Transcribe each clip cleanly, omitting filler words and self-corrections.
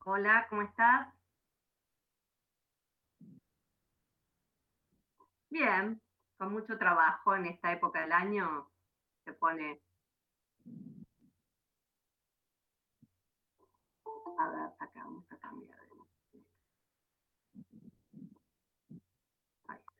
Hola, ¿cómo estás? Bien, con mucho trabajo en esta época del año. Se pone, a ver, acá vamos a cambiar. Ahí.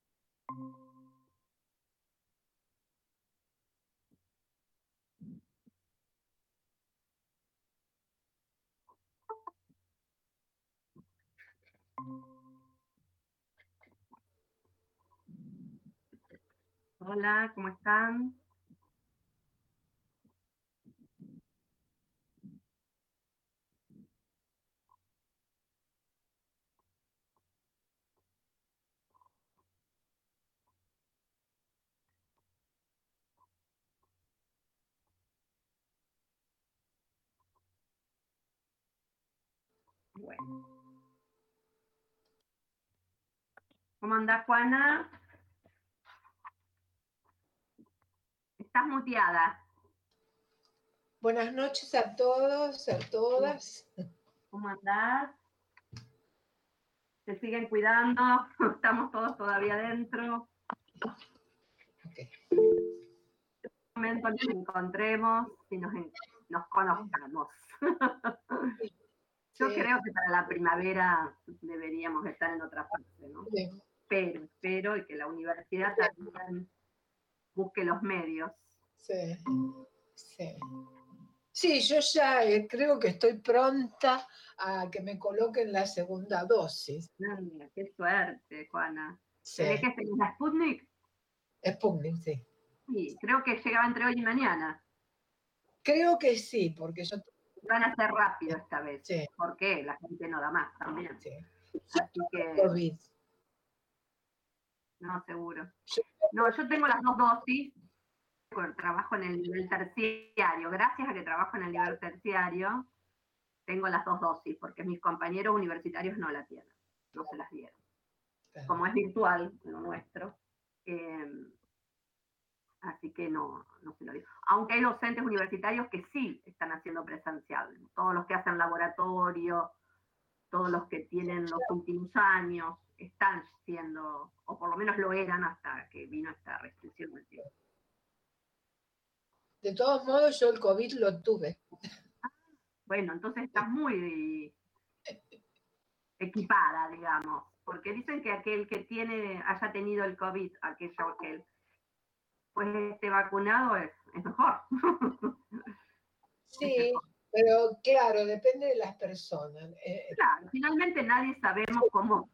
Hola, ¿cómo están? Bueno, ¿cómo andás, Juana? Estás muteada. Buenas noches a todos, a todas. ¿Cómo andás? ¿Se siguen cuidando? ¿Estamos todos todavía dentro? Okay. En un momento nos encontremos y nos conozcamos. Yo Sí, creo que para la primavera deberíamos estar en otra fase, ¿no? sí, Espero y que la universidad también busque los medios. sí, sí. Sí, yo ya creo que estoy pronta a que me coloquen la segunda dosis. Ay, qué suerte, Juana. ¿Tenés Sí, que tener la Sputnik? Sputnik, sí. Sí, creo que llegaba entre hoy y mañana. Creo que sí, porque yo Van a ser rápido esta vez, sí, porque la gente no da más también. sí. Yo Así tuve que, COVID. no, seguro. Yo No, yo tengo las dos dosis, porque trabajo en el nivel terciario. Gracias a que trabajo en el nivel terciario, tengo las dos dosis, porque mis compañeros universitarios no la tienen, no se las dieron. Como es virtual lo nuestro, eh, así que no se lo digo. Aunque hay docentes universitarios que sí están haciendo presencial, todos los que hacen laboratorio, todos los que tienen los últimos años, están siendo, o por lo menos lo eran hasta que vino esta restricción del tiempo. de todos modos, yo el COVID lo tuve. Bueno, entonces estás muy equipada, digamos, porque dicen que aquel que haya tenido el COVID, aquello que pues esté vacunado es mejor. Es Sí, mejor. pero claro, depende de las personas. Claro, finalmente nadie sabemos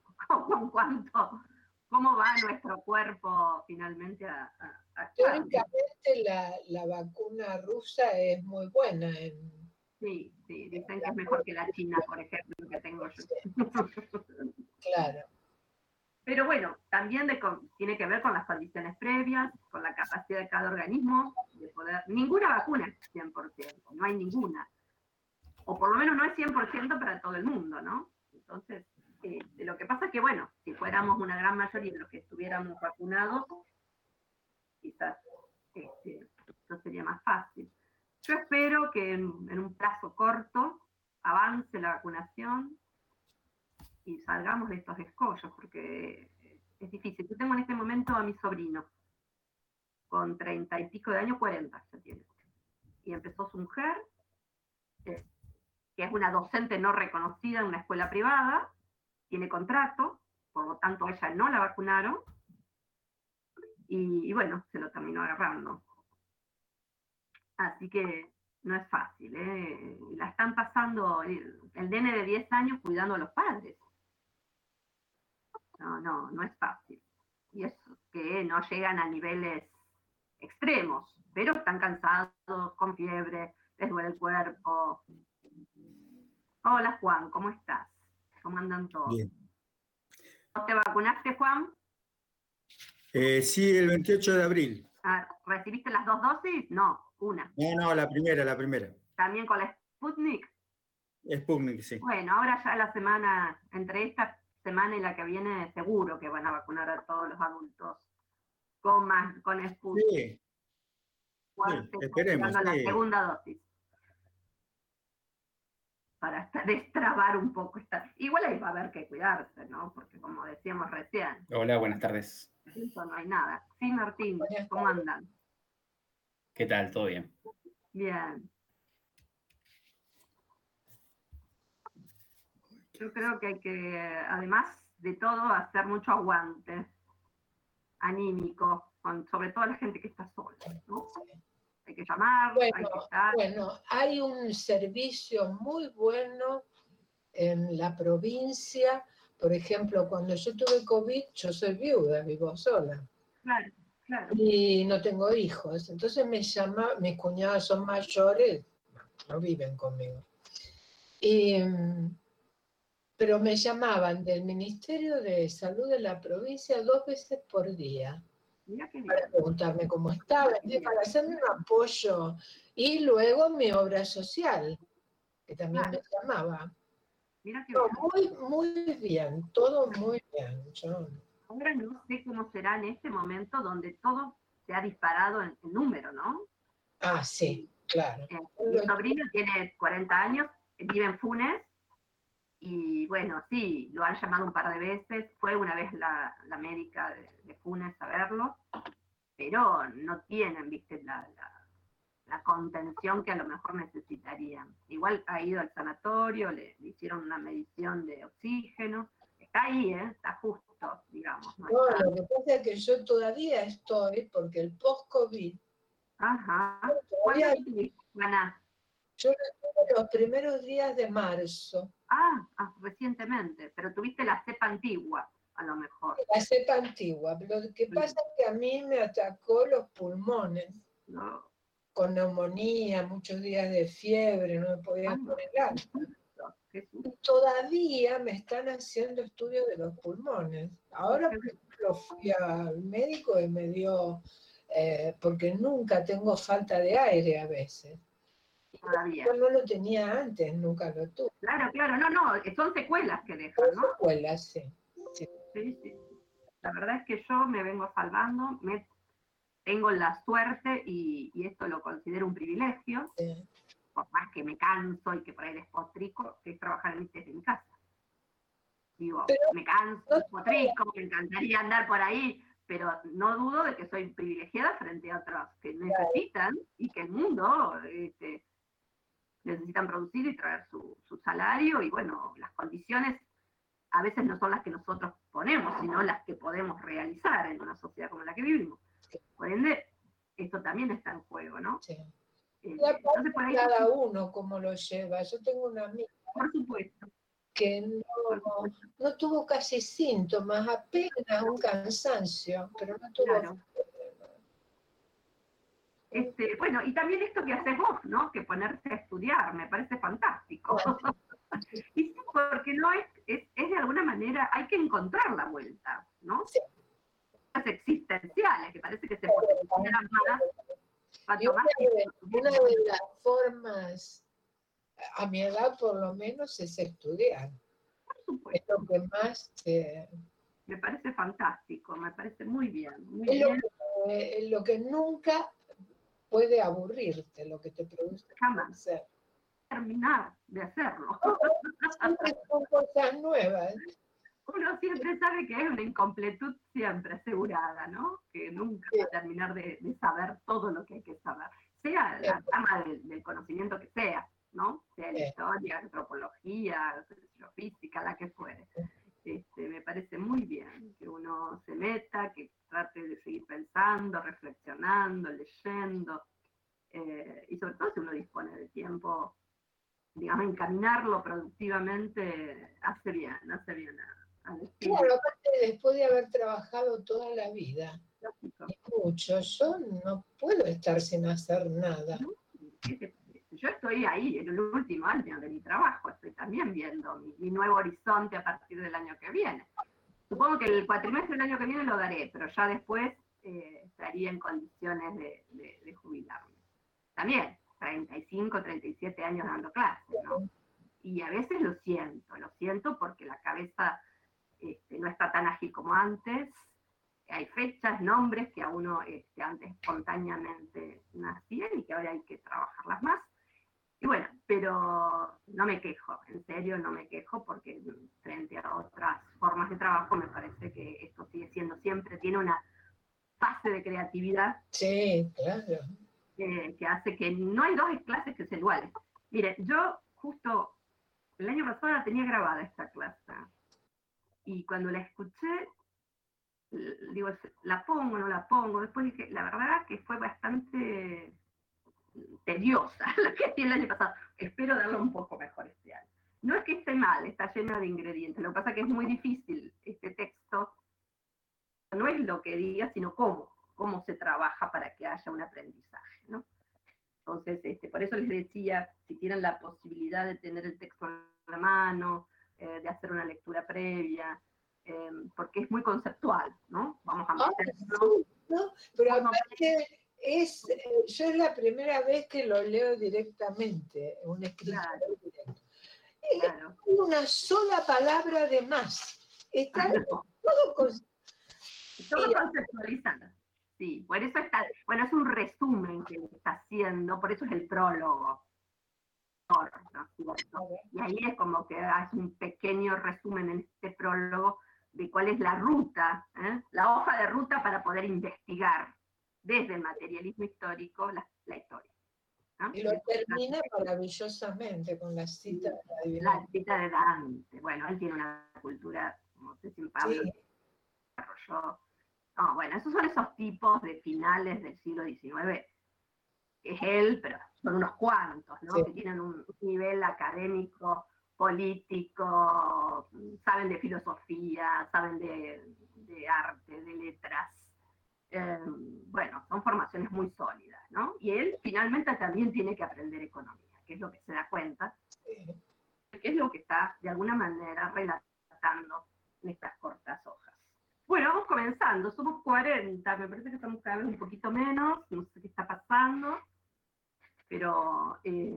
cómo va nuestro cuerpo finalmente a actuar. Teóricamente la vacuna rusa es muy buena Sí, sí, en dicen que la es mejor que la China, por ejemplo, que tengo yo. claro. Pero bueno, también tiene que ver con las condiciones previas, con la capacidad de cada organismo de poder. Ninguna vacuna es 100%, no hay ninguna. O por lo menos no es 100% para todo el mundo, ¿no? Entonces, lo que pasa es que, bueno, si fuéramos una gran mayoría de los que estuviéramos vacunados, quizás eso sería más fácil. Yo espero que en un plazo corto avance la vacunación y salgamos de estos escollos, porque es difícil. Yo tengo en este momento a mi sobrino, con 30 y pico de años, 40 ya tiene. Y empezó su mujer, eh, que es una docente no reconocida en una escuela privada, tiene contrato, por lo tanto a ella no la vacunaron, y bueno, se lo terminó agarrando. Así que no es fácil, ¿eh? La están pasando el nene de 10 años cuidando a los padres. No es fácil. Y es que no llegan a niveles extremos, pero están cansados, con fiebre, les duele el cuerpo. Hola Juan, ¿cómo estás? ¿Cómo andan todos? Bien. ¿No te vacunaste, Juan? Sí, el 28 de abril. ¿Recibiste las dos dosis? No, una. No, no, la primera, la primera. ¿También con la Sputnik? Sputnik, sí. Bueno, ahora ya la semana, entre esta semana y la que viene, seguro que van a vacunar a todos los adultos con Sputnik. Sí, sí, Juan se está esperemos, esperando la sí. segunda dosis. destrabar un poco esta. Igual ahí va a haber que cuidarse, ¿no? Porque como decíamos recién, Hola, buenas tardes. eso no hay nada. Sí, Martín, ¿cómo andan? ¿Qué tal? ¿Todo bien? Bien. Yo creo que hay que, además de todo, hacer mucho aguante anímico, sobre todo la gente que está sola, ¿no? Hay que llamar, hay que estar. Bueno, hay un servicio muy bueno en la provincia. Por ejemplo, cuando yo tuve COVID, yo soy viuda, vivo sola. Claro, claro. Y no tengo hijos. Entonces me llama, mis cuñados son mayores, no viven conmigo. Pero me llamaban del Ministerio de Salud de la provincia 2 veces por día. Mira qué bien. Para preguntarme cómo estaba, para hacerme un apoyo. Y luego mi obra social, que también me llamaba. Mira qué bien. Muy bien, todo muy bien. Ahora no sé cómo será en este momento donde todo se ha disparado en número, ¿no? Ah, sí, claro. Mi sobrino tiene 40 años, vive en Funes, y bueno, sí, lo han llamado un par de veces, fue una vez la médica de Funes a verlo, pero no tienen, viste, la contención que a lo mejor necesitarían. Igual ha ido al sanatorio, le hicieron una medición de oxígeno, está ahí, está justo, digamos. No, lo que pasa es que yo todavía estoy, porque el post-COVID... Ajá. ¿Cuándo tuviste, Ana? Yo lo tuve los primeros días de marzo. Recientemente, pero tuviste la cepa antigua, a lo mejor. La cepa antigua, lo que pasa es que a mí me atacó los pulmones. No. Con neumonía, muchos días de fiebre, no me podía poner alta. Y todavía me están haciendo estudios de los pulmones. Ahora, por ejemplo, fui al médico y me dio, porque nunca tengo falta de aire a veces. Todavía. Yo no lo tenía antes, nunca lo tuve. Claro, no, son secuelas que dejan, ¿no? Secuelas, sí. Sí. La verdad es que yo me vengo salvando, tengo la suerte, y esto lo considero un privilegio, por más que me canso y que por ahí despotrico, que es trabajar desde mi casa. Digo, me canso, despotrico, me encantaría andar por ahí, pero no dudo de que soy privilegiada frente a otros que necesitan, y que el mundo necesitan producir y traer su salario, y bueno, las condiciones a veces no son las que nosotros ponemos, sino las que podemos realizar en una sociedad como la que vivimos. Por ende, esto también está en juego, ¿no? Sí. Entonces, por ahí, cada uno como lo lleva. Yo tengo una amiga, por supuesto, que no tuvo casi síntomas, apenas un cansancio, pero no tuvo... Claro. Bueno, y también esto que haces vos, ¿no? Que ponerse a estudiar, me parece fantástico. Y sí, porque no es de alguna manera, hay que encontrar la vuelta, ¿no? Sí. Las existenciales, que parece que se posicionan más. Y una de las formas, a mi edad por lo menos, es estudiar. Por supuesto. Es lo que más... me parece fantástico, me parece muy bien. Es lo que nunca puede aburrirte, lo que te produce jamás hacer. Terminar de hacerlo. Siempre son cosas nuevas. Uno siempre sabe que hay una incompletud siempre asegurada, ¿no? Que nunca va a terminar de saber todo lo que hay que saber. Sea la rama del conocimiento que sea, ¿no? Sea la historia, antropología, física, la que fuere. Me parece muy bien que uno se meta, que trate de seguir pensando, reflexionando, leyendo, y sobre todo si uno dispone de tiempo, digamos, encaminarlo productivamente, hace bien al estilo. Claro, aparte después de haber trabajado toda la vida, mucho, yo no puedo estar sin hacer nada. Yo estoy ahí en el último año de mi trabajo, estoy también viendo mi nuevo horizonte a partir del año que viene. Supongo que el cuatrimestre del año que viene lo daré, pero ya después estaría en condiciones de jubilarme. También, 35, 37 años dando clases, ¿no? Y a veces lo siento porque la cabeza no está tan ágil como antes. Hay fechas, nombres que a uno antes espontáneamente nacían y que ahora hay que trabajarlas más. Y bueno, pero no me quejo, en serio no me quejo, porque frente a otras formas de trabajo me parece que esto sigue siendo siempre, tiene una fase de creatividad. Sí, claro. Que hace que no hay dos clases que sean iguales. Mire, yo justo el año pasado la tenía grabada esta clase, y cuando la escuché, digo, ¿la pongo o no la pongo? Después dije, la verdad que fue bastante tediosa la que hacía el año pasado. Espero darlo un poco mejor este año. No es que esté mal, está llena de ingredientes. Lo que pasa es que es muy difícil este texto. No es lo que diga, sino cómo se trabaja para que haya un aprendizaje, ¿no? Entonces, por eso les decía, si tienen la posibilidad de tener el texto en la mano, de hacer una lectura previa, porque es muy conceptual, ¿no? Vamos a meterlo. Sí, ¿no? Pero aparte, yo es la primera vez que lo leo directamente, un escritor directo. Claro. Una sola palabra de más. Está todo conceptualizado. Sí, por eso está, bueno, es un resumen que está haciendo, por eso es el prólogo. ¿No? Y ahí es como que hace un pequeño resumen en este prólogo de cuál es la ruta, la hoja de ruta para poder investigar desde el materialismo histórico la historia. ¿No? Y lo termina maravillosamente con la cita de la Divina. La cita de Dante. Bueno, él tiene una cultura, no sé si Pablo desarrolló. No, bueno, esos son esos tipos de finales del siglo XIX. Es él, pero son unos cuantos, ¿no? Sí. Que tienen un nivel académico, político, saben de filosofía, saben de arte, de letras. Bueno, son formaciones muy sólidas, ¿no? Y él finalmente también tiene que aprender economía, que es lo que se da cuenta, que es lo que está de alguna manera relatando en estas cortas hojas. Bueno, vamos comenzando, somos 40, me parece que estamos cada vez un poquito menos, no sé qué está pasando, pero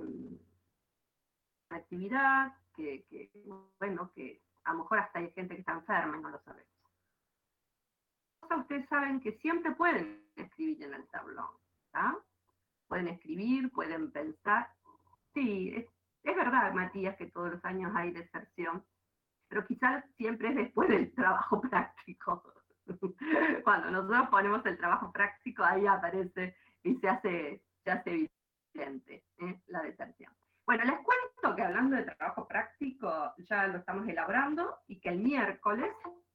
una actividad bueno, que a lo mejor hasta hay gente que está enferma y no lo sabemos. Ustedes saben que siempre pueden escribir en el tablón, ¿tá? Pueden escribir, pueden pensar. Sí, es verdad, Matías, que todos los años hay deserción, pero quizás siempre es después del trabajo práctico. Cuando nosotros ponemos el trabajo práctico, ahí aparece y se hace evidente la deserción. Bueno, les cuento que hablando de trabajo práctico, ya lo estamos elaborando y que el miércoles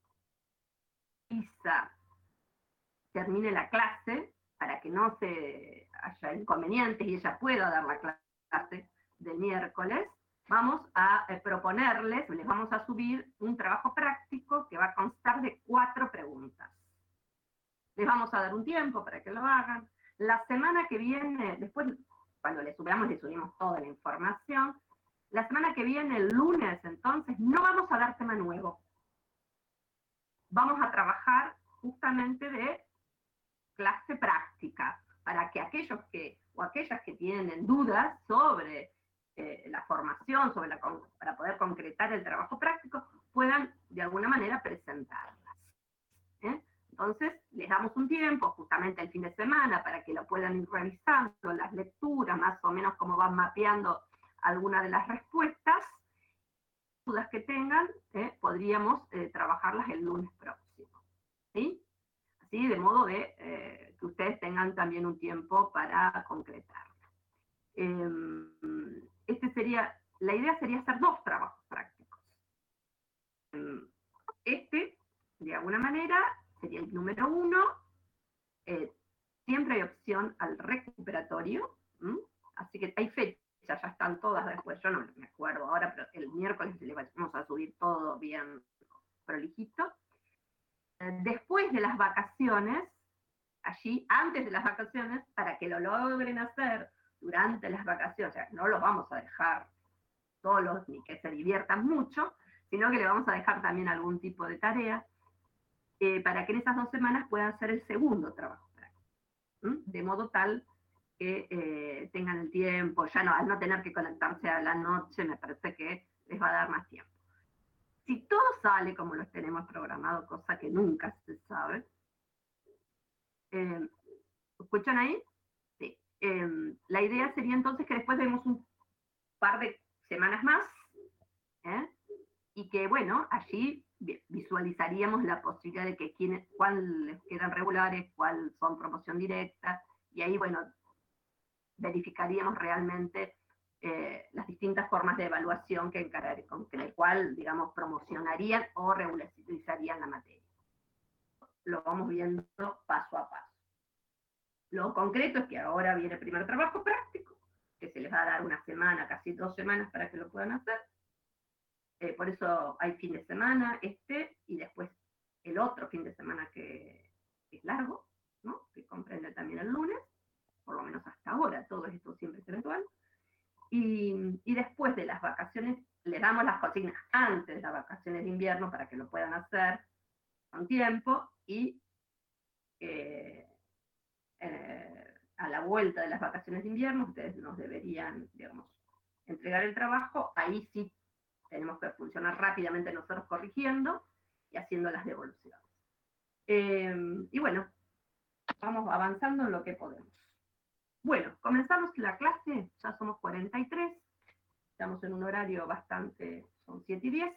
Isa termine la clase para que no se haya inconvenientes y ella pueda dar la clase del miércoles. Vamos a proponerles, les vamos a subir un trabajo práctico que va a constar de 4 preguntas. Les vamos a dar un tiempo para que lo hagan. La semana que viene, después, cuando les subimos toda la información. La semana que viene, el lunes, entonces, no vamos a dar tema nuevo. Vamos a trabajar justamente de clase práctica, para que aquellos o aquellas que tienen dudas sobre la formación, para poder concretar el trabajo práctico, puedan de alguna manera presentarlas. Entonces, les damos un tiempo, justamente el fin de semana, para que lo puedan ir revisando, las lecturas, más o menos cómo van mapeando algunas de las respuestas. Dudas que tengan, podríamos trabajarlas el lunes próximo. ¿Sí? Así, de modo que ustedes tengan también un tiempo para concretarla. La idea sería hacer 2 trabajos prácticos. De alguna manera, sería el número 1. Siempre hay opción al recuperatorio, así que hay fechas, ya están todas después, yo no me acuerdo ahora, pero el miércoles le vamos a subir todo bien prolijito. Después de las vacaciones, allí, antes de las vacaciones, para que lo logren hacer durante las vacaciones, o sea, no los vamos a dejar solos ni que se diviertan mucho, sino que le vamos a dejar también algún tipo de tarea, para que en esas 2 semanas puedan hacer el segundo trabajo práctico, de modo tal que tengan el tiempo, ya no, al no tener que conectarse a la noche, me parece que les va a dar más tiempo. Si todo sale como lo tenemos programado, cosa que nunca se sabe, ¿escuchan ahí? Sí. La idea sería entonces que después demos par de semanas más, y que, bueno, allí visualizaríamos la posibilidad de que cuáles quedan regulares, cuáles son promoción directa, y ahí, bueno, verificaríamos realmente las distintas formas de evaluación con el cual, digamos, promocionarían o regularizarían la materia. Lo vamos viendo paso a paso. Lo concreto es que ahora viene el primer trabajo práctico, que se les va a dar una semana, casi 2 semanas para que lo puedan hacer. Por eso hay fin de semana, y después el otro fin de semana que es largo, ¿no? Que comprende también el lunes, por lo menos hasta ahora, todo esto siempre es eventual. Y después de las vacaciones, les damos las consignas antes de las vacaciones de invierno para que lo puedan hacer con tiempo, y a la vuelta de las vacaciones de invierno ustedes nos deberían, digamos, entregar el trabajo. Ahí sí tenemos que funcionar rápidamente nosotros corrigiendo y haciendo las devoluciones. Y bueno, vamos avanzando en lo que podemos. Bueno, comenzamos la clase, ya somos 43, estamos en un horario bastante, son 7:10.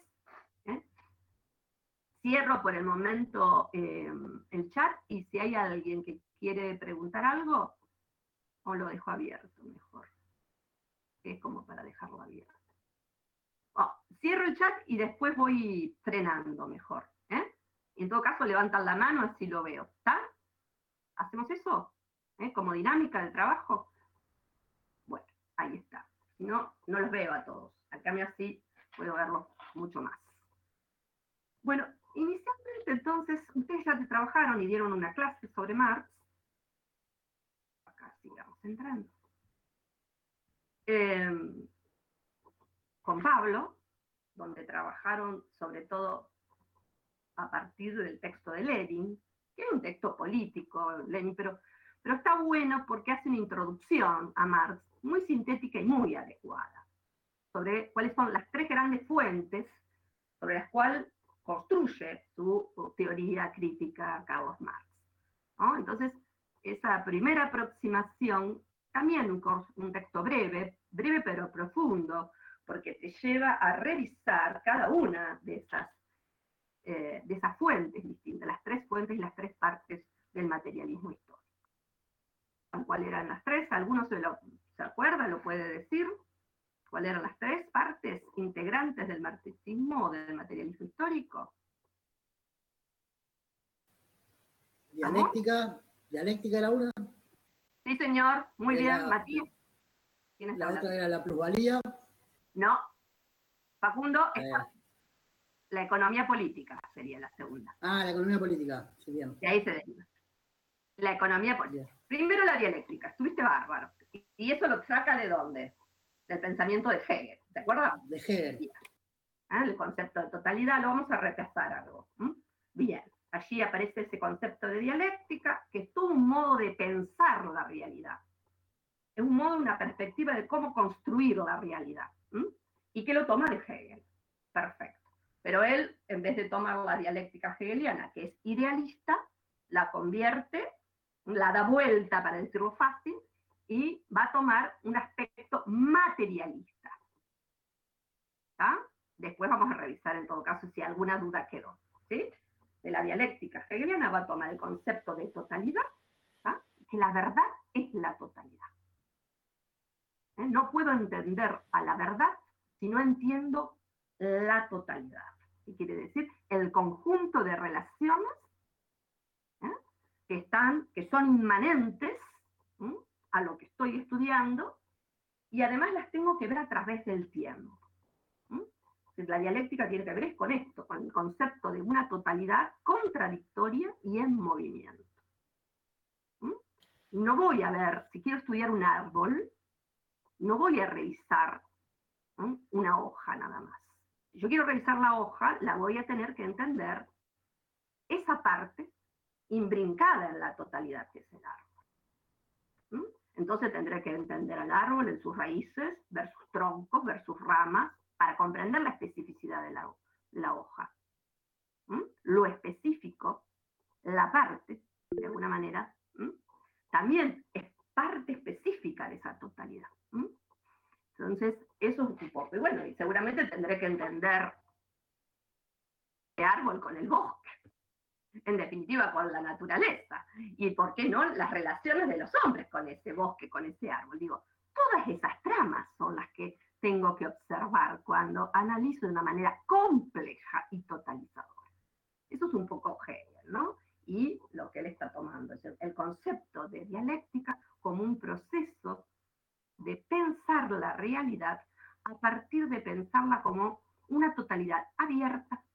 Cierro por el momento el chat, y si hay alguien que quiere preguntar algo, o lo dejo abierto mejor, que es como para dejarlo abierto. Cierro el chat y después voy frenando mejor. En todo caso, levantan la mano, así lo veo. ¿Está? ¿Hacemos eso? Como dinámica del trabajo. Bueno, ahí está. Si no, no los veo a todos. Al cambio así puedo verlos mucho más. Bueno, inicialmente entonces, ustedes ya trabajaron y dieron una clase sobre Marx. Acá sigamos entrando. Con Pablo, donde trabajaron sobre todo a partir del texto de Lenin, que es un texto político, Lenin, pero está bueno porque hace una introducción a Marx muy sintética y muy adecuada, sobre cuáles son las 3 grandes fuentes sobre las cuales construye su teoría crítica Karl Marx, ¿no? Entonces, esa primera aproximación, también un texto breve pero profundo, porque te lleva a revisar cada una de esas fuentes distintas, las 3 fuentes y las 3 partes del materialismo histórico. ¿Cuáles eran las 3? ¿Alguno se acuerda? ¿Lo puede decir? ¿Cuáles eran las 3 partes integrantes del marxismo o del materialismo histórico? Dialéctica era una. Sí, señor, muy bien. Matías. La otra era la plusvalía. No. Facundo, la economía política sería la segunda. La economía política, sí, bien. De ahí se deriva. La economía política. Bien. Primero la dialéctica, estuviste bárbaro. ¿Y eso lo saca de dónde? Del pensamiento de Hegel, ¿te acuerdas? De Hegel. El concepto de totalidad, lo vamos a repasar algo. Bien, allí aparece ese concepto de dialéctica, que es todo un modo de pensar la realidad. Es un modo, una perspectiva de cómo construir la realidad. Y que lo toma de Hegel. Perfecto. Pero él, en vez de tomar la dialéctica hegeliana, que es idealista, la convierte, la da vuelta, para decirlo fácil, y va a tomar un aspecto materialista. ¿Está? Después vamos a revisar, en todo caso, si alguna duda quedó. ¿Sí? De la dialéctica hegeliana va a tomar el concepto de totalidad, ¿tá? Que la verdad es la totalidad. No puedo entender a la verdad si no entiendo la totalidad. ¿Qué quiere decir? El conjunto de relaciones que son inmanentes a lo que estoy estudiando, y además las tengo que ver a través del tiempo. La dialéctica tiene que ver con esto, con el concepto de una totalidad contradictoria y en movimiento. No voy a ver, si quiero estudiar un árbol, no voy a revisar una hoja nada más. Si yo quiero revisar la hoja, la voy a tener que entender esa parte imbrincada en la totalidad que es el árbol. Entonces tendré que entender al árbol en sus raíces, ver sus troncos, ver sus ramas, para comprender la especificidad de la hoja. Lo específico, la parte, de alguna manera, también es parte específica de esa totalidad. Entonces, eso es tendré que entender el árbol con el bosque, en definitiva con la naturaleza, y por qué no las relaciones de los hombres con ese bosque, con ese árbol. Digo, todas esas tramas son las que tengo que observar cuando analizo de una manera compleja y totalizadora. Eso es un poco Hegel, ¿no? Y lo que él está tomando es el concepto de dialéctica como un proceso de pensar la realidad a partir de pensarla como una totalidad abierta,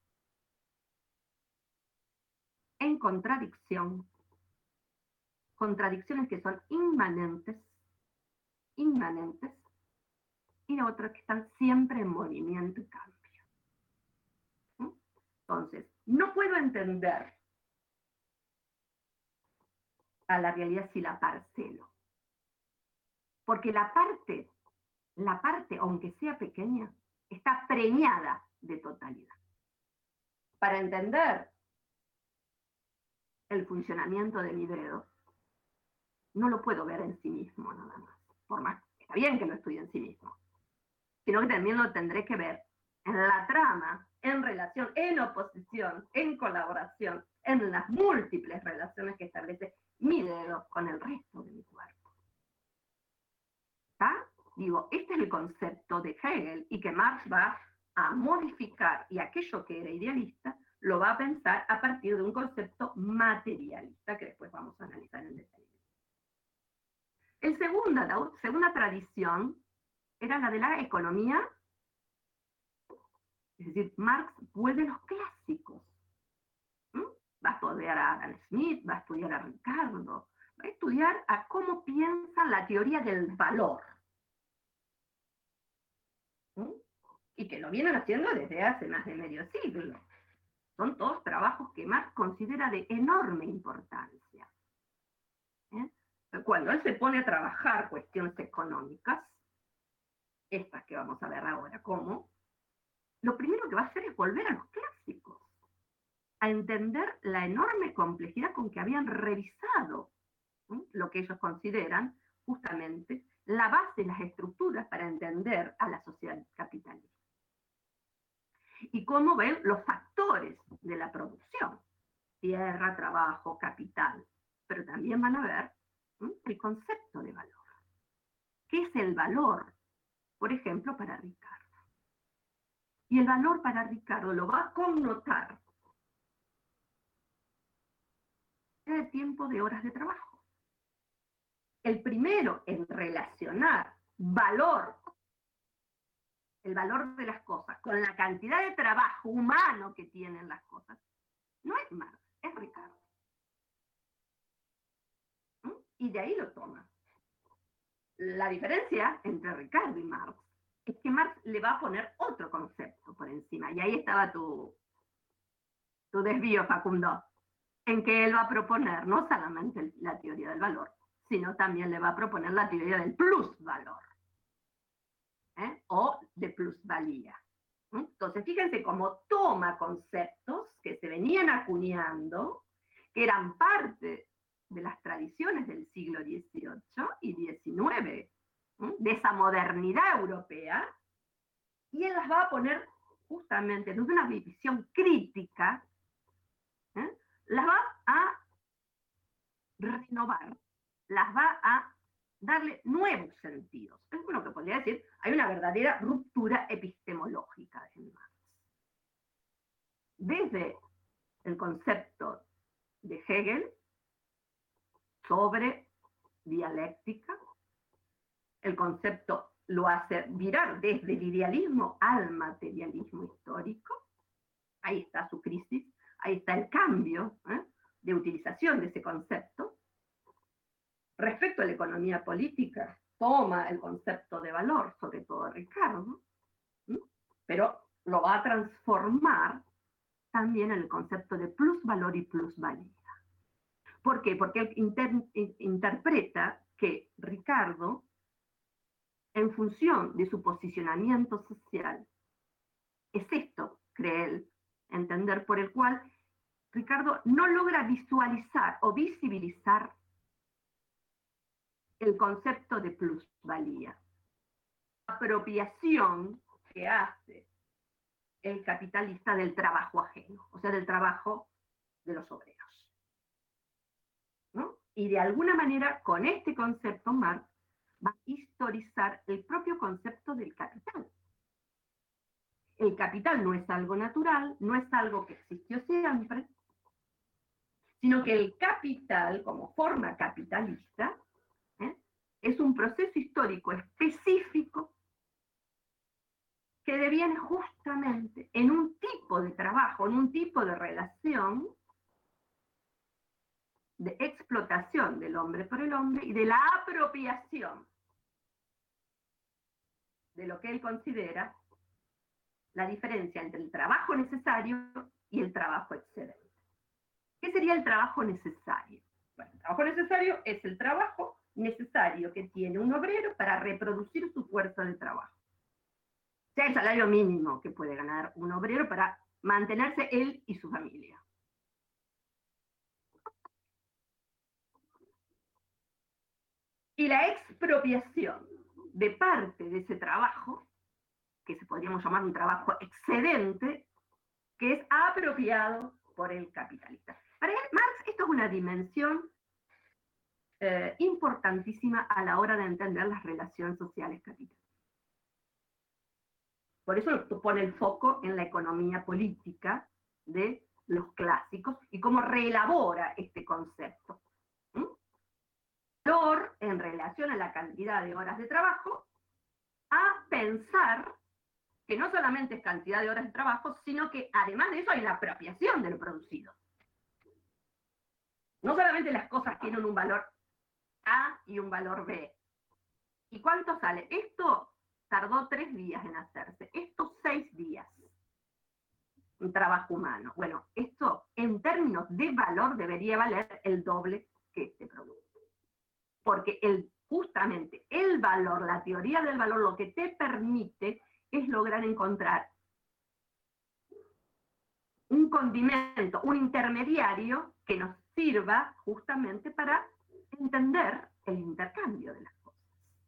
en contradicción, contradicciones que son inmanentes, y la otra que están siempre en movimiento y cambio. Entonces, no puedo entender a la realidad si la parcelo, porque la parte, aunque sea pequeña, está preñada de totalidad. Para entender el funcionamiento de mi dedo, no lo puedo ver en sí mismo nada más, por más, está bien que lo estudie en sí mismo, sino que también lo tendré que ver en la trama, en relación, en oposición, en colaboración, en las múltiples relaciones que establece mi dedo con el resto de mi cuerpo. ¿Está? Digo, este es el concepto de Hegel y que Marx va a modificar, y aquello que era idealista lo va a pensar a partir de un concepto materialista que después vamos a analizar en detalle. La segunda tradición era la de la economía, es decir, Marx vuelve a los clásicos. Va a estudiar a Adam Smith, va a estudiar a Ricardo, va a estudiar a cómo piensa la teoría del valor. Y que lo vienen haciendo desde hace más de medio siglo. Son todos trabajos que Marx considera de enorme importancia. Cuando él se pone a trabajar cuestiones económicas, estas que vamos a ver ahora, cómo, lo primero que va a hacer es volver a los clásicos, a entender la enorme complejidad con que habían revisado lo que ellos consideran justamente la base, las estructuras para entender a la sociedad capitalista. Y cómo ven los factores de la producción, tierra, trabajo, capital, pero también van a ver el concepto de valor. ¿Qué es el valor? Por ejemplo, para Ricardo. Y el valor para Ricardo lo va a connotar el tiempo de horas de trabajo. El primero en relacionar valor, el valor de las cosas, con la cantidad de trabajo humano que tienen las cosas, no es Marx, es Ricardo. Y de ahí lo toma. La diferencia entre Ricardo y Marx es que Marx le va a poner otro concepto por encima, y ahí estaba tu desvío, Facundo, en que él va a proponer no solamente la teoría del valor, sino también le va a proponer la teoría del plusvalor, o de plusvalía. Entonces, fíjense cómo toma conceptos que se venían acuñando, que eran parte de las tradiciones del siglo XVIII y XIX, de esa modernidad europea, y él las va a poner justamente desde una visión crítica, las va a renovar, las va a darle nuevos sentidos. Es lo que podría decir, hay una verdadera ruptura epistemológica en Marx. Desde el concepto de Hegel sobre dialéctica, el concepto lo hace virar desde el idealismo al materialismo histórico. Ahí está su crisis, ahí está el cambio de utilización de ese concepto. Respecto a la economía política, toma el concepto de valor, sobre todo Ricardo, pero lo va a transformar también en el concepto de plusvalor y plusvalía. ¿Por qué? Porque él interpreta que Ricardo, en función de su posicionamiento social, es esto, cree él, entender por el cual Ricardo no logra visualizar o visibilizar el concepto de plusvalía. La apropiación que hace el capitalista del trabajo ajeno, o sea, del trabajo de los obreros, ¿no? Y de alguna manera, con este concepto, Marx va a historizar el propio concepto del capital. El capital no es algo natural, no es algo que existió siempre, sino que el capital, como forma capitalista, es un proceso histórico específico que deviene justamente en un tipo de trabajo, en un tipo de relación de explotación del hombre por el hombre y de la apropiación de lo que él considera la diferencia entre el trabajo necesario y el trabajo excedente. ¿Qué sería el trabajo necesario? Bueno, el trabajo necesario es el trabajo necesario que tiene un obrero para reproducir su fuerza de trabajo. O sea, el salario mínimo que puede ganar un obrero para mantenerse él y su familia. Y la expropiación de parte de ese trabajo, que se podríamos llamar un trabajo excedente, que es apropiado por el capitalista. Para Marx esto es una dimensión importantísima a la hora de entender las relaciones sociales capitalistas. Por eso pone el foco en la economía política de los clásicos y cómo reelabora este concepto. Valor en relación a la cantidad de horas de trabajo, a pensar que no solamente es cantidad de horas de trabajo, sino que además de eso hay una apropiación de lo producido. No solamente las cosas tienen un valor A y un valor B. ¿Y cuánto sale? Esto tardó 3 días en hacerse, esto 6 días. Un trabajo humano. Bueno, esto en términos de valor debería valer el doble que este producto. Porque justamente el valor, la teoría del valor, lo que te permite es lograr encontrar un condimento, un intermediario que nos sirva justamente para entender el intercambio de las cosas.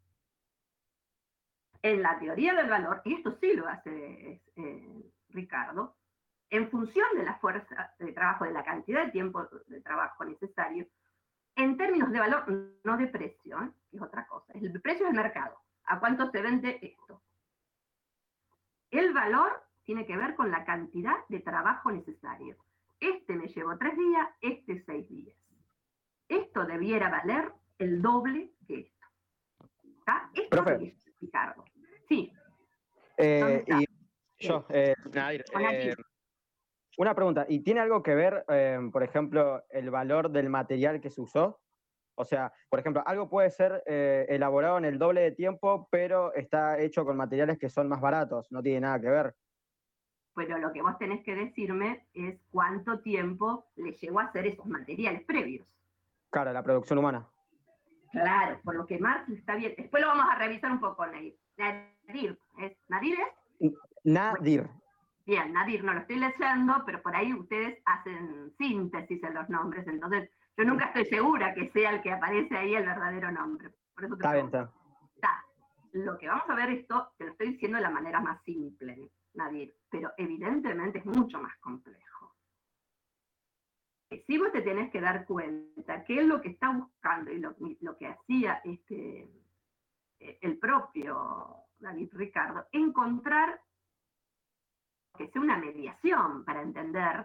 En la teoría del valor, y esto sí lo hace Ricardo, en función de la fuerza de trabajo, de la cantidad de tiempo de trabajo necesario, en términos de valor, no de precio, que es otra cosa, el precio del mercado, ¿a cuánto se vende esto? El valor tiene que ver con la cantidad de trabajo necesario. Este me llevó 3 días, este 6 días. Esto debiera valer el doble que esto. ¿Está? Esto es lo que es Ricardo. Sí. Y yo, Nadir, una pregunta, ¿y tiene algo que ver, por ejemplo, el valor del material que se usó? O sea, por ejemplo, algo puede ser elaborado en el doble de tiempo, pero está hecho con materiales que son más baratos, no tiene nada que ver. Pero lo que vos tenés que decirme es cuánto tiempo le llevó a hacer esos materiales previos. Claro, la producción humana. Claro, por lo que Marx está bien. Después lo vamos a revisar un poco, Nadir. ¿Nadir es? Nadir. Bueno, bien, Nadir, no lo estoy leyendo, pero por ahí ustedes hacen síntesis en los nombres, entonces yo nunca estoy segura que sea el que aparece ahí el verdadero nombre. Por eso está bien, está. Lo que vamos a ver esto, te lo estoy diciendo de la manera más simple, Nadir, pero evidentemente es mucho más complejo. Si vos te tenés que dar cuenta qué es lo que está buscando y lo que hacía el propio David Ricardo, encontrar que sea una mediación para entender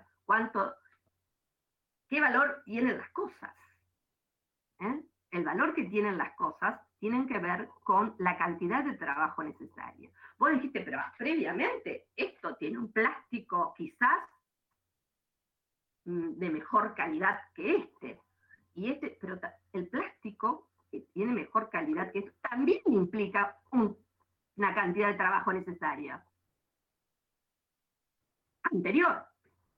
qué valor tienen las cosas. El valor que tienen las cosas tienen que ver con la cantidad de trabajo necesario. Vos dijiste, pero previamente esto tiene un plástico quizás de mejor calidad que este. Pero el plástico que tiene mejor calidad que esto también implica una cantidad de trabajo necesaria. Anterior.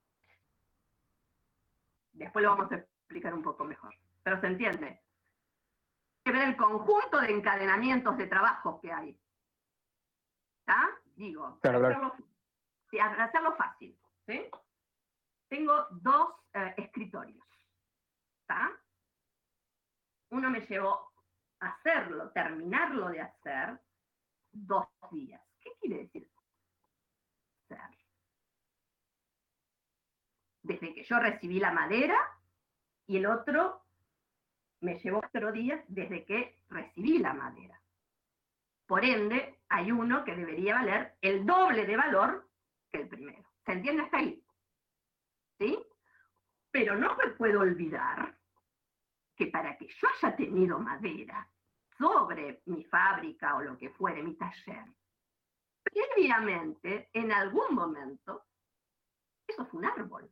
Después lo vamos a explicar un poco mejor. Pero se entiende. Hay que ver el conjunto de encadenamientos de trabajo que hay. ¿Está? Digo, claro, para hacerlo fácil. ¿Sí? Tengo 2 escritorios. ¿Está? Uno me llevó a hacerlo, terminarlo de hacer, 2 días. ¿Qué quiere decir hacer? desde que yo recibí la madera, y el otro me llevó 4 días desde que recibí la madera. Por ende, hay uno que debería valer el doble de valor que el primero. ¿Se entiende hasta ahí? ¿Sí? Pero no me puedo olvidar que para que yo haya tenido madera sobre mi fábrica o lo que fuere, mi taller, previamente, en algún momento, eso fue un árbol.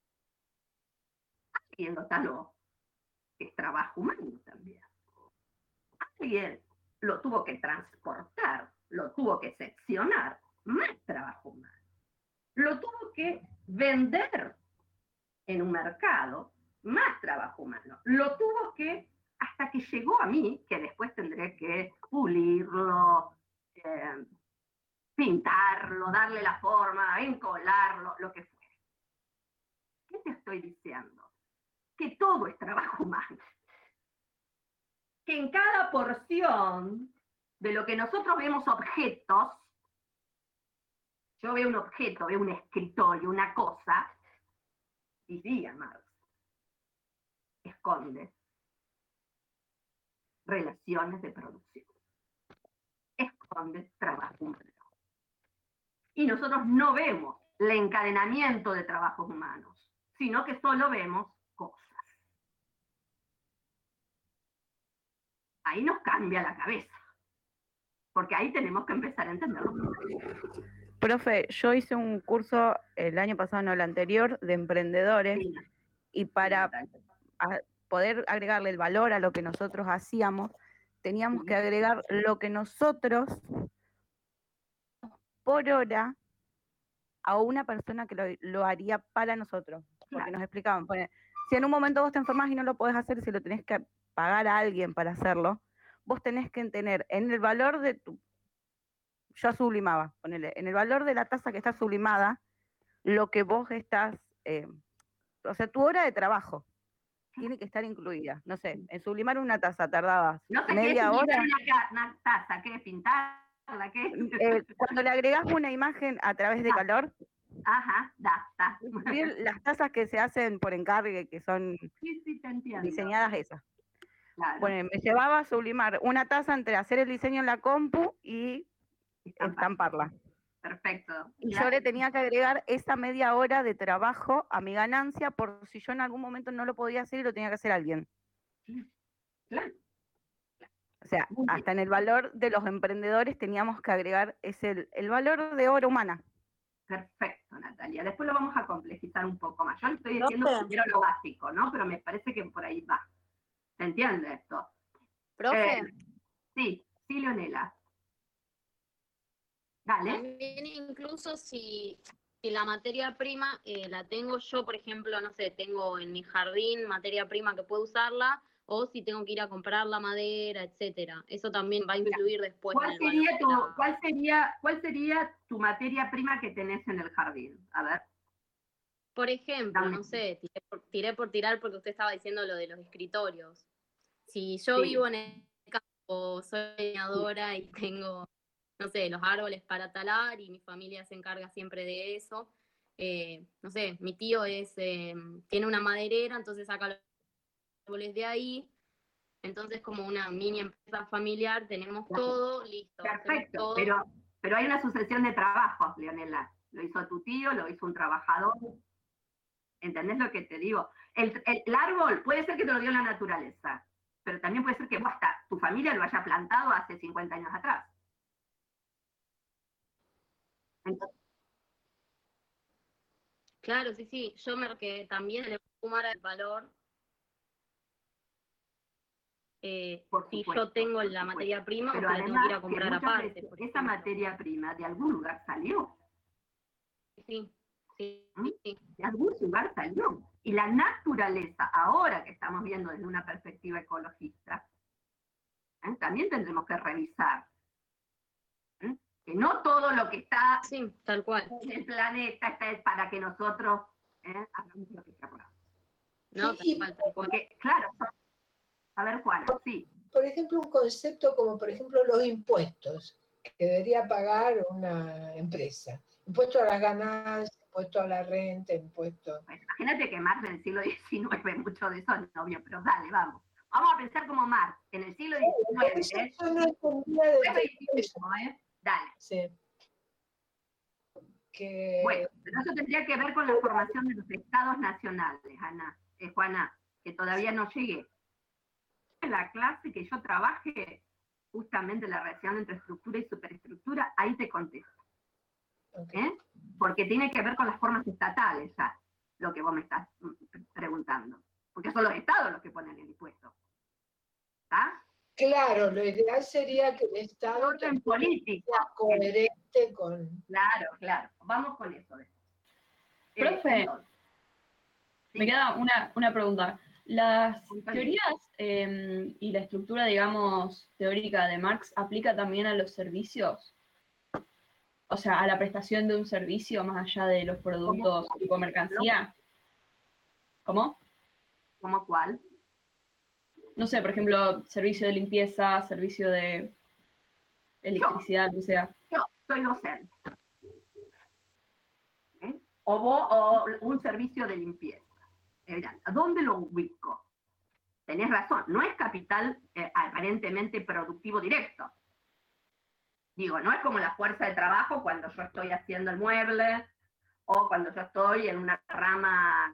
Alguien lo taló, que es trabajo humano también. Alguien lo tuvo que transportar, lo tuvo que seccionar, más trabajo humano. Lo tuvo que vender en un mercado, más trabajo humano. Lo tuvo que, hasta que llegó a mí, que después tendré que pulirlo, pintarlo, darle la forma, encolarlo, lo que fuera. ¿Qué te estoy diciendo? Que todo es trabajo humano. Que en cada porción de lo que nosotros vemos objetos, yo veo un objeto, veo un escritorio, una cosa, diría Marx, esconde relaciones de producción, esconde trabajo humano. Y nosotros no vemos el encadenamiento de trabajos humanos, sino que solo vemos cosas. Ahí nos cambia la cabeza, porque ahí tenemos que empezar a entenderlo. Profe, yo hice un curso el año pasado, no el anterior, de emprendedores, sí. Y para poder agregarle el valor a lo que nosotros hacíamos, teníamos que agregar lo que nosotros por hora a una persona que lo haría para nosotros, porque nos explicaban, si en un momento vos te enfermas y no lo podés hacer, si lo tenés que pagar a alguien para hacerlo, vos tenés que tener en el valor de yo sublimaba, ponele, en el valor de la taza que está sublimada, lo que vos estás, o sea, tu hora de trabajo tiene que estar incluida. No sé, en sublimar una taza tardabas media hora. Una taza, ¿qué es pintarla? ¿Qué? Cuando le agregás una imagen a través de calor, ajá, da. Las tazas que se hacen por encargue, que son sí, te entiendo. Diseñadas esas. Claro. Bueno, me llevaba a sublimar una taza entre hacer el diseño en la compu y estamparla. Perfecto. Y yo le tenía que agregar esa media hora de trabajo a mi ganancia por si yo en algún momento no lo podía hacer y lo tenía que hacer alguien. Claro. O sea, hasta en el valor de los emprendedores teníamos que agregar el valor de hora humana. Perfecto, Natalia. Después lo vamos a complejizar un poco más. Yo le estoy diciendo primero lo básico, ¿no? Pero me parece que por ahí va. ¿Se entiende esto? ¿Profe? Sí, Leonela. Dale. También incluso si la materia prima la tengo yo, por ejemplo, no sé, tengo en mi jardín materia prima que puedo usarla, o si tengo que ir a comprar la madera, etcétera. Eso también va a influir después. ¿Cuál sería tu materia prima que tenés en el jardín? A ver. Por ejemplo, no sé, tiré por tirar porque usted estaba diciendo lo de los escritorios. Si yo vivo en el campo, soy leñadora y tengo, no sé, los árboles para talar y mi familia se encarga siempre de eso. No sé, mi tío tiene una maderera, entonces saca los árboles de ahí. Entonces, como una mini empresa familiar, tenemos todo listo. Perfecto, todo. Pero hay una sucesión de trabajos, Leonela. Lo hizo tu tío, lo hizo un trabajador. ¿Entendés lo que te digo? El árbol puede ser que te lo dio la naturaleza, pero también puede ser que hasta tu familia lo haya plantado hace 50 años atrás. Entonces, claro, sí. Yo que también le voy a sumar el valor. Si yo tengo la materia prima, pero la tengo que ir a comprar aparte. Esa materia prima de algún lugar salió. Sí. De algún lugar salió. Y la naturaleza, ahora que estamos viendo desde una perspectiva ecologista, también tendremos que revisar que no todo lo que está tal cual en el planeta está para que nosotros hagamos lo que queramos. No, sí, porque, claro, a ver, Juana, sí. Por ejemplo, un concepto como, por ejemplo, los impuestos que debería pagar una empresa. Impuesto a las ganancias, impuesto a la renta, impuesto... Pues imagínate que Marx en el siglo XIX, mucho de eso es obvio, pero dale, vamos. Vamos a pensar como Marx, en el siglo XIX. Yo no entendía de Dale. Sí. Bueno, pero eso tendría que ver con la formación de los estados nacionales, Juana, que todavía no llegué. En la clase que yo trabaje, justamente la relación entre estructura y superestructura, ahí te contesto. ¿Eh? Porque tiene que ver con las formas estatales, ya, lo que vos me estás preguntando. Porque son los estados los que ponen el impuesto. ¿Está? Claro, lo ideal sería que el Estado en política sea coherente con... Claro. Vamos con eso. Profe, me queda una pregunta. ¿Las teorías y la estructura, digamos, teórica de Marx aplica también a los servicios? O sea, a la prestación de un servicio más allá de los productos tipo mercancía. ¿Cómo? ¿Cómo cuál? No sé, por ejemplo, servicio de limpieza, servicio de electricidad, lo que sea. Yo soy docente. O un servicio de limpieza. ¿A dónde lo ubico? Tenés razón, no es capital aparentemente productivo directo. Digo, no es como la fuerza de trabajo cuando yo estoy haciendo el mueble o cuando yo estoy en una rama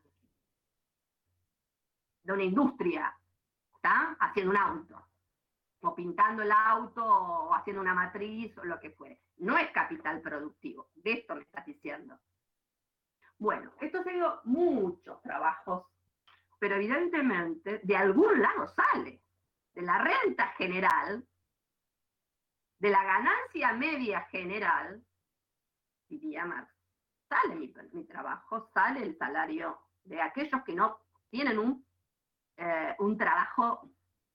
de una industria, ¿está? Haciendo un auto, o pintando el auto, o haciendo una matriz, o lo que fuere. No es capital productivo, de esto me estás diciendo. Bueno, esto ha sido muchos trabajos, pero evidentemente de algún lado sale, de la renta general, de la ganancia media general, diría Marx, sale mi trabajo, sale el salario de aquellos que no tienen un trabajo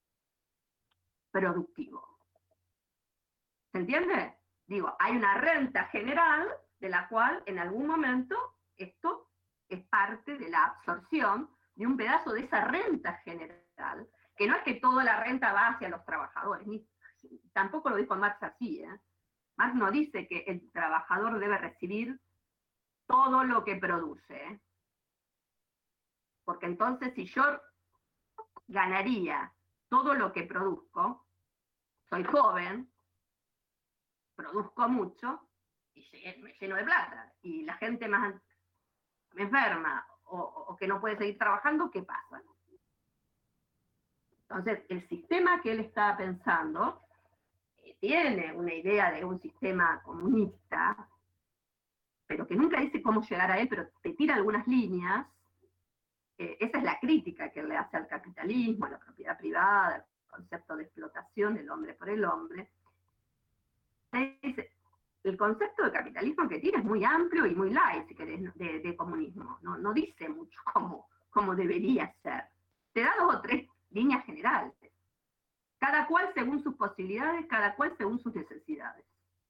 productivo. ¿Se entiende? Digo, hay una renta general de la cual en algún momento esto es parte de la absorción de un pedazo de esa renta general, que no es que toda la renta va hacia los trabajadores, tampoco lo dijo Marx así, ¿eh? Marx no dice que el trabajador debe recibir todo lo que produce, ¿eh? Porque entonces si yo ganaría todo lo que produzco, soy joven, produzco mucho y me lleno de plata, y la gente más me enferma o que no puede seguir trabajando, ¿qué pasa? Entonces, el sistema que él está pensando tiene una idea de un sistema comunista, pero que nunca dice cómo llegar a él, pero te tira algunas líneas. Esa es la crítica que él le hace al capitalismo, a la propiedad privada, al concepto de explotación del hombre por el hombre. Dice, el concepto de capitalismo que tiene es muy amplio y muy light, si querés, de comunismo. No dice mucho cómo debería ser. Te da 2 o 3 líneas generales. Cada cual según sus posibilidades, cada cual según sus necesidades.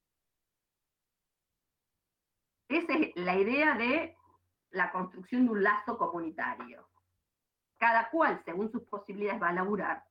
Esa es la idea de la construcción de un lazo comunitario. Cada cual según sus posibilidades va a laburar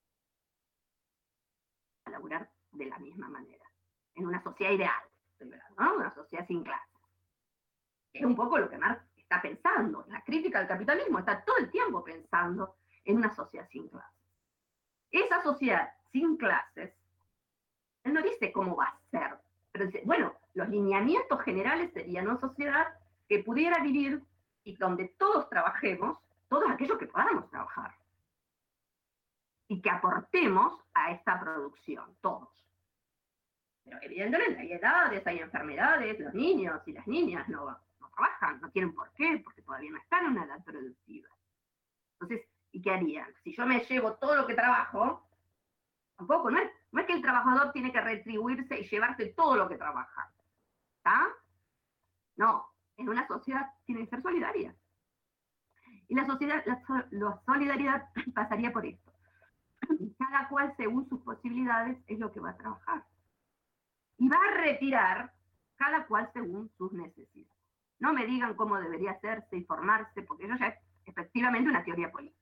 de la misma manera, en una sociedad ideal, ¿no? Una sociedad sin clases. Es un poco lo que Marx está pensando. La crítica al capitalismo está todo el tiempo pensando en una sociedad sin clases. Esa sociedad sin clases, él no dice cómo va a ser, pero dice, bueno, los lineamientos generales serían una sociedad que pudiera vivir y donde todos trabajemos, todos aquellos que podamos trabajar, y que aportemos a esta producción, todos. Pero evidentemente hay edades, hay enfermedades, los niños y las niñas no trabajan, no tienen por qué, porque todavía no están en una edad productiva. Entonces, ¿y qué harían? Si yo me llevo todo lo que trabajo, tampoco, no es que el trabajador tiene que retribuirse y llevarse todo lo que trabaja. ¿Está? No, en una sociedad tiene que ser solidaria. Y la solidaridad pasaría por esto. Cada cual según sus posibilidades es lo que va a trabajar. Y va a retirar cada cual según sus necesidades. No me digan cómo debería hacerse y formarse, porque eso ya es efectivamente una teoría política.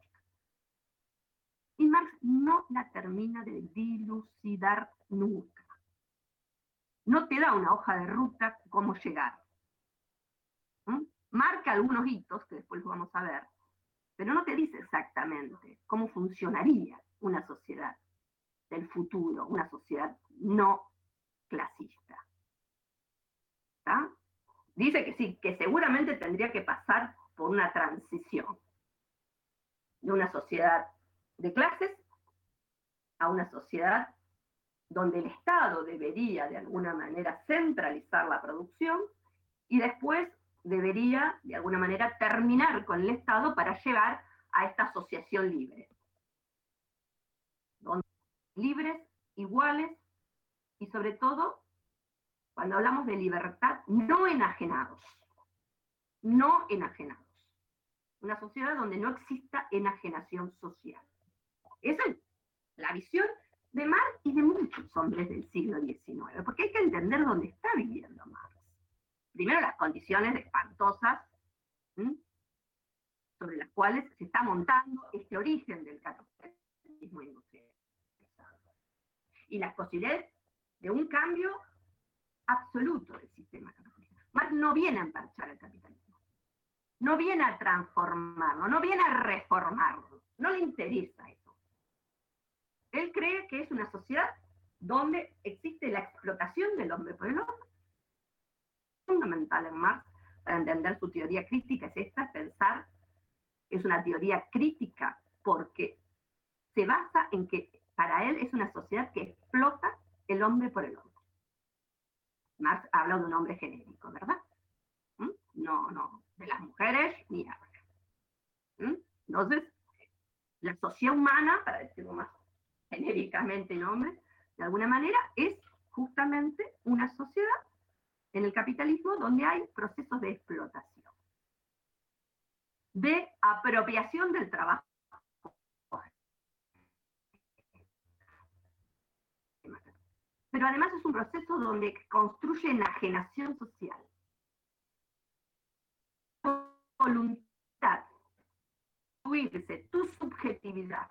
Y Marx no la termina de dilucidar nunca. No te da una hoja de ruta cómo llegar. marca algunos hitos, que después los vamos a ver, pero no te dice exactamente cómo funcionaría una sociedad del futuro, una sociedad no clasista. ¿Está? Dice que sí, que seguramente tendría que pasar por una transición de una sociedad de clases a una sociedad donde el Estado debería de alguna manera centralizar la producción y después debería de alguna manera terminar con el Estado para llevar a esta asociación libre. Donde libres, iguales y sobre todo, cuando hablamos de libertad, no enajenados. No enajenados. Una sociedad donde no exista enajenación social. Esa es la visión de Marx y de muchos hombres del siglo XIX, porque hay que entender dónde está viviendo Marx. Primero, las condiciones espantosas sobre las cuales se está montando este origen del capitalismo industrial. Y las posibilidades de un cambio absoluto del sistema capitalista. Marx no viene a emparchar el capitalismo, no viene a transformarlo, no viene a reformarlo, no le interesa eso. Él cree que es una sociedad donde existe la explotación del hombre por el hombre. Fundamental en Marx, para entender su teoría crítica, es esta, pensar que es una teoría crítica porque se basa en que para él es una sociedad que explota el hombre por el hombre. Marx habla de un hombre genérico, ¿verdad? No, de las mujeres ni habla. Entonces, la sociedad humana, para decirlo más genéricamente en hombres, de alguna manera es justamente una sociedad en el capitalismo donde hay procesos de explotación, de apropiación del trabajo. Pero además es un proceso donde construye enajenación social. Voluntad, tu subjetividad.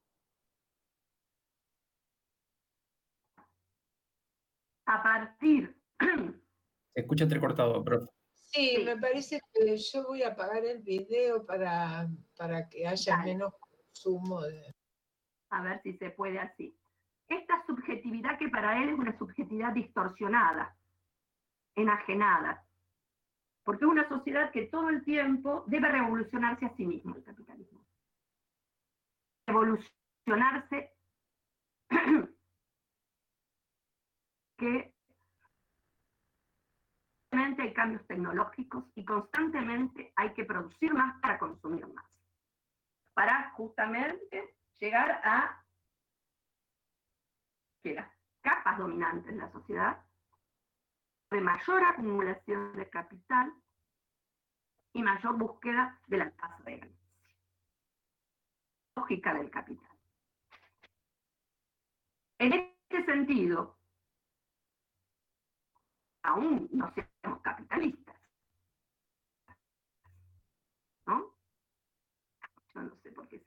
A partir... Se escucha entrecortado, profe. Sí, me parece que yo voy a apagar el video para que haya menos consumo de... A ver si se puede así. Esta subjetividad que para él es una subjetividad distorsionada, enajenada, porque es una sociedad que todo el tiempo debe revolucionarse a sí mismo, el capitalismo. Revolucionarse que constantemente hay cambios tecnológicos y constantemente hay que producir más para consumir más. Para justamente llegar a que las capas dominantes de la sociedad de mayor acumulación de capital y mayor búsqueda de la tasa de ganancia. Lógica del capital. En este sentido, aún no seamos capitalistas, ¿no? Yo no sé por qué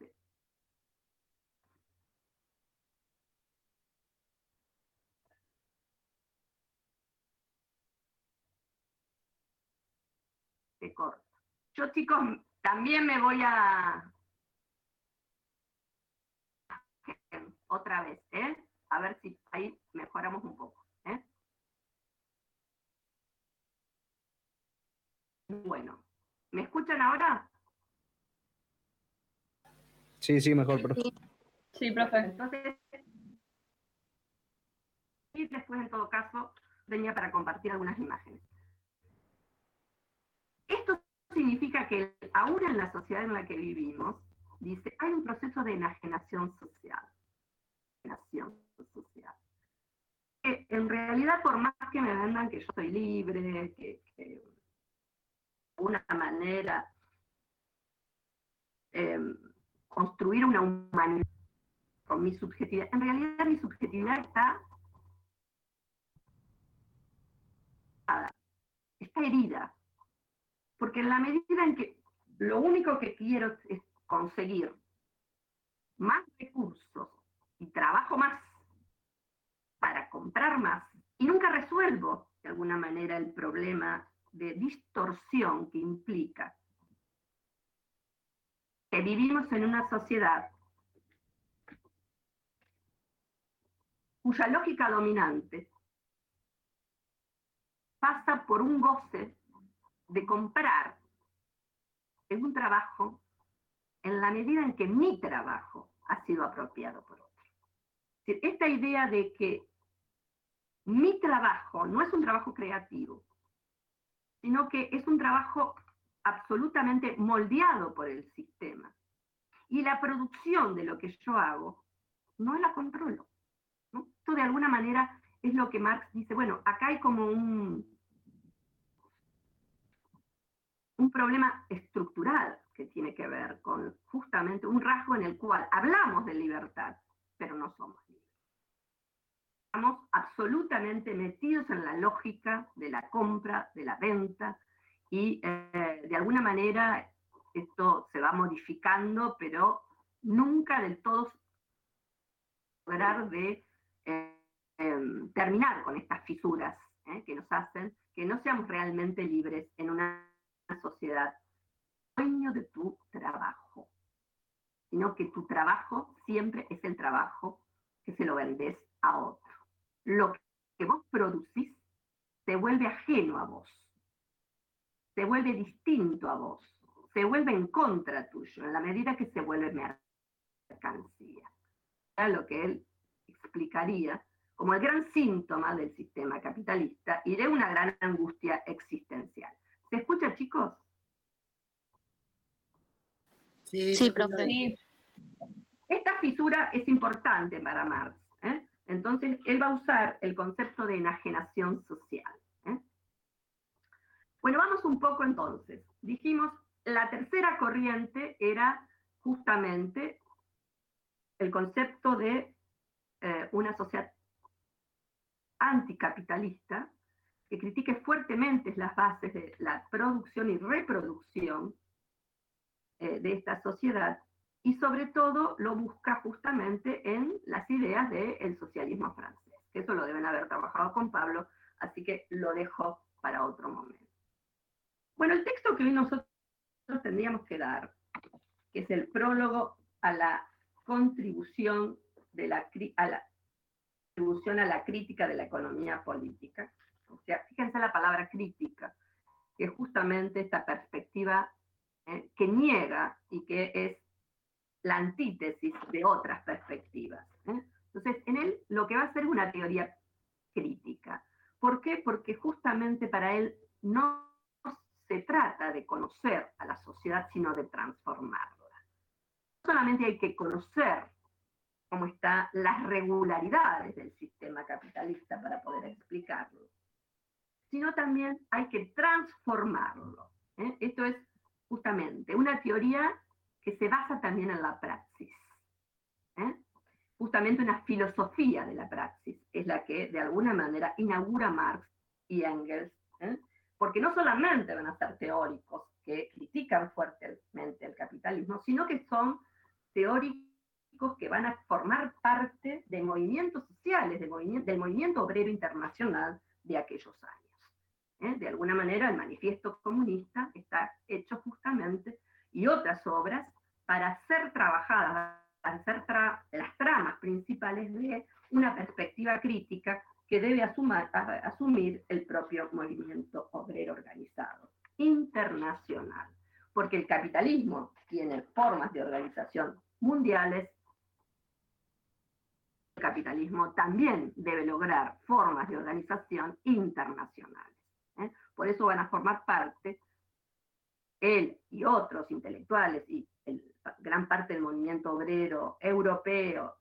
se corta. Yo, chicos, también me voy a... otra vez, a ver si ahí mejoramos un poco, Bueno, ¿me escuchan ahora? Sí, mejor, profe. Sí, profe. Entonces, y después, en todo caso, venía para compartir algunas imágenes. Esto significa que aún en la sociedad en la que vivimos, dice, hay un proceso de enajenación social. Que en realidad, por más que me vendan que yo soy libre, que de alguna manera construir una humanidad con mi subjetividad, en realidad mi subjetividad está herida. Porque en la medida en que lo único que quiero es conseguir más recursos y trabajo más para comprar más, y nunca resuelvo de alguna manera el problema de distorsión que implica que vivimos en una sociedad cuya lógica dominante pasa por un goce de comprar en un trabajo en la medida en que mi trabajo ha sido apropiado por otro. Es decir, esta idea de que mi trabajo no es un trabajo creativo, sino que es un trabajo absolutamente moldeado por el sistema. Y la producción de lo que yo hago no la controlo, ¿no? Esto de alguna manera es lo que Marx dice, bueno, acá hay como un problema estructural que tiene que ver con justamente un rasgo en el cual hablamos de libertad, pero no somos libres. Estamos absolutamente metidos en la lógica de la compra, de la venta, y de alguna manera esto se va modificando, pero nunca del todo lograr de terminar con estas fisuras que nos hacen que no seamos realmente libres en una sociedad dueño de tu trabajo, sino que tu trabajo siempre es el trabajo que se lo vendés a otro. Lo que vos producís se vuelve ajeno a vos, se vuelve distinto a vos, se vuelve en contra tuyo, en la medida que se vuelve mercancía. Era lo que él explicaría como el gran síntoma del sistema capitalista y de una gran angustia existencial. ¿Se escucha, chicos? Sí, profe. Sí. Esta fisura es importante para Marx. Entonces, él va a usar el concepto de enajenación social. Bueno, vamos un poco entonces. Dijimos, la tercera corriente era justamente el concepto de una sociedad anticapitalista que critique fuertemente las bases de la producción y reproducción de esta sociedad, y sobre todo lo busca justamente en las ideas del socialismo francés, que eso lo deben haber trabajado con Pablo, así que lo dejo para otro momento. Bueno, el texto que hoy nosotros tendríamos que dar, que es el prólogo a la contribución a la crítica de la economía política. O sea, fíjense la palabra crítica, que es justamente esta perspectiva que niega y que es la antítesis de otras perspectivas. Entonces, en él lo que va a hacer es una teoría crítica. ¿Por qué? Porque justamente para él no se trata de conocer a la sociedad, sino de transformarla. No solamente hay que conocer cómo están las regularidades del sistema capitalista para poder explicarlo, sino también hay que transformarlo. Esto es justamente una teoría que se basa también en la praxis. Justamente una filosofía de la praxis es la que de alguna manera inaugura Marx y Engels, porque no solamente van a ser teóricos que critican fuertemente el capitalismo, sino que son teóricos que van a formar parte de movimientos sociales, del movimiento obrero internacional de aquellos años. De alguna manera el manifiesto comunista está hecho justamente, y otras obras, para ser trabajadas, para ser las tramas principales de una perspectiva crítica que debe asumir el propio movimiento obrero organizado, internacional, porque el capitalismo tiene formas de organización mundiales. El capitalismo también debe lograr formas de organización internacionales. Por eso van a formar parte él y otros intelectuales y gran parte del movimiento obrero europeo,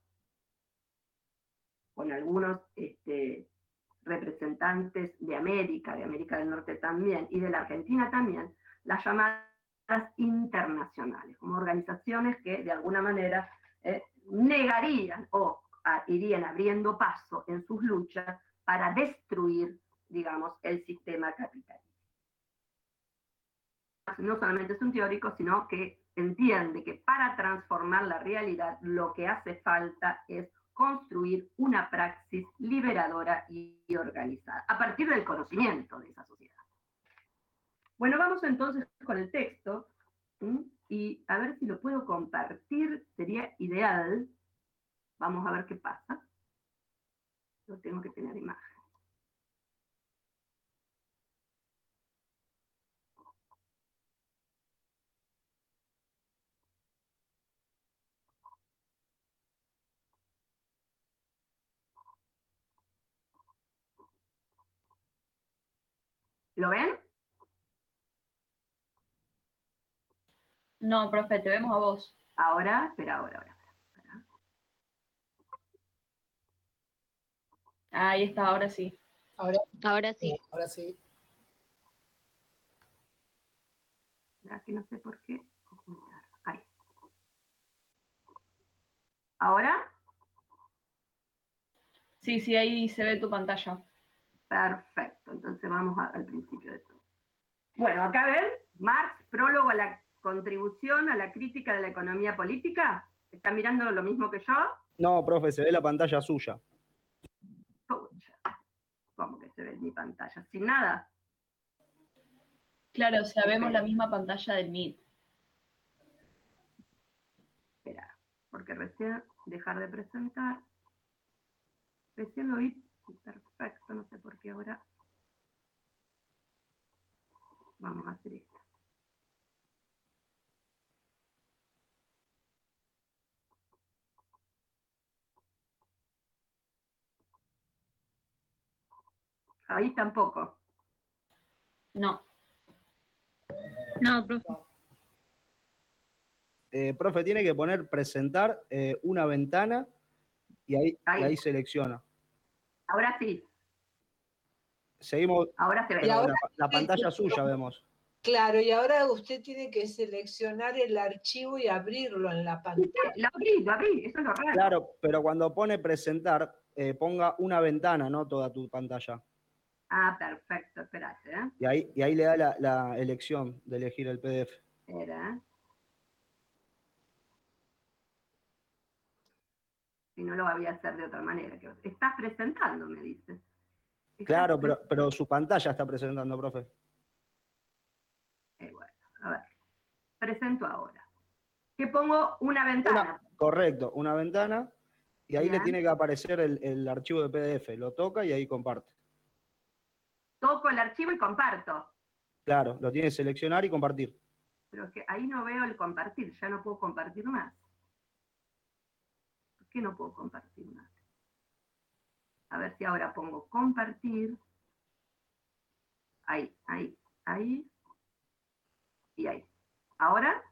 con algunos representantes de América del Norte también, y de la Argentina también, las llamadas internacionales, como organizaciones que de alguna manera negarían o irían abriendo paso en sus luchas para destruir, digamos, el sistema capitalista. No solamente es un teórico, sino que entiende que para transformar la realidad lo que hace falta es construir una praxis liberadora y organizada, a partir del conocimiento de esa sociedad. Bueno, vamos entonces con el texto. Y a ver si lo puedo compartir, sería ideal. Vamos a ver qué pasa. Lo tengo que tener imagen. ¿Lo ven? No, profe, te vemos a vos. Ahora, espera. Ahí está, ahora sí. Ahora sí. Ahora sí. Aquí no sé por qué. Ahí. ¿Ahora? Sí, ahí se ve tu pantalla. Perfecto, entonces vamos al principio de todo. Bueno, acá ven, Marx, prólogo a la contribución a la crítica de la economía política. ¿Están mirando lo mismo que yo? No, profe, se ve la pantalla suya. Pucha, ¿cómo que se ve en mi pantalla? ¿Sin nada? Claro, o sea, vemos la misma pantalla del Meet. Espera, porque recién dejar de presentar. Recién lo vi perfecto, no sé por qué ahora. Vamos a hacer esto. Ahí tampoco. No. No, profe. Profe, tiene que poner presentar una ventana y ahí selecciona. Ahora sí. Seguimos. Ahora se ve. Pero la pantalla suya vemos. Claro, y ahora usted tiene que seleccionar el archivo y abrirlo en la pantalla. Lo abrí, eso es lo raro. Claro, pero cuando pone presentar, ponga una ventana, no toda tu pantalla. Ah, perfecto, espérate. Y ahí le da la elección de elegir el PDF. Espera. Si no lo voy a hacer de otra manera. Estás presentando, me dice. Claro, pero su pantalla está presentando, profe. Bueno, a ver. Presento ahora. ¿Qué pongo? Una ventana. Correcto, una ventana. Y ahí Bien. le tiene que aparecer el archivo de PDF. Lo toca y ahí comparte. Toco el archivo y comparto. Claro, lo tiene que seleccionar y compartir. Pero es que ahí no veo el compartir. Ya no puedo compartir más. ¿Por qué no puedo compartir más? A ver si ahora pongo compartir. Ahí. Y ahí. ¿Ahora?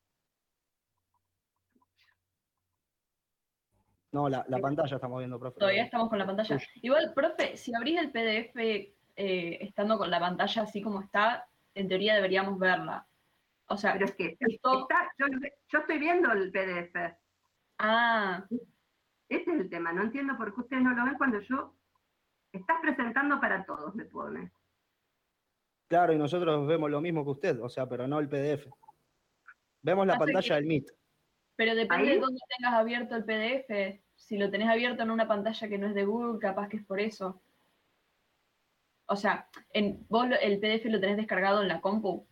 No, la pantalla estamos viendo, profe. Todavía estamos con la pantalla. Igual, profe, si abrís el PDF estando con la pantalla así como está, en teoría deberíamos verla. O sea, pero es que yo estoy viendo el PDF. Ah. Ese es el tema. No entiendo por qué ustedes no lo ven cuando yo... Estás presentando para todos, me pone. Claro, y nosotros vemos lo mismo que usted, o sea, pero no el PDF. Vemos la pantalla del Meet. Pero depende de dónde tengas abierto el PDF. Si lo tenés abierto en una pantalla que no es de Google, capaz que es por eso. O sea, vos el PDF lo tenés descargado en la compu.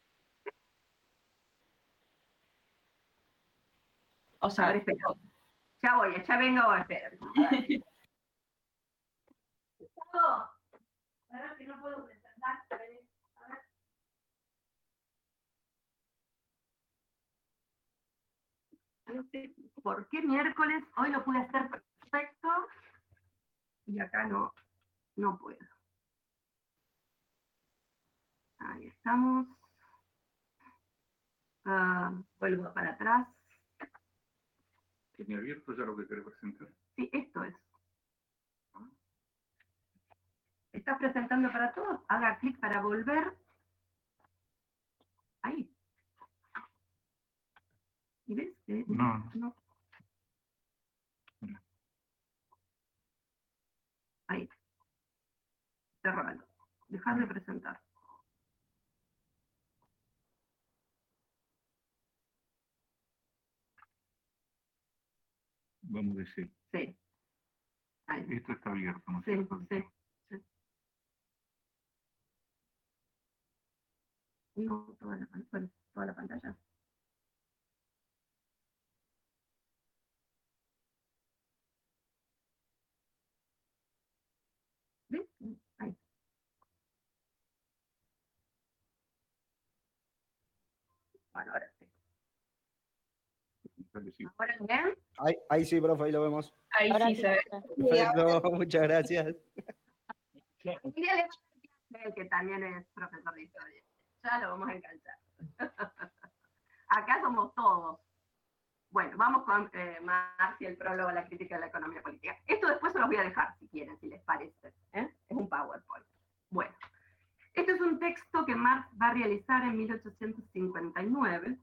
O sea, ver, espera. Ya vengo a hacer. Ahora que no puedo presentar. No sé por qué miércoles, hoy lo pude hacer perfecto y acá no puedo. Ahí estamos. Vuelvo para atrás. ¿Tiene abierto ya lo que quiere presentar? Sí, esto es. ¿Estás presentando para todos? Haga clic para volver. Ahí. ¿Y ves? No. Ahí. Cerralo. Dejar de presentar. Vamos a decir. Sí. Ahí. Esto está abierto, ¿no? Sí. No, toda la pantalla. ¿Ves? Ahí. Bueno, ahora sí. ¿Ahora bien? Ahí sí, profe, ahí lo vemos. Ahí sí se ve. Perfecto, muchas gracias. Que también es profesor de historia. Ya lo vamos a enganchar. Acá somos todos. Bueno, vamos con Marx y el prólogo a la crítica de la economía política. Esto después se los voy a dejar, si quieren, si les parece. Es un PowerPoint. Bueno, este es un texto que Marx va a realizar en 1859,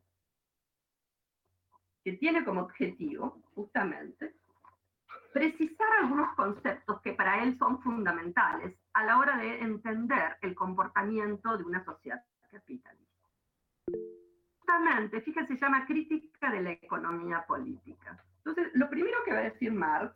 que tiene como objetivo, justamente, precisar algunos conceptos que para él son fundamentales a la hora de entender el comportamiento de una sociedad capitalista. Justamente, fíjense, se llama Crítica de la Economía Política. Entonces, lo primero que va a decir Marx,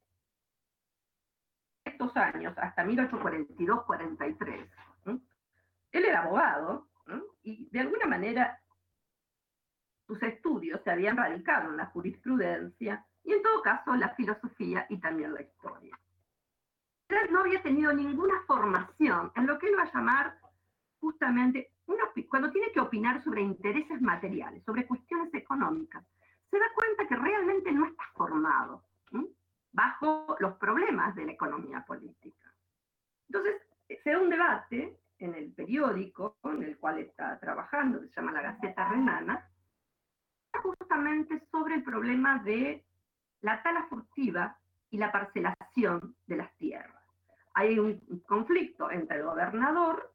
estos años, hasta 1842-43, él era abogado, y de alguna manera sus estudios se habían radicado en la jurisprudencia, y en todo caso la filosofía y también la historia. Él no había tenido ninguna formación en lo que él va a llamar justamente, cuando tiene que opinar sobre intereses materiales, sobre cuestiones económicas, se da cuenta que realmente no está formado bajo los problemas de la economía política. Entonces, se da un debate en el periódico en el cual está trabajando, que se llama La Gaceta Renana, justamente sobre el problema de la tala furtiva y la parcelación de las tierras. Hay un conflicto entre el gobernador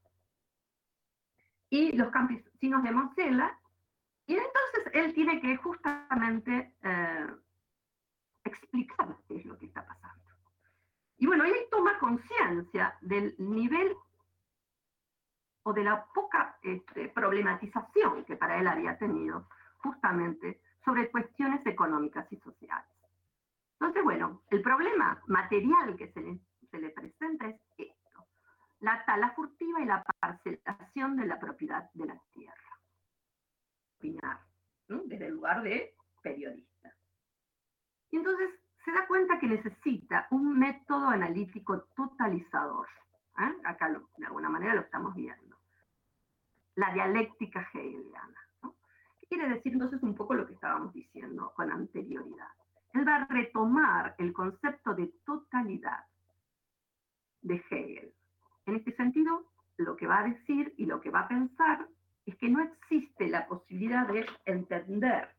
y los campesinos de Mosela, y entonces él tiene que justamente explicar qué es lo que está pasando. Y bueno, él toma conciencia del nivel o de la poca problematización que para él había tenido justamente sobre cuestiones económicas y sociales. Entonces, bueno, el problema material que se le presenta es esto: la tala furtiva y la parcelación de la propiedad de la tierra. Opinar, ¿no? Desde el lugar de periodista. Y entonces se da cuenta que necesita un método analítico totalizador. Acá de alguna manera lo estamos viendo. La dialéctica hegeliana. ¿No? ¿Qué quiere decir entonces un poco lo que estábamos diciendo con anterioridad? Él va a retomar el concepto de totalidad de Hegel. En este sentido, lo que va a decir y lo que va a pensar es que no existe la posibilidad de entender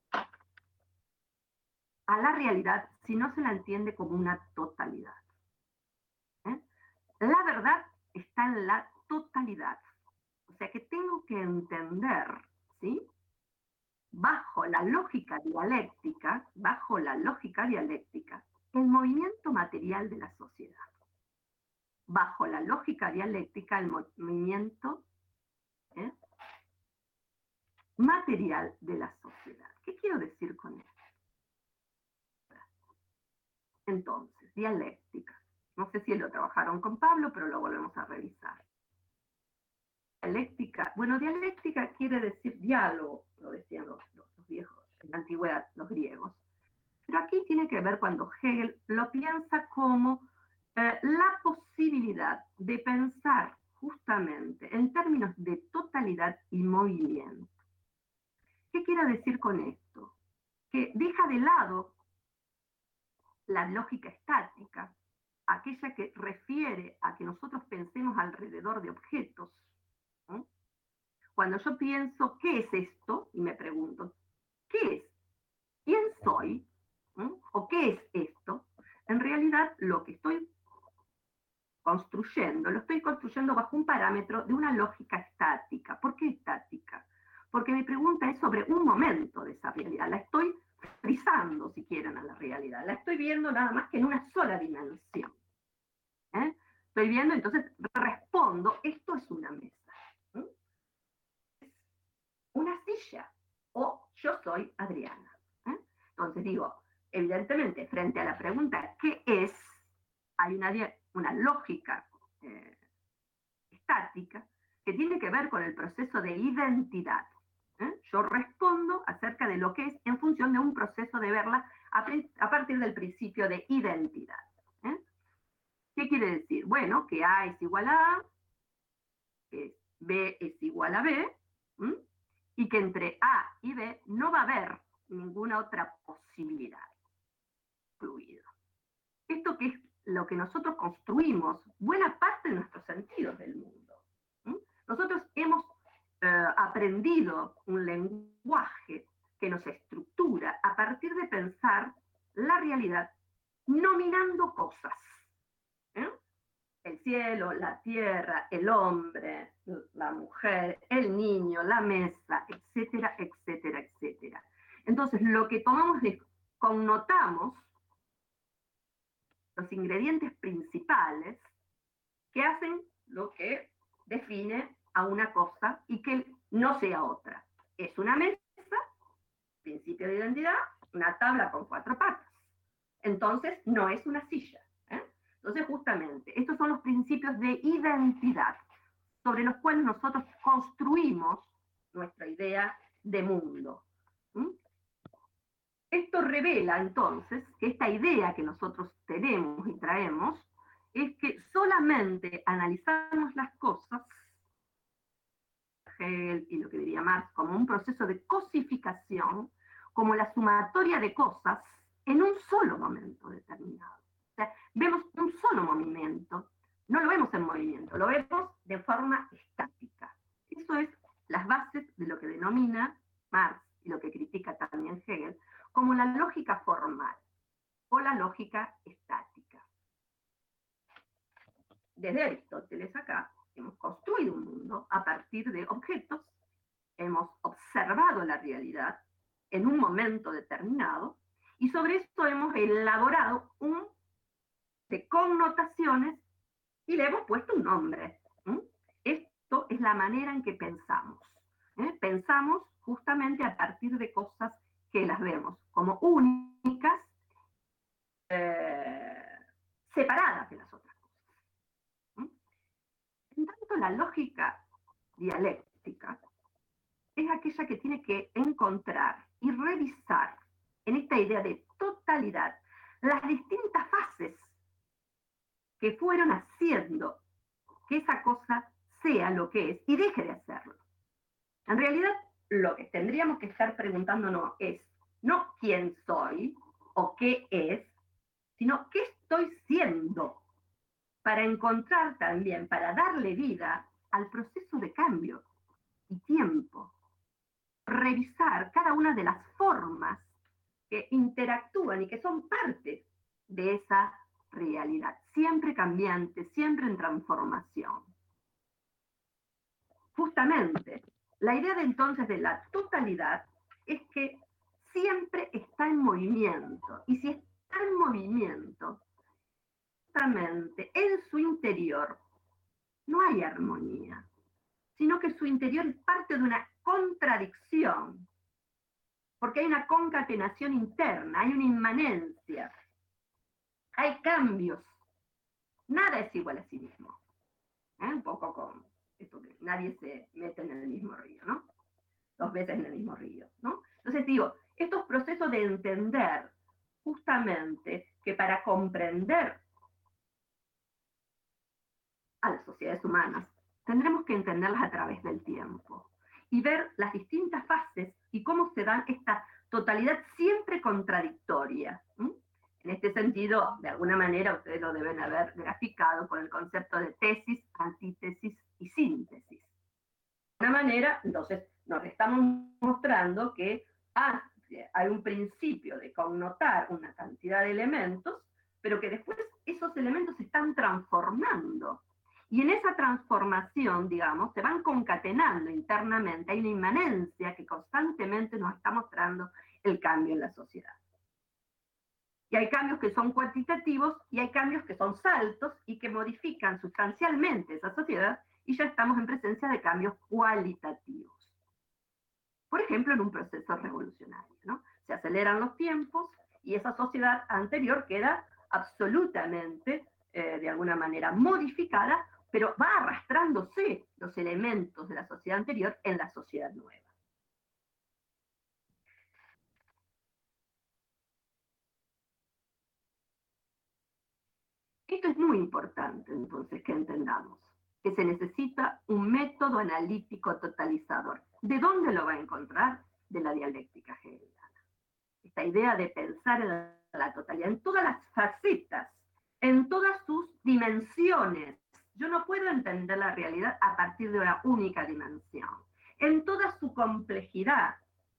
a la realidad si no se la entiende como una totalidad. La verdad está en la totalidad. O sea que tengo que entender, ¿sí?, bajo la lógica dialéctica, el movimiento material de la sociedad. Bajo la lógica dialéctica, el movimiento material de la sociedad. ¿Qué quiero decir con esto? Entonces, dialéctica. No sé si lo trabajaron con Pablo, pero lo volvemos a revisar. Dialéctica. Bueno, dialéctica quiere decir diálogo, lo decían los viejos, en la antigüedad, los griegos. Pero aquí tiene que ver cuando Hegel lo piensa como la posibilidad de pensar justamente en términos de totalidad y movimiento. ¿Qué quiere decir con esto? Que deja de lado la lógica estática, aquella que refiere a que nosotros pensemos alrededor de objetos. Cuando yo pienso, ¿qué es esto? Y me pregunto, ¿qué es? ¿Quién soy? ¿O qué es esto? En realidad, lo que estoy construyendo, lo estoy construyendo bajo un parámetro de una lógica estática. ¿Por qué estática? Porque mi pregunta es sobre un momento de esa realidad. La estoy frisando, si quieren, a la realidad. La estoy viendo nada más que en una sola dimensión. Estoy viendo, entonces respondo, esto es una mesa. Una silla, o yo soy Adriana. Entonces digo, evidentemente, frente a la pregunta ¿qué es? Hay una lógica estática, que tiene que ver con el proceso de identidad. Yo respondo acerca de lo que es en función de un proceso de verla a partir del principio de identidad. ¿Qué quiere decir? Bueno, que A es igual a A, que B es igual a B, y que entre A y B no va a haber ninguna otra posibilidad incluida. Esto que es lo que nosotros construimos buena parte de nuestros sentidos del mundo. Nosotros hemos aprendido un lenguaje que nos estructura a partir de pensar la realidad nominando cosas. El cielo, la tierra, el hombre, la mujer, el niño, la mesa, etcétera, etcétera, etcétera. Entonces, lo que tomamos es connotamos los ingredientes principales que hacen lo que define a una cosa y que no sea otra. Es una mesa, principio de identidad, una tabla con 4 patas. Entonces, no es una silla. Entonces, justamente, estos son los principios de identidad sobre los cuales nosotros construimos nuestra idea de mundo. Esto revela, entonces, que esta idea que nosotros tenemos y traemos es que solamente analizamos las cosas, Hegel y lo que diría Marx, como un proceso de cosificación, como la sumatoria de cosas en un solo momento determinado. O sea, vemos un solo movimiento, no lo vemos en movimiento, lo vemos de forma estática. Eso es las bases de lo que denomina Marx y lo que critica también Hegel como la lógica formal o la lógica estática. Desde Aristóteles acá hemos construido un mundo a partir de objetos, hemos observado la realidad en un momento determinado y sobre esto hemos elaborado un de connotaciones y le hemos puesto un nombre. Esto es la manera en que pensamos. Pensamos justamente a partir de cosas que las vemos como únicas, separadas de las otras cosas. En tanto, la lógica dialéctica es aquella que tiene que encontrar y revisar en esta idea de totalidad las distintas fases que fueron haciendo que esa cosa sea lo que es y deje de hacerlo. En realidad, lo que tendríamos que estar preguntándonos es no quién soy o qué es, sino qué estoy siendo, para encontrar también, para darle vida al proceso de cambio y tiempo. Revisar cada una de las formas que interactúan y que son parte de esa realidad, siempre cambiante, siempre en transformación. Justamente, la idea de entonces de la totalidad es que siempre está en movimiento, y si está en movimiento, justamente en su interior no hay armonía, sino que su interior es parte de una contradicción, porque hay una concatenación interna, hay una inmanencia, hay cambios, nada es igual a sí mismo. Un poco con esto que nadie se mete en el mismo río, ¿no? 2 veces en el mismo río, ¿no? Entonces digo, estos procesos de entender justamente que para comprender a las sociedades humanas tendremos que entenderlas a través del tiempo y ver las distintas fases y cómo se dan esta totalidad siempre contradictoria. En este sentido, de alguna manera, ustedes lo deben haber graficado con el concepto de tesis, antítesis y síntesis. De alguna manera, entonces, nos estamos mostrando que hay un principio de connotar una cantidad de elementos, pero que después esos elementos se están transformando. Y en esa transformación, digamos, se van concatenando internamente, hay una inmanencia que constantemente nos está mostrando el cambio en la sociedad. Y hay cambios que son cuantitativos y hay cambios que son saltos y que modifican sustancialmente esa sociedad, y ya estamos en presencia de cambios cualitativos. Por ejemplo, en un proceso revolucionario, ¿no? Se aceleran los tiempos y esa sociedad anterior queda absolutamente, de alguna manera, modificada, pero va arrastrándose los elementos de la sociedad anterior en la sociedad nueva. Esto es muy importante, entonces, que entendamos que se necesita un método analítico totalizador. ¿De dónde lo va a encontrar? De la dialéctica hegeliana. Esta idea de pensar en la totalidad, en todas las facetas, en todas sus dimensiones. Yo no puedo entender la realidad a partir de una única dimensión. En toda su complejidad,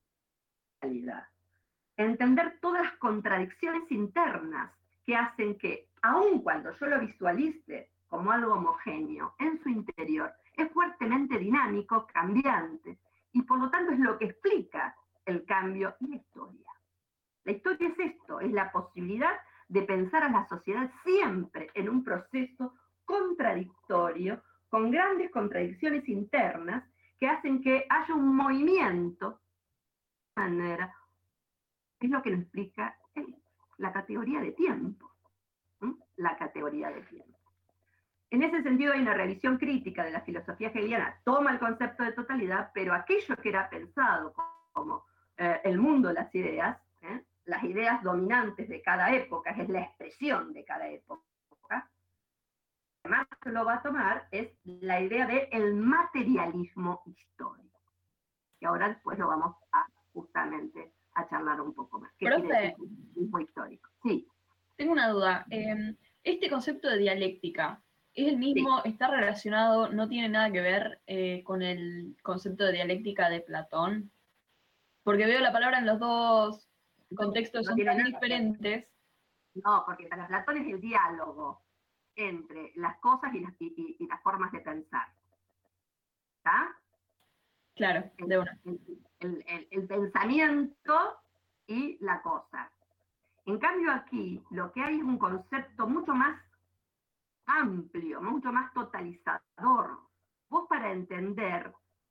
entender todas las contradicciones internas que hacen que, aun cuando yo lo visualice como algo homogéneo, en su interior es fuertemente dinámico, cambiante, y por lo tanto es lo que explica el cambio y la historia. La historia es esto, es la posibilidad de pensar a la sociedad siempre en un proceso contradictorio, con grandes contradicciones internas que hacen que haya un movimiento de manera. Es lo que nos explica la categoría de tiempo. La categoría de tiempo. En ese sentido hay una revisión crítica de la filosofía hegeliana, toma el concepto de totalidad, pero aquello que era pensado como el mundo de las ideas dominantes de cada época, que es la expresión de cada época, además lo va a tomar es la idea del materialismo histórico. Y ahora después lo vamos a justamente a charlar un poco más. ¿Qué quiere decir materialismo histórico? Sí. Tengo una duda. Este concepto de dialéctica, ¿es el mismo, sí, está relacionado, no tiene nada que ver con el concepto de dialéctica de Platón? Porque veo la palabra en los dos contextos son tan diferentes. No, porque para Platón es el diálogo entre las cosas y las formas de pensar. ¿Está? Claro, de una. El pensamiento y la cosa. En cambio aquí lo que hay es un concepto mucho más amplio, mucho más totalizador. Vos para entender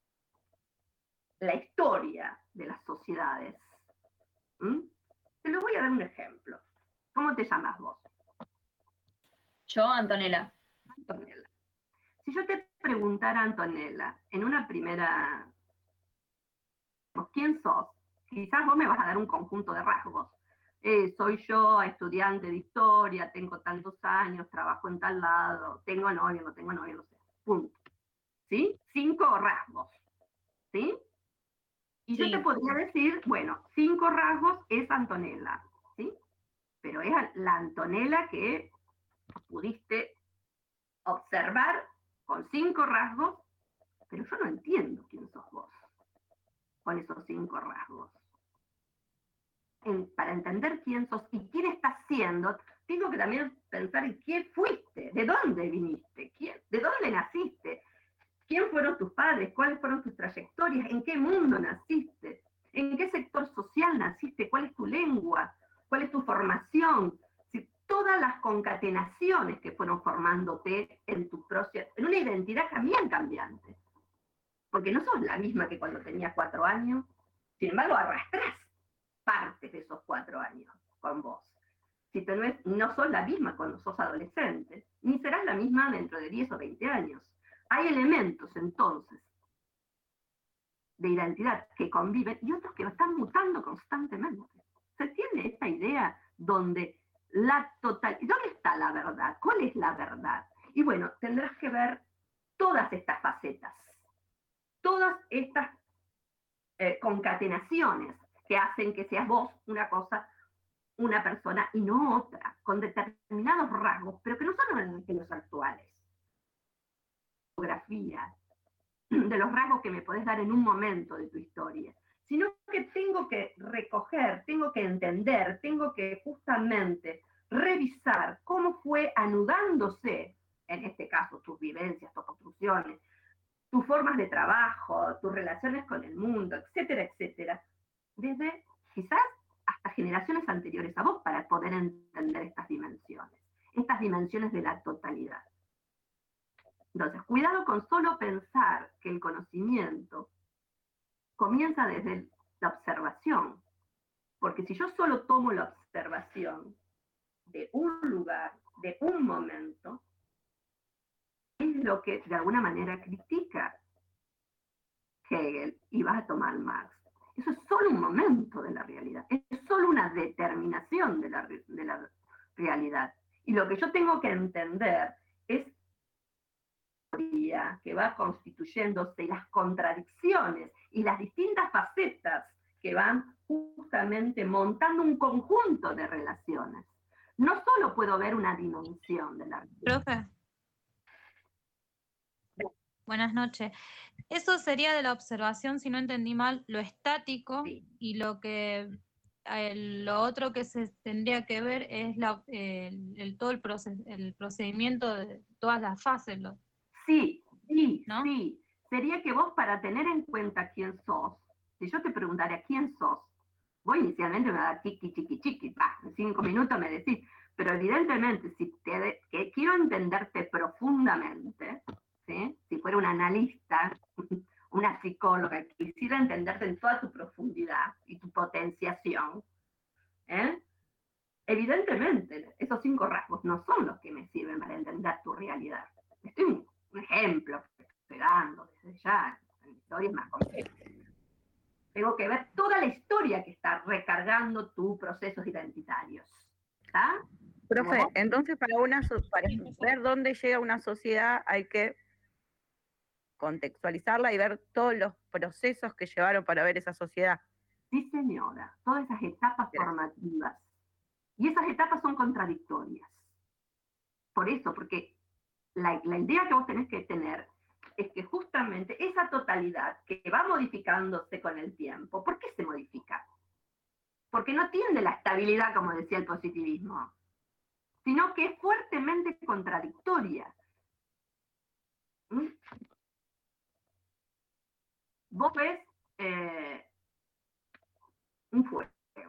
la historia de las sociedades, te lo voy a dar un ejemplo. ¿Cómo te llamas vos? Yo, Antonella. Antonella. Si yo te preguntara, Antonella, en una primera, ¿quién sos? Quizás vos me vas a dar un conjunto de rasgos. Soy yo, estudiante de historia, tengo tantos años, trabajo en tal lado, tengo novio, no tengo novio, no sé. Punto. ¿Sí? 5 rasgos. ¿Sí? Y sí, yo te podría decir, bueno, 5 rasgos es Antonella. ¿Sí? Pero es la Antonella que pudiste observar con 5 rasgos, pero yo no entiendo quién sos vos con esos 5 rasgos. Para entender quién sos y quién estás siendo, tengo que también pensar en quién fuiste, de dónde viniste, de dónde naciste, quién fueron tus padres, cuáles fueron tus trayectorias, en qué mundo naciste, en qué sector social naciste, cuál es tu lengua, cuál es tu formación, todas las concatenaciones que fueron formándote en tu proceso, en una identidad también cambiante. Porque no sos la misma que cuando tenías 4 años, sin embargo arrastrás partes de esos 4 años con vos. Si no sos la misma cuando sos adolescente, ni serás la misma dentro de 10 o 20 años. Hay elementos entonces de identidad que conviven y otros que están mutando constantemente. Se tiene esta idea donde ¿dónde está la verdad? ¿Cuál es la verdad? Y bueno, tendrás que ver todas estas facetas, todas estas concatenaciones que hacen que seas vos una cosa, una persona y no otra, con determinados rasgos, pero que no son los actuales. Fotografía de los rasgos que me podés dar en un momento de tu historia, sino que tengo que recoger, tengo que entender, tengo que justamente revisar cómo fue anudándose, en este caso, tus vivencias, tus construcciones, tus formas de trabajo, tus relaciones con el mundo, etcétera, etcétera, desde quizás hasta generaciones anteriores a vos para poder entender estas dimensiones de la totalidad. Entonces, cuidado con solo pensar que el conocimiento comienza desde la observación, porque si yo solo tomo la observación de un lugar, de un momento, es es lo que de alguna manera critica Hegel y vas a tomar Marx. Eso es solo un momento de la realidad, es solo una determinación de la realidad. Y lo que yo tengo que entender es que va constituyéndose las contradicciones y las distintas facetas que van justamente montando un conjunto de relaciones. No solo puedo ver una dimensión de la realidad. Profe. Buenas noches. Eso sería de la observación, si no entendí mal, lo estático, sí. Y lo otro que se tendría que ver es todo el procedimiento de todas las fases. Sí, ¿no? Sí. Sería que vos, para tener en cuenta quién sos, si yo te preguntara quién sos, vos inicialmente me vas a dar chiqui, en 5 minutos me decís, pero evidentemente si que quiero entenderte profundamente, ¿sí? Si fuera un analista, una psicóloga, quisiera entenderte en toda tu profundidad y tu potenciación, evidentemente esos 5 rasgos no son los que me sirven para entender tu realidad. Estoy un ejemplo que estoy dando desde ya, en historias más complejas. Tengo que ver toda la historia que está recargando tus procesos identitarios. ¿Está? Profe, entonces para ver dónde llega una sociedad hay que contextualizarla y ver todos los procesos que llevaron para ver esa sociedad. Sí, señora, todas esas etapas formativas. Y esas etapas son contradictorias. Por eso, porque la idea que vos tenés que tener es que justamente esa totalidad que va modificándose con el tiempo, ¿por qué se modifica? Porque no tiende la estabilidad, como decía el positivismo, sino que es fuertemente contradictoria. Vos ves un fuego,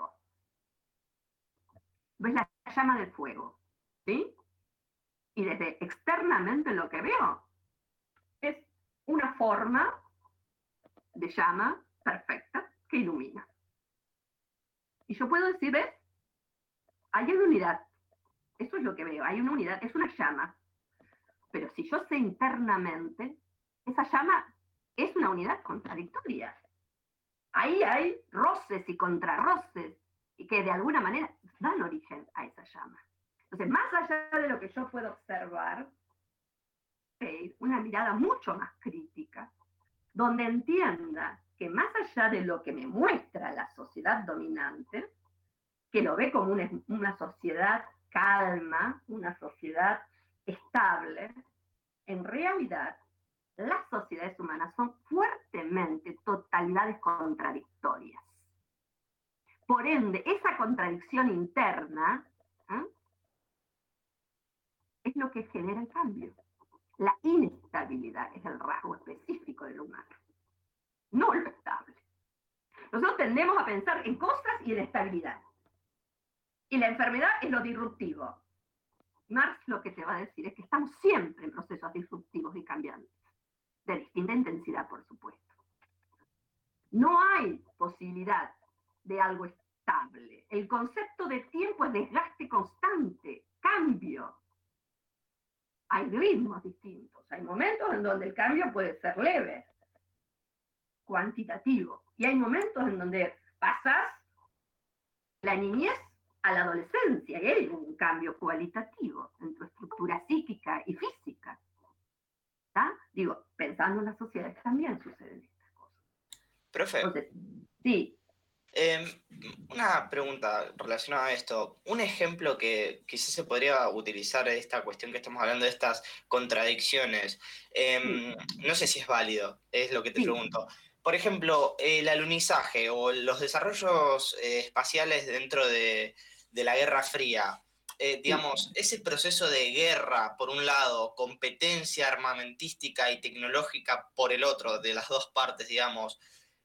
ves la llama del fuego, ¿sí? Y desde externamente lo que veo es una forma de llama perfecta que ilumina. Y yo puedo decir, ¿ves? Hay una unidad. Eso es lo que veo. Hay una unidad, es una llama. Pero si yo sé internamente, esa llama es una unidad contradictoria. Ahí hay roces y contrarroces y que de alguna manera dan origen a esa llama. Entonces, más allá de lo que yo puedo observar, una mirada mucho más crítica, donde entienda que más allá de lo que me muestra la sociedad dominante, que lo ve como una sociedad calma, una sociedad estable, en realidad las sociedades humanas son fuertemente totalidades contradictorias. Por ende, esa contradicción interna es lo que genera el cambio. La inestabilidad es el rasgo específico del humano, no lo estable. Nosotros tendemos a pensar en cosas y en estabilidad. Y la enfermedad es lo disruptivo. Marx lo que te va a decir es que estamos siempre en procesos disruptivos y cambiantes, de distinta intensidad, por supuesto. No hay posibilidad de algo estable. El concepto de tiempo es desgaste constante, cambio. Hay ritmos distintos. Hay momentos en donde el cambio puede ser leve, cuantitativo. Y hay momentos en donde pasas la niñez a la adolescencia y hay un cambio cualitativo en tu estructura psíquica y física. ¿Está? Digo, pensando en las sociedades también suceden estas cosas. Profe. Entonces, sí. Una pregunta relacionada a esto. Un ejemplo que quizás se podría utilizar esta cuestión que estamos hablando de estas contradicciones. No sé si es válido, es lo que te pregunto. Por ejemplo, el alunizaje o los desarrollos espaciales dentro de la Guerra Fría. Digamos, ese proceso de guerra, por un lado, competencia armamentística y tecnológica por el otro, de las dos partes, digamos,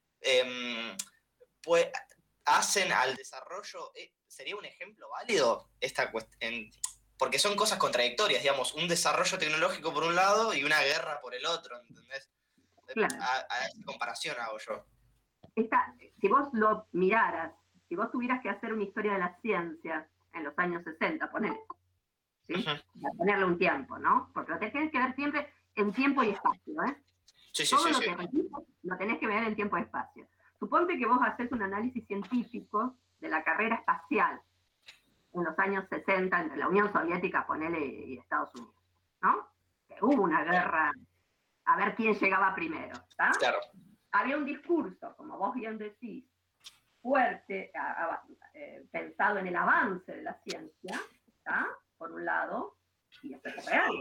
pues hacen al desarrollo, ¿sería un ejemplo válido esta cuestión? Porque son cosas contradictorias, digamos, un desarrollo tecnológico por un lado y una guerra por el otro, ¿entendés? Claro. A esa comparación hago yo. Si vos lo miraras, si vos tuvieras que hacer una historia de la ciencia en los años 60, ponele, ¿sí? Para ponerle un tiempo, ¿no? Porque lo que tienes que ver siempre en tiempo y espacio, Sí, Todo lo que repites lo tenés que ver en tiempo y espacio. Suponte que vos haces un análisis científico de la carrera espacial en los años 60 entre la Unión Soviética, ponele, y Estados Unidos, ¿no? Que hubo una guerra a ver quién llegaba primero, ¿está? Claro. Había un discurso, como vos bien decís, fuerte, pensado en el avance de la ciencia, ¿está? Por un lado, y esto es real.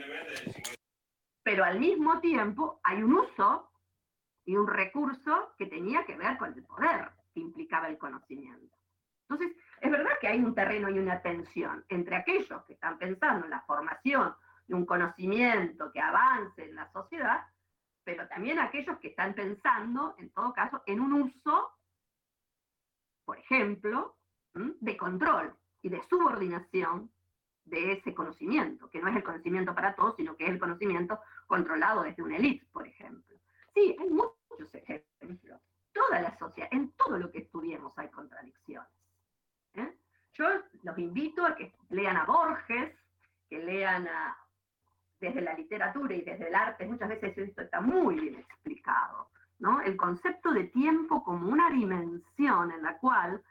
Pero al mismo tiempo hay un uso y un recurso que tenía que ver con el poder que implicaba el conocimiento. Entonces, es verdad que hay un terreno y una tensión entre aquellos que están pensando en la formación de un conocimiento que avance en la sociedad, pero también aquellos que están pensando, en todo caso, en un uso, por ejemplo, de control y de subordinación de ese conocimiento, que no es el conocimiento para todos, sino que es el conocimiento controlado desde una élite, por ejemplo. Sí, hay muchos ejemplos. Toda la sociedad, en todo lo que estudiemos hay contradicciones. Yo los invito a que lean a Borges, que lean desde la literatura y desde el arte, muchas veces esto está muy bien explicado, ¿no? El concepto de tiempo como una dimensión en la cual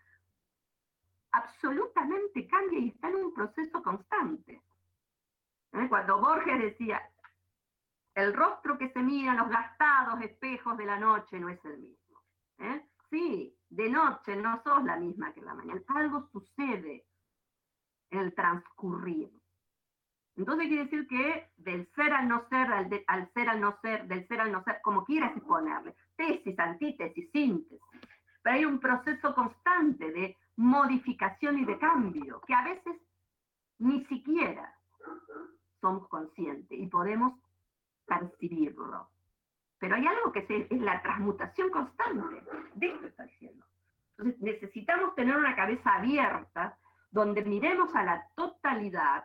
absolutamente cambia y está en un proceso constante. Cuando Borges decía, el rostro que se mira en los gastados espejos de la noche no es el mismo. Sí, de noche no sos la misma que en la mañana. Algo sucede en el transcurrir. Entonces quiere decir que del ser al no ser, al ser al no ser, del ser al no ser, como quieras ponerle, tesis, antítesis, síntesis. Pero hay un proceso constante de modificación y de cambio, que a veces ni siquiera somos conscientes y podemos percibirlo. Pero hay algo que es la transmutación constante, de esto está diciendo. Entonces necesitamos tener una cabeza abierta, donde miremos a la totalidad,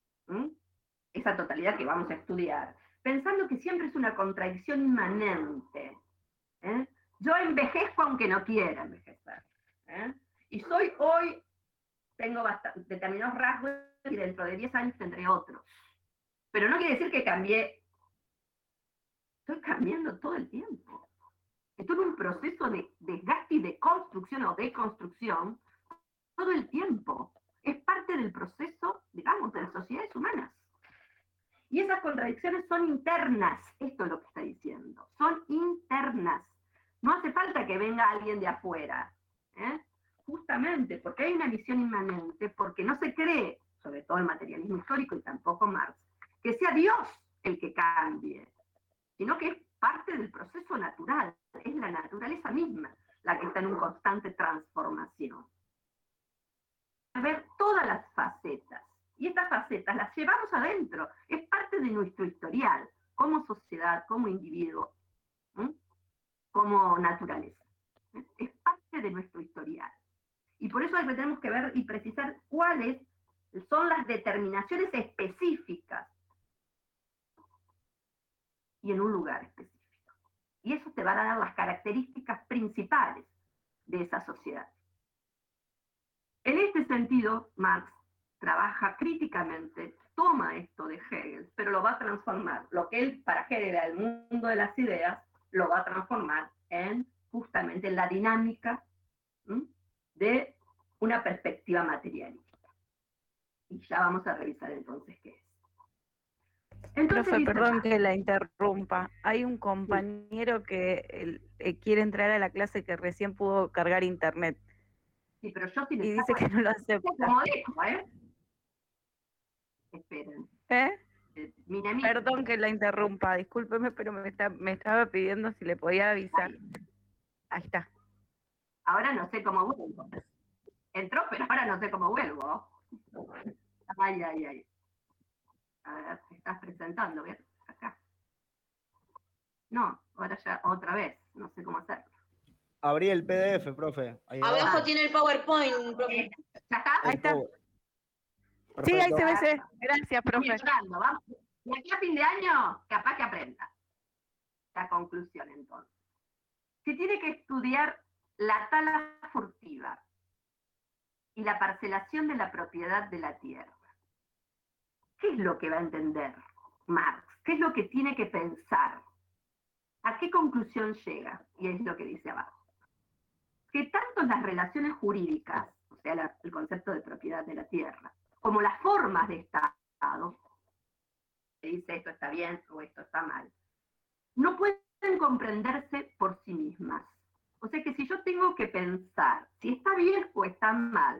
esa totalidad que vamos a estudiar, pensando que siempre es una contradicción inmanente. Yo envejezco aunque no quiera envejecer. Y soy hoy, tengo determinados rasgos y dentro de 10 años tendré otros. Pero no quiere decir que cambié. Estoy cambiando todo el tiempo. Estoy en un proceso de desgaste y de construcción o deconstrucción todo el tiempo. Es parte del proceso, digamos, de las sociedades humanas. Y esas contradicciones son internas, esto es lo que está diciendo, son internas. No hace falta que venga alguien de afuera, justamente porque hay una visión inmanente, porque no se cree, sobre todo el materialismo histórico y tampoco Marx, que sea Dios el que cambie, sino que es parte del proceso natural, es la naturaleza misma la que está en una constante transformación. Ver todas las facetas, y estas facetas las llevamos adentro, es parte de nuestro historial, como sociedad, como individuo, como naturaleza. Es parte de nuestro historial. Y por eso es que tenemos que ver y precisar cuáles son las determinaciones específicas y en un lugar específico. Y eso te va a dar las características principales de esa sociedad. En este sentido, Marx trabaja críticamente, toma esto de Hegel, pero lo va a transformar. Lo que él, para Hegel, era el mundo de las ideas, lo va a transformar en justamente la dinámica de una perspectiva materialista. Y ya vamos a revisar entonces qué es. Entonces, profe, perdón que la interrumpa. Hay un compañero que quiere entrar a la clase que recién pudo cargar internet. Sí, pero yo y dice que no lo acepta. Como dejo, Esperen. Mire. Perdón que la interrumpa, discúlpeme, pero me estaba pidiendo si le podía avisar. Ahí está. Ahora no sé cómo vuelvo. Entró, pero ahora no sé cómo vuelvo. Ay. A ver, te estás presentando, ¿ves? Acá. No, ahora ya otra vez, no sé cómo hacerlo. Abrí el PDF, profe. Ahí abajo tiene el PowerPoint, profe. ¿Ya está? Ahí está. Sí, ahí se ve. Gracias, profe. Vamos. Y aquí a fin de año, capaz que aprenda. La conclusión, entonces. Se tiene que estudiar la tala furtiva y la parcelación de la propiedad de la tierra. ¿Qué es lo que va a entender Marx? ¿Qué es lo que tiene que pensar? ¿A qué conclusión llega? Y es lo que dice abajo. Que tanto las relaciones jurídicas, o sea, el concepto de propiedad de la tierra, como las formas de Estado, que dice esto está bien o esto está mal, no pueden comprenderse por sí mismas. O sea que si yo tengo que pensar si está bien o está mal,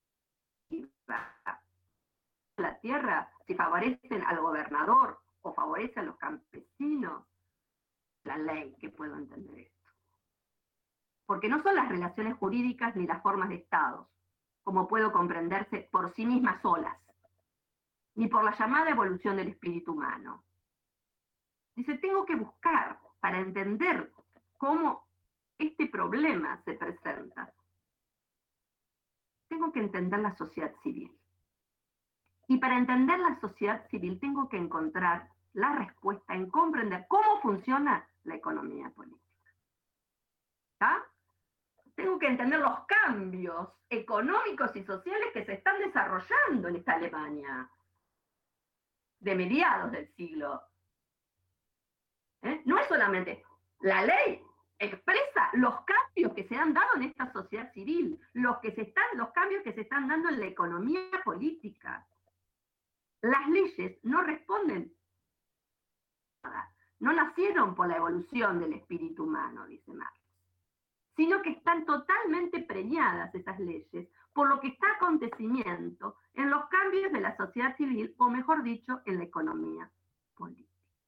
la tierra, si favorecen al gobernador o favorecen a los campesinos, la ley que puedo entender esto. Porque no son las relaciones jurídicas ni las formas de Estados, como puedo comprenderse por sí mismas solas, ni por la llamada evolución del espíritu humano. Dice, tengo que buscar para entender cómo este problema se presenta. Tengo que entender la sociedad civil. Y para entender la sociedad civil tengo que encontrar la respuesta en comprender cómo funciona la economía política. ¿Ah? Tengo que entender los cambios económicos y sociales que se están desarrollando en esta Alemania de mediados del siglo. No es solamente la ley expresa los cambios que se han dado en esta sociedad civil, los cambios que se están dando en la economía política. Las leyes no responden a nada, no nacieron por la evolución del espíritu humano, dice Marx, sino que están totalmente preñadas esas leyes por lo que está acontecimiento en los cambios de la sociedad civil, o mejor dicho, en la economía política.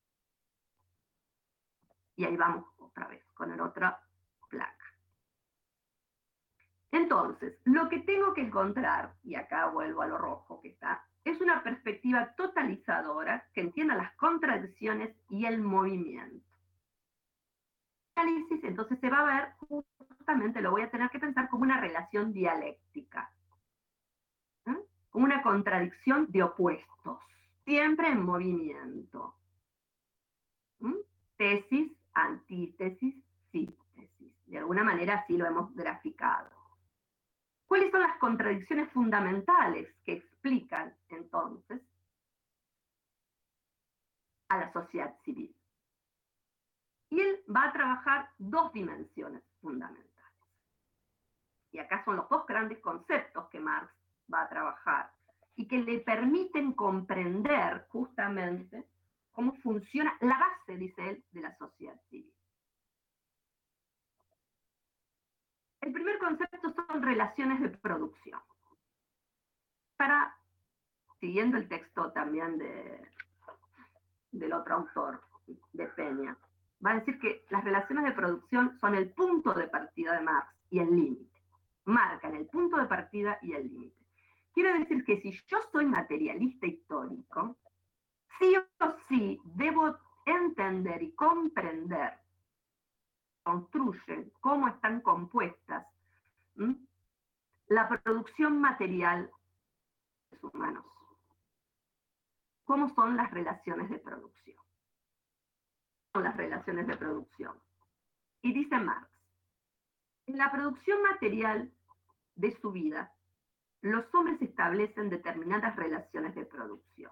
Y ahí vamos otra vez con la otra placa. Entonces, lo que tengo que encontrar, y acá vuelvo a lo rojo que está, es una perspectiva totalizadora que entienda las contradicciones y el movimiento. Análisis, entonces se va a ver, justamente lo voy a tener que pensar como una relación dialéctica, como una contradicción de opuestos, siempre en movimiento. Tesis, antítesis, síntesis. De alguna manera así lo hemos graficado. ¿Cuáles son las contradicciones fundamentales que explican entonces a la sociedad civil? Y él va a trabajar dos dimensiones fundamentales. Y acá son los dos grandes conceptos que Marx va a trabajar y que le permiten comprender justamente cómo funciona la base, dice él, de la sociedad civil. El primer concepto son relaciones de producción. Siguiendo el texto también del otro autor, de Peña, va a decir que las relaciones de producción son el punto de partida de Marx y el límite. Marcan el punto de partida y el límite. Quiere decir que si yo soy materialista histórico, sí o sí debo entender y comprender, construyen cómo están compuestas la producción material de los humanos. ¿Cómo son las relaciones de producción? Son las relaciones de producción. Y dice Marx, en la producción material de su vida, los hombres establecen determinadas relaciones de producción.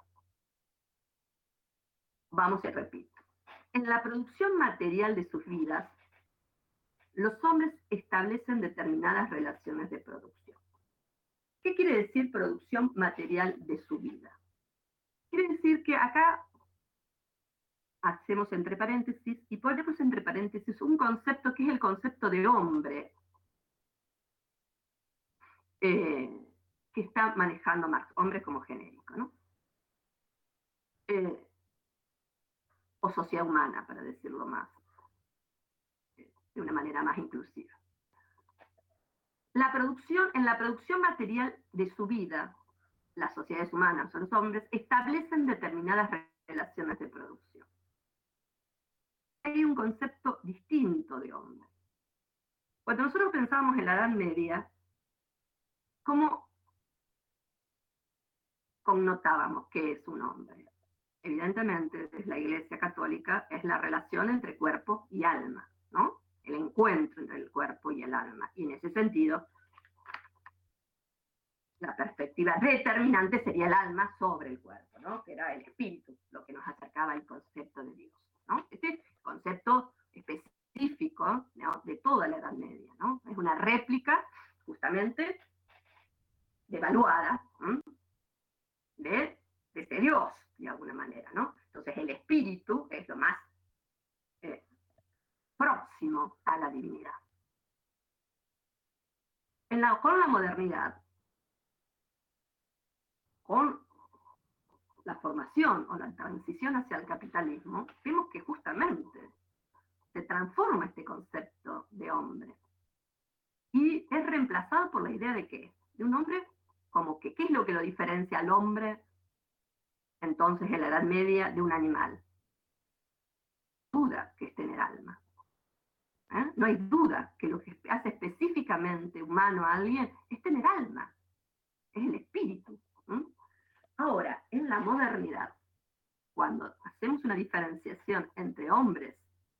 Vamos y repito. En la producción material de sus vidas, los hombres establecen determinadas relaciones de producción. ¿Qué quiere decir producción material de su vida? Quiere decir que acá hacemos entre paréntesis y ponemos entre paréntesis un concepto que es el concepto de hombre que está manejando Marx, hombre como genérico, ¿no? O sociedad humana, para decirlo más, de una manera más inclusiva. En la producción material de su vida, las sociedades humanas o los hombres establecen determinadas relaciones de producción. Hay un concepto distinto de hombre. Cuando nosotros pensábamos en la Edad Media, ¿cómo connotábamos qué es un hombre? Evidentemente, desde la Iglesia Católica es la relación entre cuerpo y alma, ¿no? El encuentro entre el cuerpo y el alma. Y en ese sentido, la perspectiva determinante sería el alma sobre el cuerpo, ¿no? Que era el espíritu, lo que nos acercaba al concepto de Dios, ¿no? Este concepto específico, ¿no?, de toda la Edad Media, ¿no? Es una réplica justamente devaluada, ¿no?, de ese Dios, de alguna manera, ¿no? Entonces el espíritu es lo más próximo a la divinidad. Con la modernidad, con la formación o la transición hacia el capitalismo, vemos que justamente se transforma este concepto de hombre y es reemplazado por la idea de ¿qué? De un hombre como que, ¿qué es lo que lo diferencia al hombre entonces en la Edad Media de un animal? Duda que es tener alma. No hay duda que lo que hace específicamente humano a alguien es tener alma, es el espíritu. Ahora, en la modernidad, cuando hacemos una diferenciación entre hombres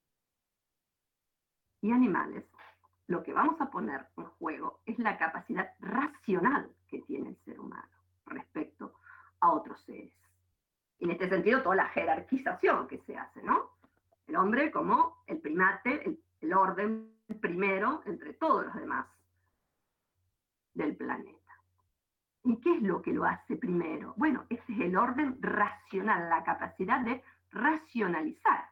y animales, lo que vamos a poner en juego es la capacidad racional que tiene el ser humano respecto a otros seres. Y en este sentido, toda la jerarquización que se hace, ¿no? El hombre como el primate, el orden primero entre todos los demás del planeta. ¿Y qué es lo que lo hace primero? Bueno, ese es el orden racional, la capacidad de racionalizar.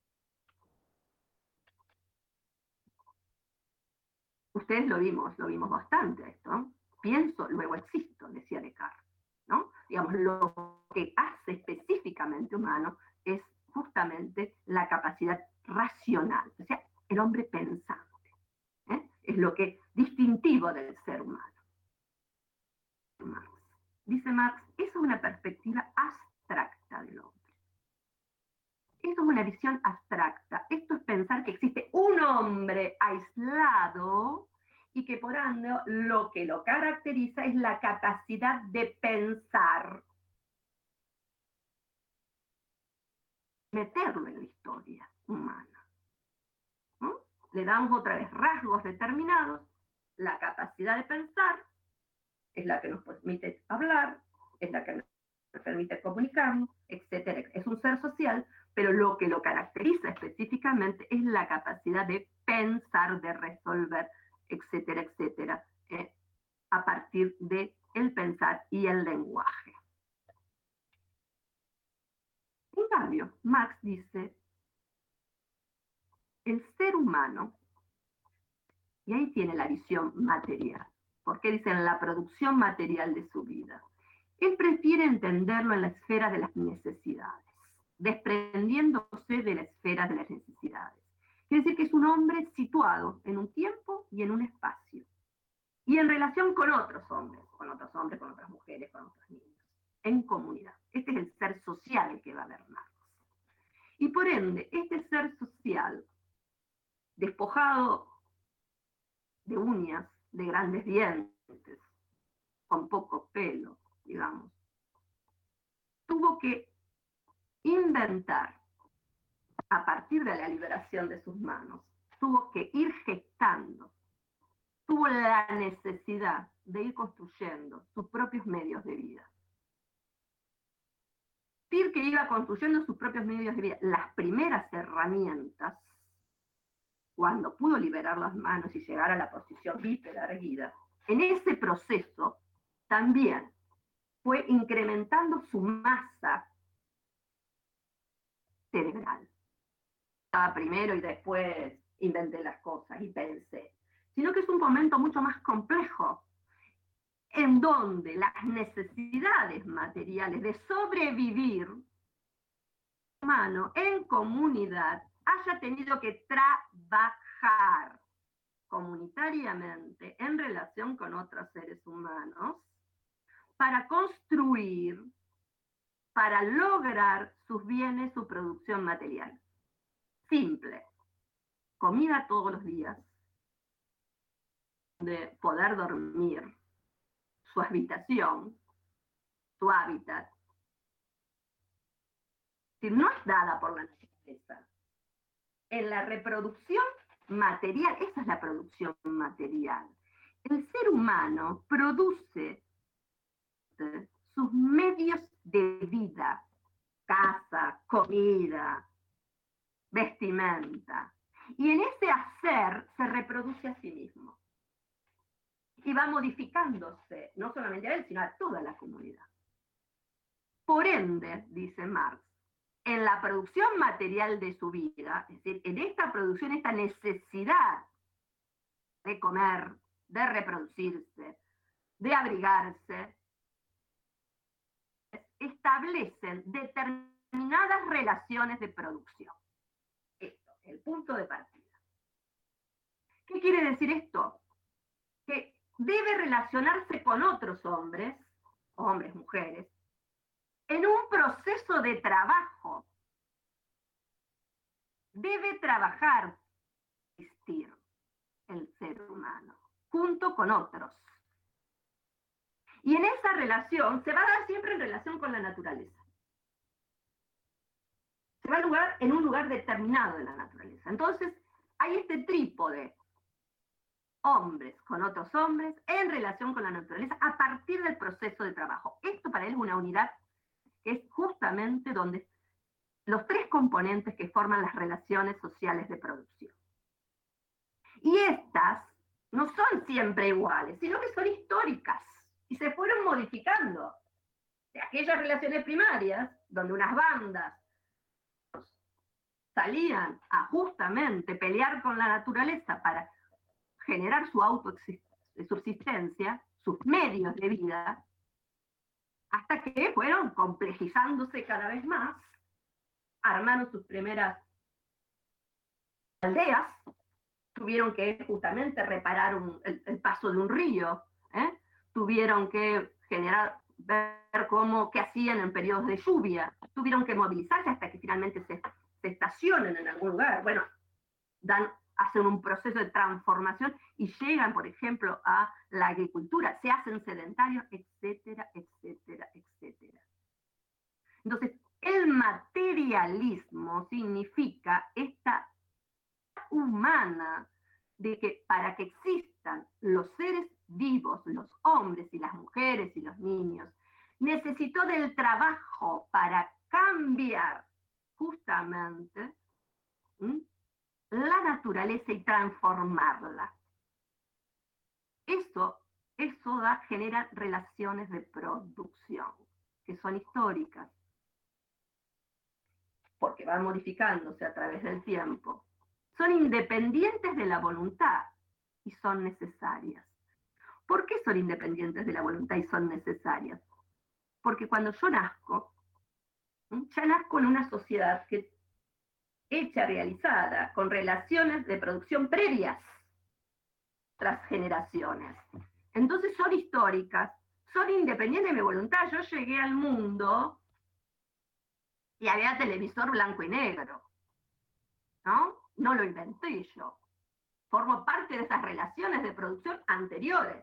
Ustedes lo vimos bastante esto. Pienso, luego existo, decía Descartes, ¿no? Digamos, lo que hace específicamente humano es justamente la capacidad racional, o sea, el hombre pensante. Es lo que es distintivo del ser humano. Dice Marx, eso es una perspectiva abstracta del hombre. Esto es una visión abstracta. Esto es pensar que existe un hombre aislado y que por ende lo que lo caracteriza es la capacidad de pensar. Meterlo en la historia humana. ¿No? Le damos otra vez rasgos determinados, la capacidad de pensar, es la que nos permite hablar, es la que nos permite comunicarnos, etc. Es un ser social, pero lo que lo caracteriza específicamente es la capacidad de pensar, de resolver, etcétera, etcétera, a partir del pensar y el lenguaje. En cambio, Marx dice, el ser humano, y ahí tiene la visión material, porque dicen la producción material de su vida. Él prefiere entenderlo en la esfera de las necesidades, desprendiéndose de la esfera de las necesidades. Quiere decir que es un hombre situado en un tiempo y en un espacio, y en relación con otros hombres, con otras mujeres, con otros niños, en comunidad. Este es el ser social que va a haber Marx. Y por ende, este ser social, despojado de uñas, de grandes dientes, con poco pelo, digamos, tuvo que inventar, a partir de la liberación de sus manos, tuvo que ir gestando, tuvo la necesidad de ir construyendo sus propios medios de vida. Decir que iba construyendo sus propios medios de vida, las primeras herramientas, cuando pudo liberar las manos y llegar a la posición bípeda erguida, en ese proceso también fue incrementando su masa cerebral. Estaba primero y después inventé las cosas y pensé, sino que es un momento mucho más complejo, en donde las necesidades materiales de sobrevivir humano en comunidad haya tenido que trabajar comunitariamente en relación con otros seres humanos para construir, para lograr sus bienes, su producción material. Simple. Comida todos los días, de poder dormir, su habitación, su hábitat. Si no es dada por la naturaleza, en la reproducción material, esa es la producción material. El ser humano produce sus medios de vida, casa, comida, vestimenta. Y en ese hacer se reproduce a sí mismo. Y va modificándose, no solamente a él, sino a toda la comunidad. Por ende, dice Marx, en la producción material de su vida, es decir, en esta producción, esta necesidad de comer, de reproducirse, de abrigarse, establecen determinadas relaciones de producción. Esto, el punto de partida. ¿Qué quiere decir esto? Que debe relacionarse con otros hombres, mujeres, en un proceso de trabajo. Debe trabajar, existir el ser humano, junto con otros. Y en esa relación se va a dar siempre en relación con la naturaleza. Se va a dar en un lugar determinado de la naturaleza. Entonces, hay este trípode, hombres con otros hombres, en relación con la naturaleza, a partir del proceso de trabajo. Esto para él es una unidad que es justamente donde los tres componentes que forman las relaciones sociales de producción. Y estas no son siempre iguales, sino que son históricas y se fueron modificando. De aquellas relaciones primarias, donde unas bandas salían a justamente pelear con la naturaleza para generar su autosubsistencia, sus medios de vida, hasta que fueron complejizándose cada vez más, armaron sus primeras aldeas, tuvieron que justamente reparar el paso de un río, tuvieron que ver qué hacían en periodos de lluvia, tuvieron que movilizarse hasta que finalmente se estacionan en algún lugar. Bueno, hacen un proceso de transformación y llegan, por ejemplo, a la agricultura, se hacen sedentarios, etcétera, etcétera, etcétera. Entonces, el materialismo significa esta humana de que para que existan los seres vivos, los hombres y las mujeres y los niños, necesitó del trabajo para cambiar justamente la naturaleza y transformarla. Eso genera relaciones de producción, que son históricas, porque van modificándose a través del tiempo. Son independientes de la voluntad y son necesarias. ¿Por qué son independientes de la voluntad y son necesarias? Porque cuando yo nazco, ya nazco en una sociedad que hecha, realizada, con relaciones de producción previas, tras generaciones. Entonces son históricas, son independientes de mi voluntad. Yo llegué al mundo y había televisor blanco y negro, ¿no? No lo inventé yo. Formo parte de esas relaciones de producción anteriores.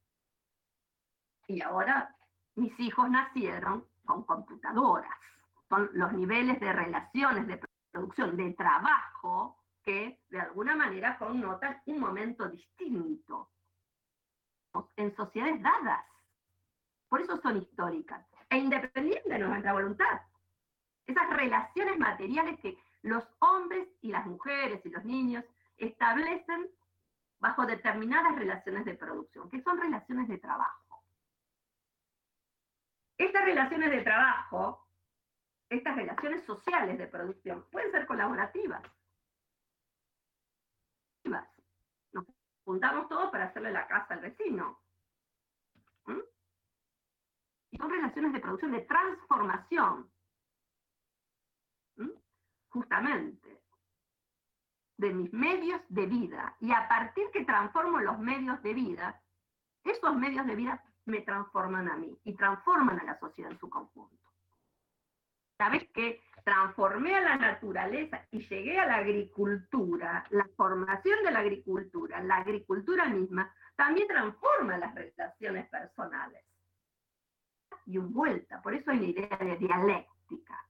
Y ahora mis hijos nacieron con computadoras. Son los niveles de relaciones de producción, de trabajo, que de alguna manera connotan un momento distinto en sociedades dadas. Por eso son históricas e independientes de nuestra voluntad. Esas relaciones materiales que los hombres y las mujeres y los niños establecen bajo determinadas relaciones de producción, que son relaciones de trabajo. Estas relaciones de trabajo, estas relaciones sociales de producción, pueden ser colaborativas. Nos juntamos todos para hacerle la casa al vecino. Y son relaciones de producción, de transformación. Justamente, de mis medios de vida. Y a partir que transformo los medios de vida, esos medios de vida me transforman a mí y transforman a la sociedad en su conjunto. ¿Sabes qué? Transformé a la naturaleza y llegué a la agricultura, la formación de la agricultura misma, también transforma las relaciones personales. Y vuelta, por eso hay una idea de dialéctica.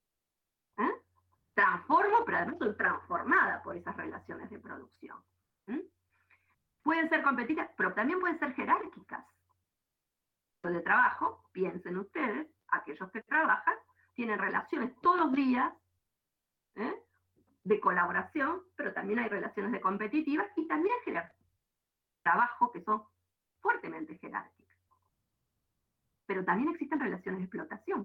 Transformo, pero además soy transformada por esas relaciones de producción. Pueden ser competitivas, pero también pueden ser jerárquicas. de trabajo, piensen ustedes, aquellos que trabajan, tienen relaciones todos los días de colaboración, pero también hay relaciones de competitivas y también hay trabajo que son fuertemente jerárquicas. Pero también existen relaciones de explotación.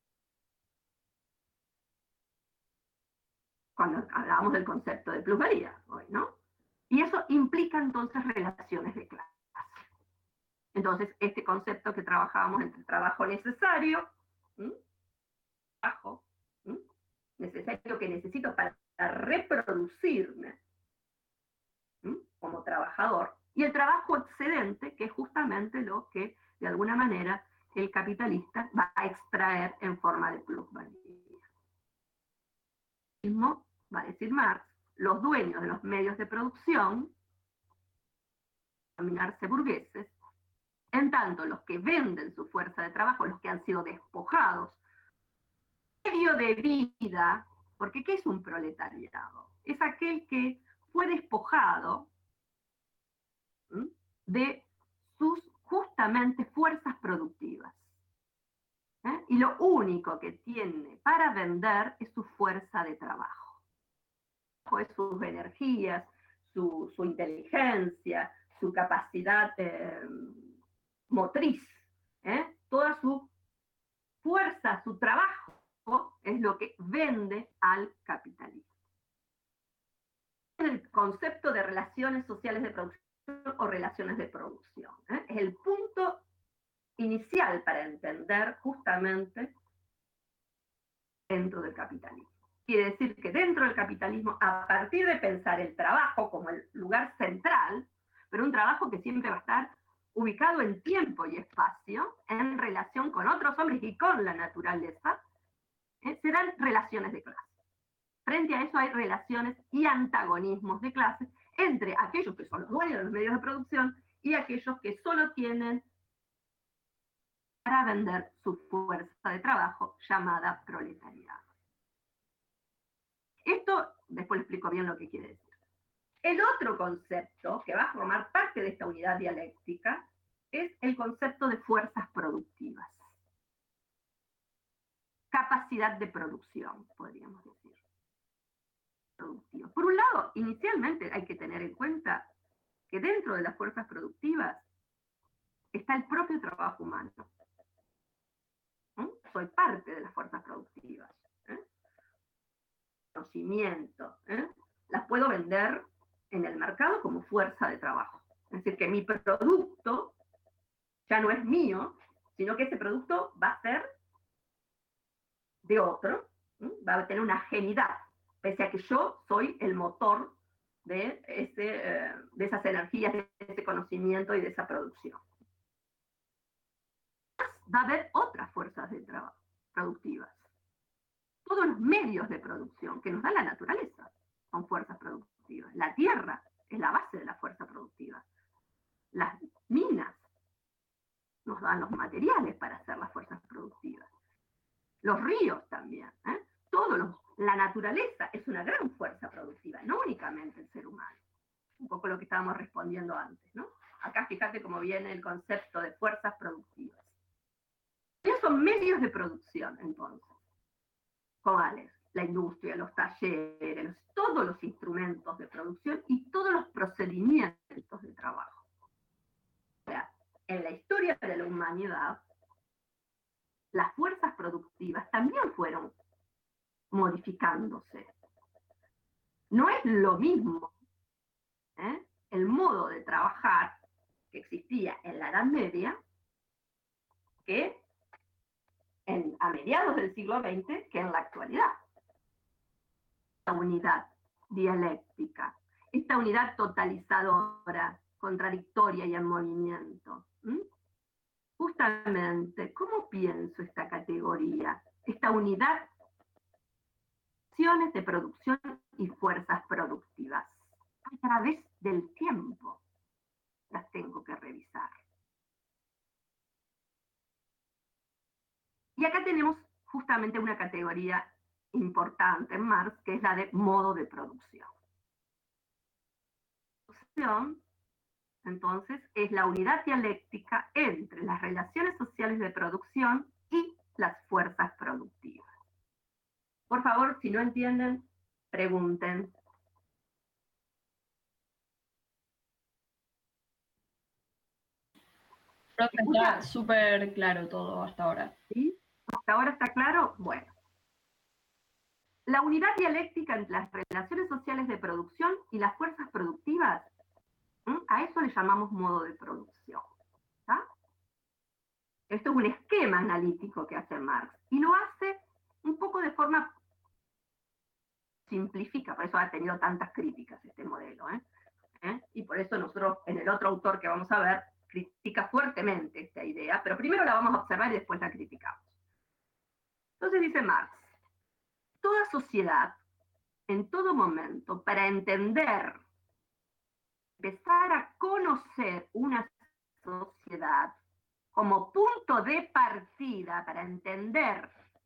Cuando hablábamos del concepto de plusvalía hoy, ¿no? Y eso implica entonces relaciones de clase. Entonces, este concepto que trabajábamos entre trabajo necesario, trabajo necesario que necesito para reproducirme como trabajador, y el trabajo excedente, que es justamente lo que, de alguna manera, el capitalista va a extraer en forma de plusvalía. Mismo, va a decir Marx, los dueños de los medios de producción, denominarse burgueses, en tanto los que venden su fuerza de trabajo, los que han sido despojados, medio de vida, porque ¿qué es un proletariado? Es aquel que fue despojado de sus justamente fuerzas productivas. Y lo único que tiene para vender es su fuerza de trabajo. Es sus energías, su inteligencia, su capacidad motriz, toda su fuerza, su trabajo, es lo que vende al capitalismo. El concepto de relaciones sociales de producción o relaciones de producción. Es el punto inicial para entender justamente dentro del capitalismo. Quiere decir que dentro del capitalismo, a partir de pensar el trabajo como el lugar central, pero un trabajo que siempre va a estar ubicado en tiempo y espacio, en relación con otros hombres y con la naturaleza, se dan relaciones de clase. Frente a eso hay relaciones y antagonismos de clase entre aquellos que son los dueños de los medios de producción y aquellos que solo tienen para vender su fuerza de trabajo llamada proletariado. Esto, después le explico bien lo que quiere decir. El otro concepto que va a formar parte de esta unidad dialéctica es el concepto de fuerzas productivas. Capacidad de producción, podríamos decir. Productivas. Por un lado, inicialmente hay que tener en cuenta que dentro de las fuerzas productivas está el propio trabajo humano. Soy parte de las fuerzas productivas. Conocimiento. Las puedo vender en el mercado como fuerza de trabajo. Es decir, que mi producto ya no es mío, sino que ese producto va a ser de otro, va a tener una ajenidad, pese a que yo soy el motor de esas energías, de ese conocimiento y de esa producción. Va a haber otras fuerzas de trabajo productivas. Todos los medios de producción que nos da la naturaleza son fuerzas productivas. La tierra es la base de la fuerza productiva. Las minas nos dan los materiales para hacer las fuerzas productivas. Los ríos también. La naturaleza es una gran fuerza productiva, no únicamente el ser humano. Un poco lo que estábamos respondiendo antes, ¿no? Acá fíjate cómo viene el concepto de fuerzas productivas. Esos son medios de producción, entonces. ¿Cuáles? La industria, los talleres, todos los instrumentos de producción y todos los procedimientos de trabajo. O sea, en la historia de la humanidad, las fuerzas productivas también fueron modificándose. No es lo mismo el modo de trabajar que existía en la Edad Media que a mediados del siglo XX que en la actualidad. Esta unidad dialéctica, esta unidad totalizadora, contradictoria y en movimiento. Justamente, ¿cómo pienso esta categoría? Esta unidad de producción y fuerzas productivas. A través del tiempo las tengo que revisar. Y acá tenemos justamente una categoría importante en Marx, que es la de modo de producción. Producción entonces, es la unidad dialéctica entre las relaciones sociales de producción y las fuerzas productivas. Por favor, si no entienden, pregunten. Profe, está súper claro todo hasta ahora. ¿Sí? ¿Hasta ahora está claro? Bueno. La unidad dialéctica entre las relaciones sociales de producción y las fuerzas productivas, a eso le llamamos modo de producción. ¿Tá? Esto es un esquema analítico que hace Marx, y lo hace un poco de forma simplifica, por eso ha tenido tantas críticas este modelo, y por eso nosotros, en el otro autor que vamos a ver, critica fuertemente esta idea, pero primero la vamos a observar y después la criticamos. Entonces dice Marx, toda sociedad, en todo momento, para entender, empezar a conocer una sociedad como punto de partida para entender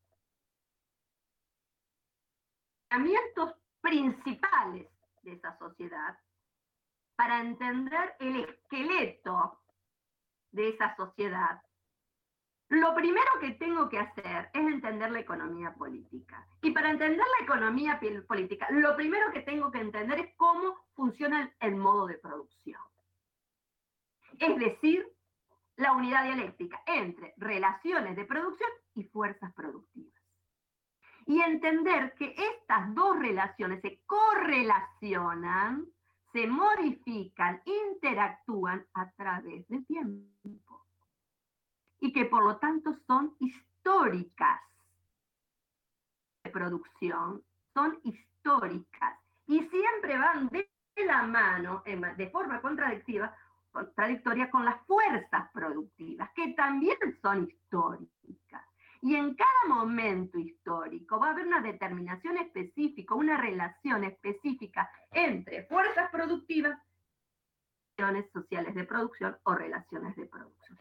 los fundamentos principales de esa sociedad, para entender el esqueleto de esa sociedad, lo primero que tengo que hacer es entender la economía política. Y para entender la economía política, lo primero que tengo que entender es cómo funciona el modo de producción. Es decir, la unidad dialéctica entre relaciones de producción y fuerzas productivas. Y entender que estas dos relaciones se correlacionan, se modifican, interactúan a través del tiempo. Y que por lo tanto son históricas. De producción, son históricas. Y siempre van de la mano, de forma contradictoria con las fuerzas productivas, que también son históricas. Y en cada momento histórico va a haber una determinación específica, una relación específica entre fuerzas productivas y relaciones sociales de producción o relaciones de producción.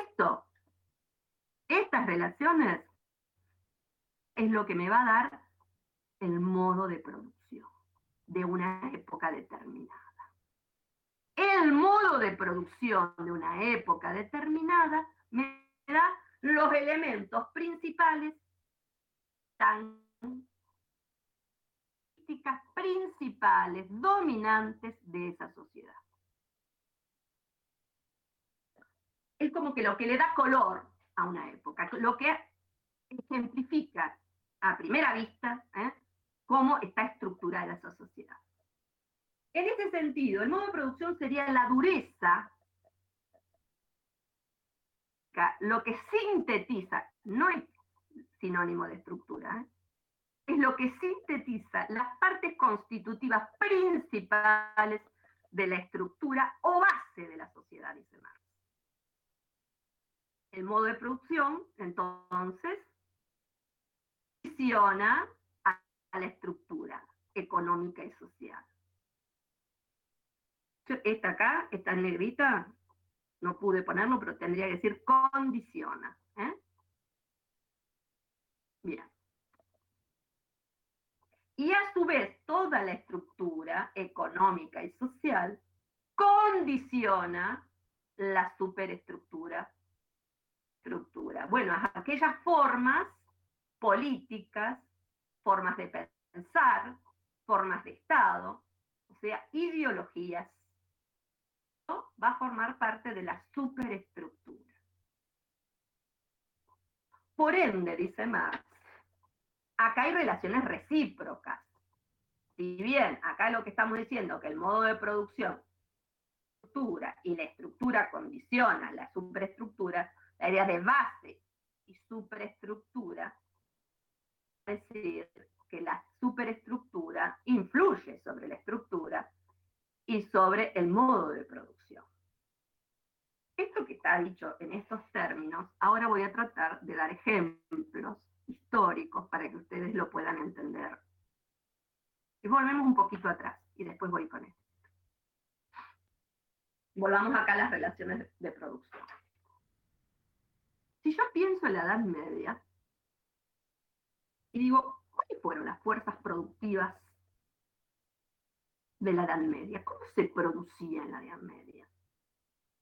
Estas relaciones es lo que me va a dar el modo de producción de una época determinada. El modo de producción de una época determinada me da los elementos principales, características principales, dominantes de esa sociedad. Es como que lo que le da color a una época, lo que ejemplifica a primera vista cómo está estructurada esa sociedad. En ese sentido, el modo de producción sería la dureza, lo que sintetiza, no es sinónimo de estructura, es lo que sintetiza las partes constitutivas principales de la estructura o base de la sociedad, dice Marx. El modo de producción, entonces, condiciona a la estructura económica y social. Esta acá, esta negrita, no pude ponerlo, pero tendría que decir condiciona. Bien. Y a su vez, toda la estructura económica y social condiciona la superestructura. Bueno, aquellas formas políticas, formas de pensar, formas de Estado, o sea, ideologías, ¿no? Va a formar parte de la superestructura. Por ende, dice Marx, acá hay relaciones recíprocas. Si bien acá lo que estamos diciendo, que el modo de producción y la estructura condiciona la superestructura, la idea de base y superestructura, es decir, que la superestructura influye sobre la estructura y sobre el modo de producción. Esto que está dicho en estos términos, ahora voy a tratar de dar ejemplos históricos para que ustedes lo puedan entender. Y volvemos un poquito atrás y después voy con esto. Volvamos acá a las relaciones de producción. Si yo pienso en la Edad Media y digo, ¿cuáles fueron las fuerzas productivas de la Edad Media? ¿Cómo se producía en la Edad Media?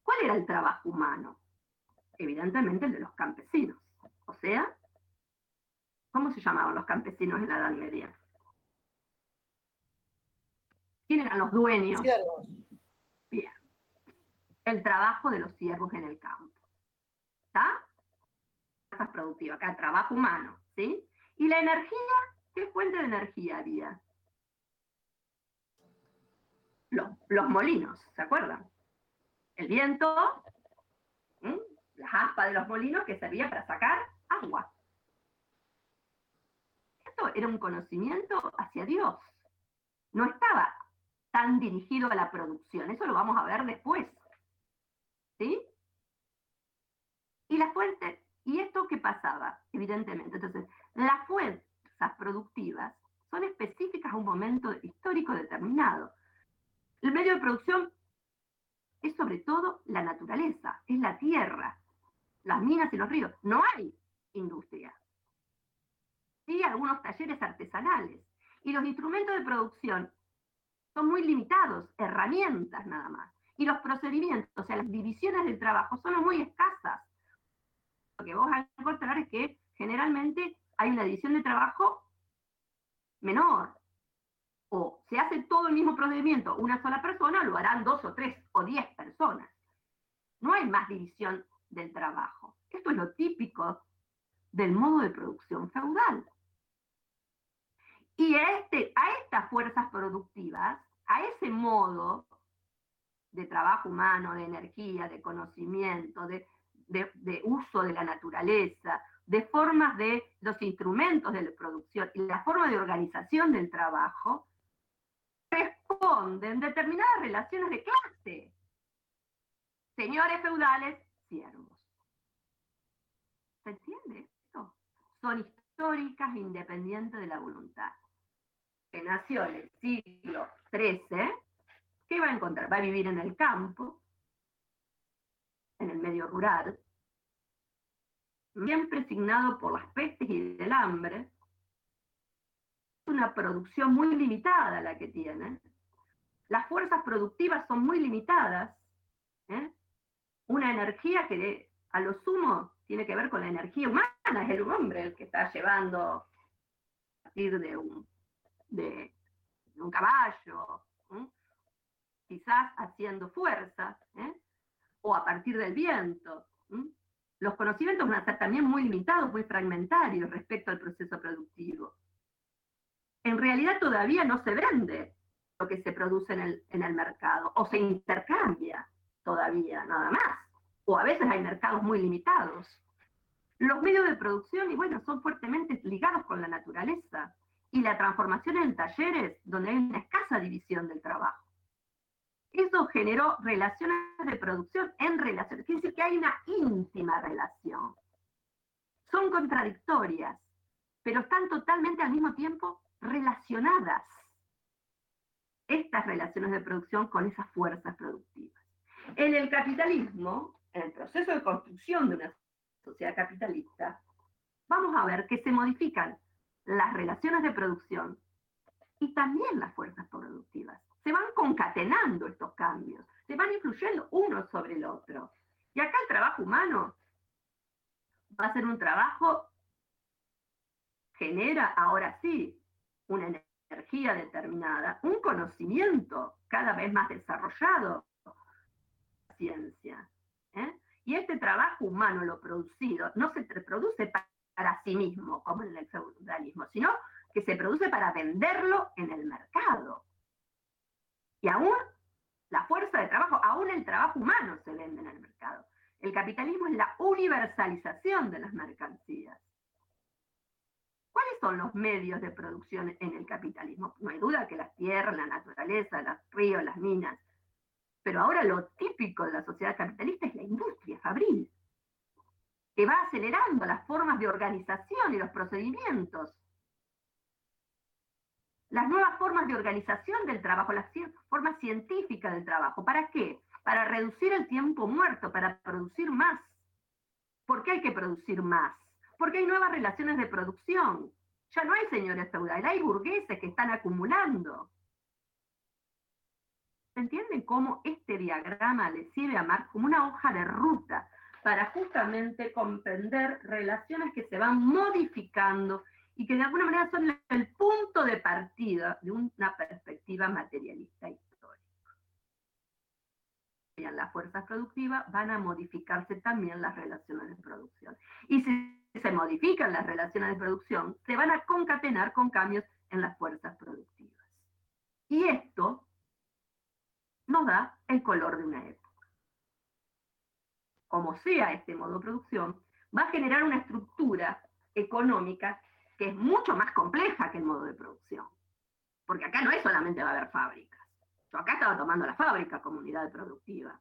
¿Cuál era el trabajo humano? Evidentemente el de los campesinos. O sea, ¿cómo se llamaban los campesinos en la Edad Media? ¿Quién eran los dueños? Siervos. Bien. El trabajo de los siervos en el campo. ¿Está? Fuerzas productivas. Acá, trabajo humano. ¿Sí? ¿Y la energía? ¿Qué fuente de energía había? Los molinos, ¿se acuerdan? El viento, las aspas de los molinos que servía para sacar agua. Esto era un conocimiento hacia Dios. No estaba tan dirigido a la producción. Eso lo vamos a ver después. ¿Sí? Y la fuente, ¿y esto qué pasaba? Evidentemente. Entonces, las fuerzas productivas son específicas a un momento histórico determinado. El medio de producción es sobre todo la naturaleza, es la tierra, las minas y los ríos. No hay industria. Sí, algunos talleres artesanales. Y los instrumentos de producción son muy limitados, herramientas nada más. Y los procedimientos, o sea, las divisiones del trabajo son muy escasas. Lo que vos vas a encontrar es que generalmente hay una división de trabajo menor. O se hace todo el mismo procedimiento, una sola persona, lo harán 2 o 3 o 10 personas. No hay más división del trabajo. Esto es lo típico del modo de producción feudal. Y a estas fuerzas productivas, a ese modo de trabajo humano, de energía, de conocimiento, de uso de la naturaleza, de formas de los instrumentos de la producción y la forma de organización del trabajo, responden determinadas relaciones de clase. Señores feudales, siervos. ¿Se entiende esto? Son históricas e independientes de la voluntad. Que nació en el siglo XIII, ¿qué va a encontrar? Va a vivir en el campo, en el medio rural, siempre signado por las pestes y del hambre. Una producción muy limitada la que tienen. Las fuerzas productivas son muy limitadas. Una energía que a lo sumo tiene que ver con la energía humana, es el hombre el que está llevando a partir de un caballo, quizás haciendo fuerza, o a partir del viento. Los conocimientos van a ser también muy limitados, muy fragmentarios respecto al proceso productivo. En realidad todavía no se vende lo que se produce en el mercado, o se intercambia todavía, nada más. O a veces hay mercados muy limitados. Los medios de producción, y bueno, son fuertemente ligados con la naturaleza, y la transformación en talleres donde hay una escasa división del trabajo. Eso generó relaciones de producción en relaciones, quiere decir que hay una íntima relación. Son contradictorias, pero están totalmente al mismo tiempo relacionadas estas relaciones de producción con esas fuerzas productivas. En el capitalismo, en el proceso de construcción de una sociedad capitalista, vamos a ver que se modifican las relaciones de producción y también las fuerzas productivas. Se van concatenando estos cambios, se van influyendo uno sobre el otro. Y acá el trabajo humano va a ser un trabajo que genera, ahora sí, una energía determinada, un conocimiento cada vez más desarrollado, ciencia. Y este trabajo humano, lo producido, no se produce para sí mismo, como en el feudalismo, sino que se produce para venderlo en el mercado. Y aún la fuerza de trabajo, aún el trabajo humano se vende en el mercado. El capitalismo es la universalización de las mercancías. ¿Cuáles son los medios de producción en el capitalismo? No hay duda que las tierras, la naturaleza, los ríos, las minas. Pero ahora lo típico de la sociedad capitalista es la industria fabril, que va acelerando las formas de organización y los procedimientos. Las nuevas formas de organización del trabajo, las formas científicas del trabajo. ¿Para qué? Para reducir el tiempo muerto, para producir más. ¿Por qué hay que producir más? Porque hay nuevas relaciones de producción. Ya no hay señores feudales, hay burgueses que están acumulando. ¿Se entiende cómo este diagrama le sirve a Marx como una hoja de ruta para justamente comprender relaciones que se van modificando y que de alguna manera son el punto de partida de una perspectiva materialista histórica? En las fuerzas productivas van a modificarse también las relaciones de producción. Y si se modifican las relaciones de producción, se van a concatenar con cambios en las fuerzas productivas. Y esto nos da el color de una época. Como sea este modo de producción, va a generar una estructura económica que es mucho más compleja que el modo de producción. Porque acá no es solamente va a haber fábricas. Yo acá estaba tomando la fábrica como unidad productiva.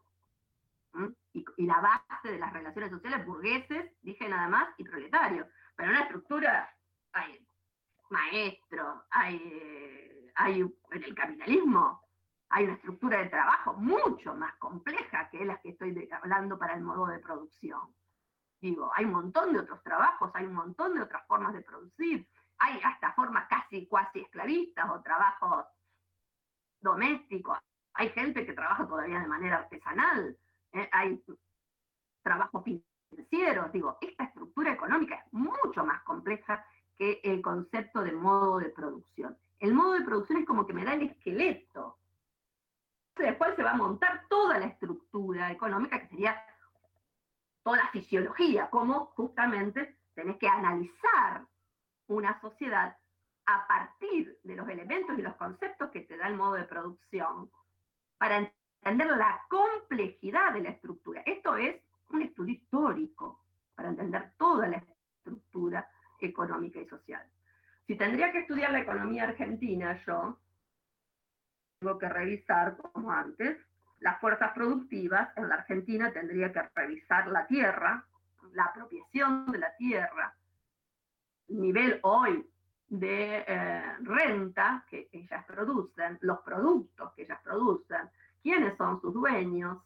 Y la base de las relaciones sociales, burgueses, dije nada más, y proletarios. Pero en una estructura hay maestros, hay en el capitalismo hay una estructura de trabajo mucho más compleja que las que estoy hablando para el modo de producción. Digo, hay un montón de otros trabajos, hay un montón de otras formas de producir, hay hasta formas casi cuasi esclavistas o trabajos domésticos, hay gente que trabaja todavía de manera artesanal, hay trabajos financieros. Digo, esta estructura económica es mucho más compleja que el concepto de modo de producción. El modo de producción es como que me da el esqueleto, después se va a montar toda la estructura económica, que sería toda la fisiología, cómo justamente tenés que analizar una sociedad a partir de los elementos y los conceptos que te da el modo de producción, para entender la complejidad de la estructura. Esto es un estudio histórico, para entender toda la estructura económica y social. Si tendría que estudiar la economía argentina, yo tengo que revisar, como antes, las fuerzas productivas. En la Argentina tendría que revisar la tierra, la apropiación de la tierra, el nivel hoy de renta que ellas producen, los productos que ellas producen, quiénes son sus dueños,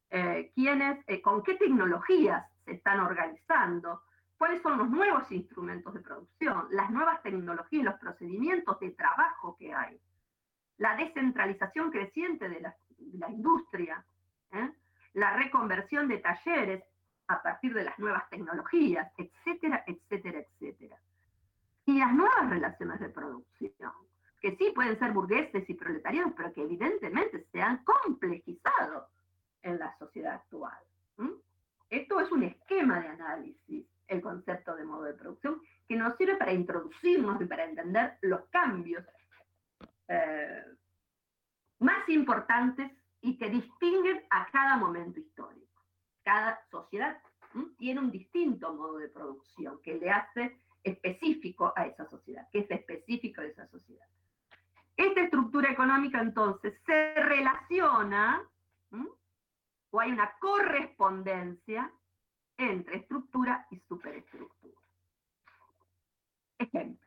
con qué tecnologías se están organizando, cuáles son los nuevos instrumentos de producción, las nuevas tecnologías, los procedimientos de trabajo que hay, la descentralización creciente de la industria, la reconversión de talleres a partir de las nuevas tecnologías, etcétera, etcétera, etcétera. Y las nuevas relaciones de producción, que sí pueden ser burgueses y proletariados, pero que evidentemente se han complejizado en la sociedad actual. Esto es un esquema de análisis, el concepto de modo de producción, que nos sirve para introducirnos y para entender los cambios más importantes y que distinguen a cada momento histórico. Cada sociedad tiene un distinto modo de producción que le hace específico a esa sociedad, que es específico de esa sociedad. Esta estructura económica entonces se relaciona, o hay una correspondencia entre estructura y superestructura. Ejemplo.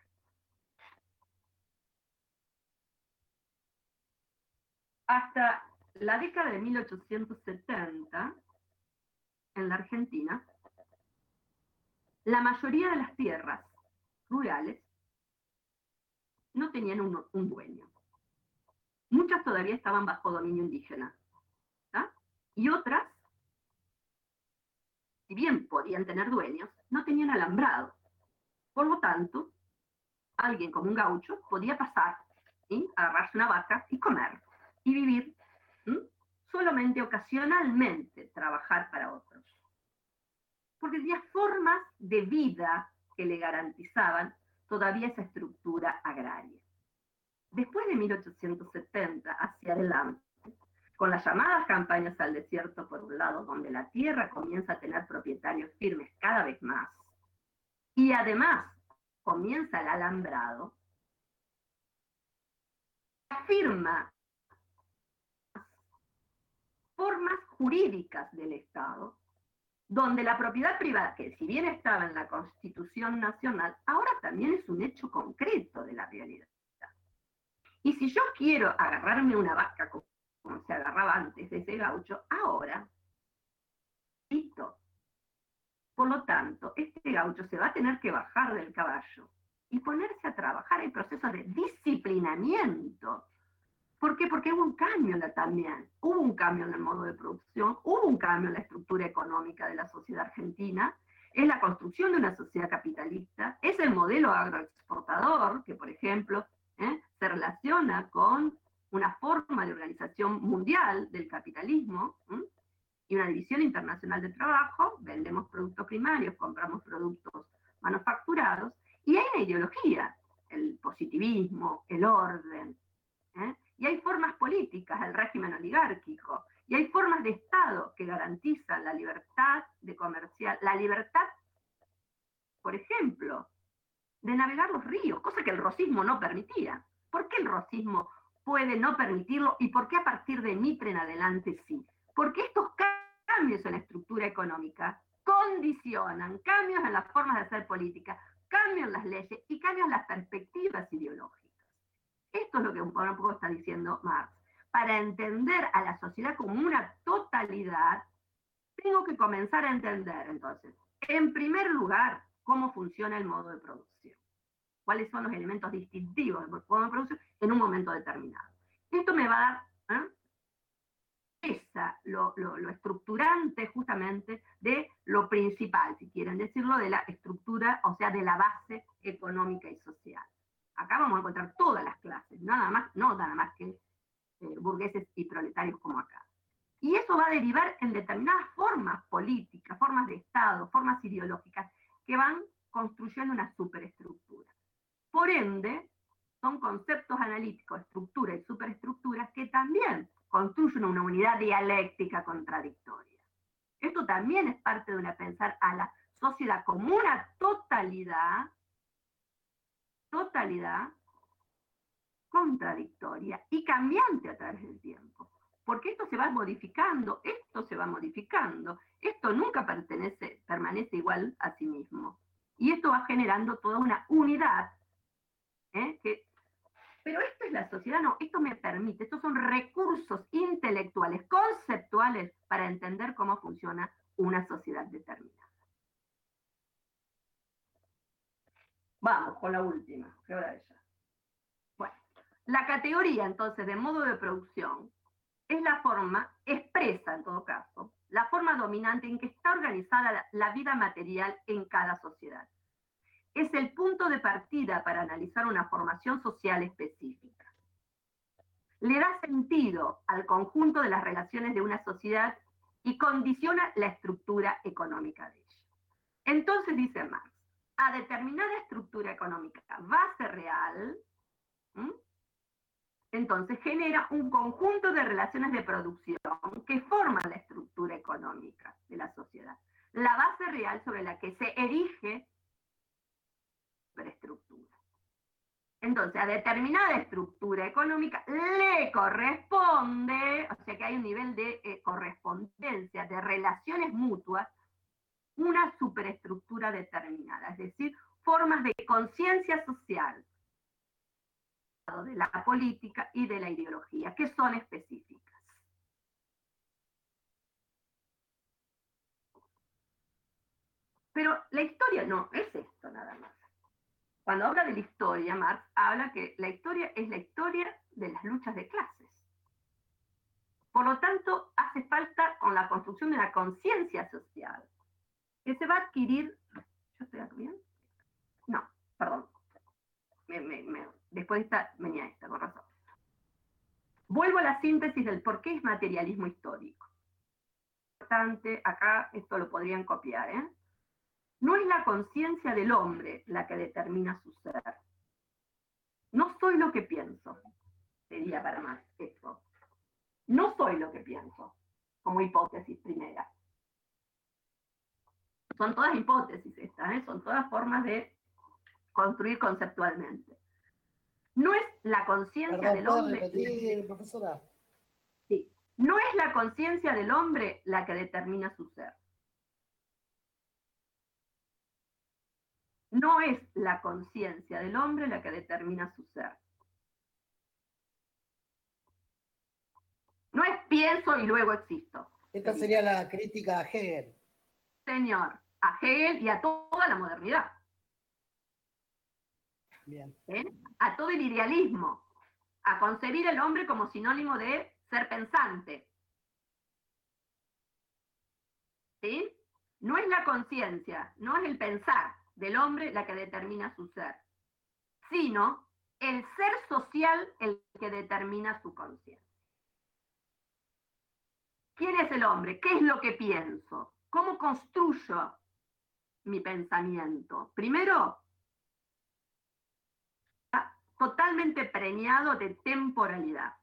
Hasta la década de 1870, en la Argentina, la mayoría de las tierras rurales no tenían un dueño. Muchas todavía estaban bajo dominio indígena, ¿tá? Y otras, si bien podían tener dueños, no tenían alambrado. Por lo tanto, alguien como un gaucho podía pasar, agarrarse una vaca y comer, y vivir, solamente ocasionalmente trabajar para otros. Porque tenía formas de vida que le garantizaban todavía esa estructura agraria. Después de 1870 hacia adelante, con las llamadas campañas al desierto por un lado, donde la tierra comienza a tener propietarios firmes cada vez más, y además comienza el alambrado, afirma formas jurídicas del Estado, donde la propiedad privada, que si bien estaba en la Constitución Nacional, ahora también es un hecho concreto de la realidad. Y si yo quiero agarrarme una vaca como se agarraba antes de ese gaucho, ahora, listo. Por lo tanto, este gaucho se va a tener que bajar del caballo y ponerse a trabajar en procesos de disciplinamiento ¿Por qué? Porque hubo un cambio también. Hubo un cambio en el modo de producción, hubo un cambio en la estructura económica de la sociedad argentina, es la construcción de una sociedad capitalista, es el modelo agroexportador que, por ejemplo, se relaciona con una forma de organización mundial del capitalismo y una división internacional de trabajo, vendemos productos primarios, compramos productos manufacturados, y hay una ideología, el positivismo, el orden, y hay formas políticas, el régimen oligárquico, y hay formas de Estado que garantizan la libertad de comercial, la libertad, por ejemplo, de navegar los ríos, cosa que el rosismo no permitía. ¿Por qué el rosismo puede no permitirlo y por qué a partir de Mitre en adelante sí? Porque estos cambios en la estructura económica condicionan cambios en las formas de hacer política, cambios en las leyes y cambios en las perspectivas ideológicas. Esto es lo que un poco está diciendo Marx. Para entender a la sociedad como una totalidad, tengo que comenzar a entender, entonces, en primer lugar, cómo funciona el modo de producción. Cuáles son los elementos distintivos del modo de producción en un momento determinado. Esto me va a dar lo estructurante justamente de lo principal, si quieren decirlo, de la estructura, o sea, de la base económica y social. Acá vamos a encontrar todas las clases, no nada más que burgueses y proletarios como acá. Y eso va a derivar en determinadas formas políticas, formas de Estado, formas ideológicas, que van construyendo una superestructura. Por ende, son conceptos analíticos, estructura y superestructuras, que también construyen una unidad dialéctica contradictoria. Esto también es parte de una pensar a la sociedad como una totalidad contradictoria y cambiante a través del tiempo. Porque esto se va modificando, esto nunca permanece igual a sí mismo. Y esto va generando toda una unidad. Pero esto es la sociedad, no, esto me permite, estos son recursos intelectuales, conceptuales, para entender cómo funciona una sociedad determinada. Vamos con la última, que ahora ella. Bueno, la categoría entonces de modo de producción es la forma, expresa en todo caso, la forma dominante en que está organizada la vida material en cada sociedad. Es el punto de partida para analizar una formación social específica. Le da sentido al conjunto de las relaciones de una sociedad y condiciona la estructura económica de ella. Entonces, dice Marx, a determinada estructura económica base real, entonces genera un conjunto de relaciones de producción que forman la estructura económica de la sociedad. La base real sobre la que se erige superestructura. Entonces, a determinada estructura económica le corresponde, o sea que hay un nivel de correspondencia, de relaciones mutuas, una superestructura determinada, es decir, formas de conciencia social, de la política y de la ideología, que son específicas. Pero la historia no es esto nada más. Cuando habla de la historia, Marx habla que la historia es la historia de las luchas de clases. Por lo tanto, hace falta con la construcción de una conciencia social que se va a adquirir. ¿Yo estoy aquí bien? No, perdón. Después de esta venía esta, con razón. Vuelvo a la síntesis del por qué es materialismo histórico. Importante, acá esto lo podrían copiar, ¿eh? No es la conciencia del hombre la que determina su ser. No soy lo que pienso, sería para Marx esto. No soy lo que pienso, como hipótesis primera. Son todas hipótesis estas, ¿eh? Son todas formas de construir conceptualmente. No es la conciencia del hombre... Repetir, profesora? Sí. No es la conciencia del hombre la que determina su ser. No es la conciencia del hombre la que determina su ser. No es pienso y luego existo. Esta sería la crítica a Hegel. Señor, a Hegel y a toda la modernidad. Bien. A todo el idealismo. a concebir el hombre como sinónimo de ser pensante. ¿Sí? No es la conciencia, no es el pensar del hombre la que determina su ser, sino el ser social el que determina su conciencia. ¿Quién es el hombre? ¿Qué es lo que pienso? ¿Cómo construyo mi pensamiento? Primero, totalmente preñado de temporalidad.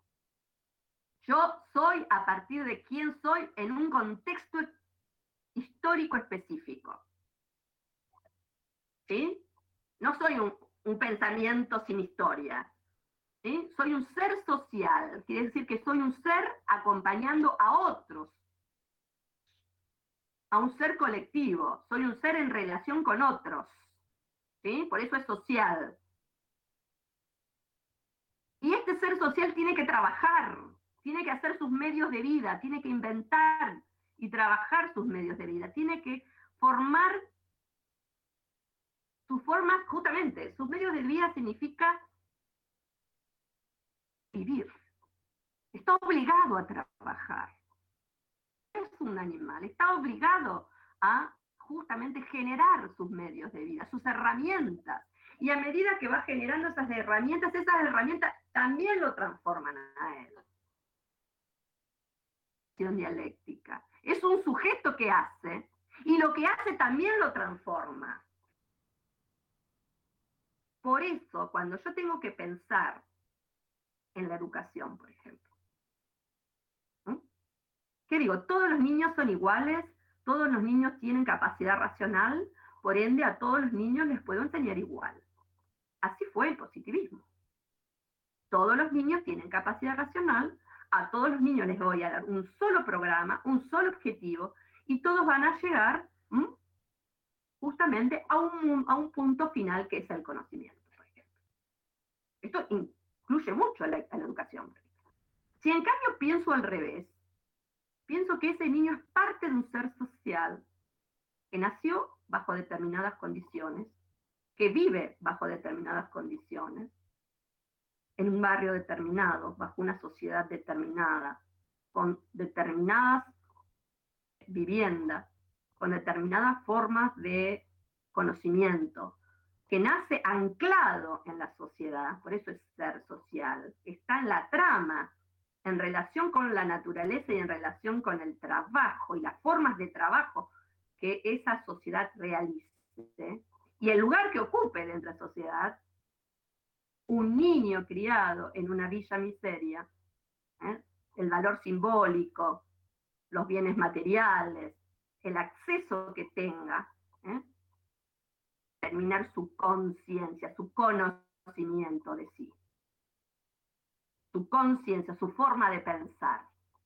Yo soy a partir de quién soy en un contexto histórico específico. ¿Sí? No soy un pensamiento sin historia. ¿Sí? Soy un ser social, quiere decir que soy un ser acompañando a otros, a un ser colectivo, soy un ser en relación con otros. ¿Sí? Por eso es social. Y este ser social tiene que trabajar, tiene que hacer sus medios de vida, tiene que inventar y trabajar sus medios de vida, tiene que formar sus formas, justamente, sus medios de vida significa vivir. Está obligado a trabajar. Es un animal, está obligado a justamente generar sus medios de vida, sus herramientas. Y a medida que va generando esas herramientas también lo transforman a él. Dialéctica. Es un sujeto que hace, y lo que hace también lo transforma. Por eso, cuando yo tengo que pensar en la educación, por ejemplo, ¿qué digo? Todos los niños son iguales, todos los niños tienen capacidad racional, por ende a todos los niños les puedo enseñar igual. Así fue el positivismo. Todos los niños tienen capacidad racional, a todos los niños les voy a dar un solo programa, un solo objetivo, y todos van a llegar justamente a un punto final que es el conocimiento, por ejemplo. Esto incluye mucho a la educación. Si en cambio pienso al revés, pienso que ese niño es parte de un ser social que nació bajo determinadas condiciones, que vive bajo determinadas condiciones, en un barrio determinado, bajo una sociedad determinada, con determinadas viviendas, con determinadas formas de conocimiento, que nace anclado en la sociedad, por eso es ser social, está en la trama, en relación con la naturaleza y en relación con el trabajo y las formas de trabajo que esa sociedad realice, y el lugar que ocupe dentro de la sociedad. Un niño criado en una villa miseria, el valor simbólico, los bienes materiales, el acceso que tenga, terminar su conciencia, su conocimiento de sí, su conciencia, su forma de pensar.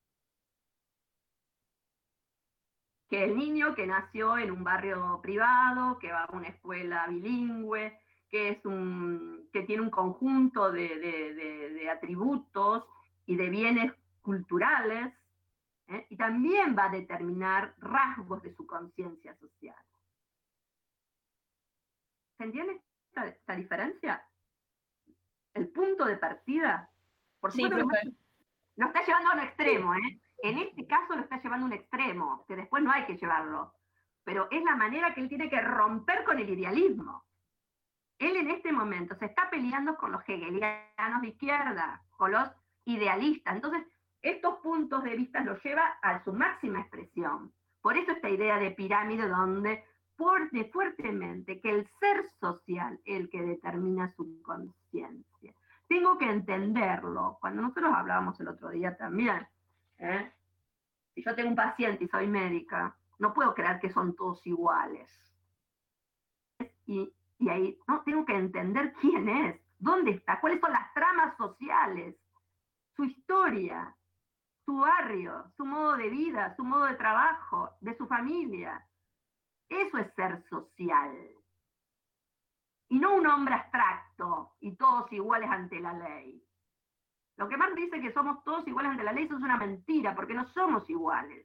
Que el niño que nació en un barrio privado, que va a una escuela bilingüe, que tiene un conjunto de atributos y de bienes culturales, y también va a determinar rasgos de su conciencia social. ¿Se entiende esta diferencia? El punto de partida, por supuesto, lo está llevando a un extremo, En este caso lo está llevando a un extremo, que después no hay que llevarlo, pero es la manera que él tiene que romper con el idealismo. Él en este momento se está peleando con los hegelianos de izquierda, con los idealistas. Entonces, estos puntos de vista los lleva a su máxima expresión. Por eso esta idea de pirámide donde pone fuertemente que el ser social es el que determina su conciencia. Tengo que entenderlo. Cuando nosotros hablábamos el otro día también, si yo tengo un paciente y soy médica, no puedo creer que son todos iguales. Y ahí no tengo que entender quién es, dónde está, cuáles son las tramas sociales, su historia, su barrio, su modo de vida, su modo de trabajo, de su familia. Eso es ser social. Y no un hombre abstracto y todos iguales ante la ley. Lo que Marx dice que somos todos iguales ante la ley, eso es una mentira, porque no somos iguales.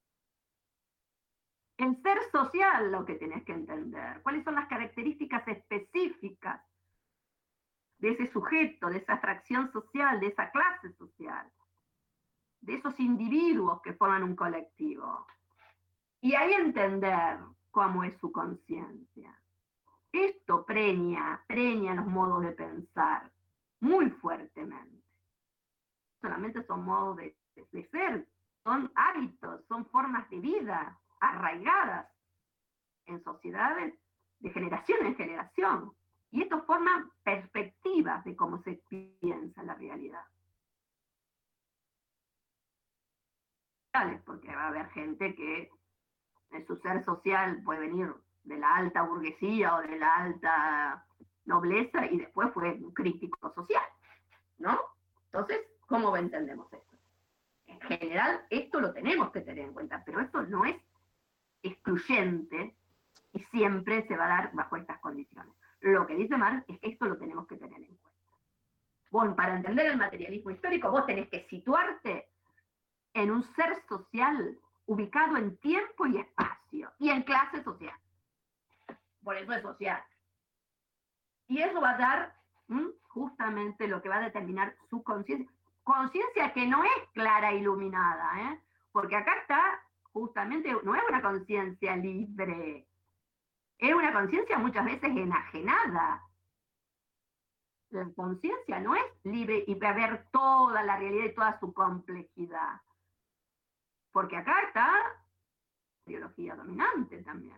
El ser social lo que tenés que entender, cuáles son las características específicas de ese sujeto, de esa fracción social, de esa clase social, de esos individuos que forman un colectivo. Y ahí entender cómo es su conciencia. Esto preña los modos de pensar muy fuertemente. Solamente son modos de ser, son hábitos, son formas de vida arraigadas en sociedades de generación en generación. Y esto forma perspectivas de cómo se piensa la realidad. Porque va a haber gente que en su ser social puede venir de la alta burguesía o de la alta nobleza y después fue un crítico social, ¿no? Entonces, ¿cómo entendemos esto? En general, esto lo tenemos que tener en cuenta, pero esto no es excluyente y siempre se va a dar bajo estas condiciones. Lo que dice Marx es que esto lo tenemos que tener en cuenta. Vos, para entender el materialismo histórico, vos tenés que situarte en un ser social ubicado en tiempo y espacio, y en clase social. Por eso es social. Y eso va a dar justamente lo que va a determinar su conciencia. Conciencia que no es clara e iluminada, porque acá está justamente, no es una conciencia libre, es una conciencia muchas veces enajenada. La conciencia no es libre y va a ver toda la realidad y toda su complejidad. Porque acá está la ideología dominante también,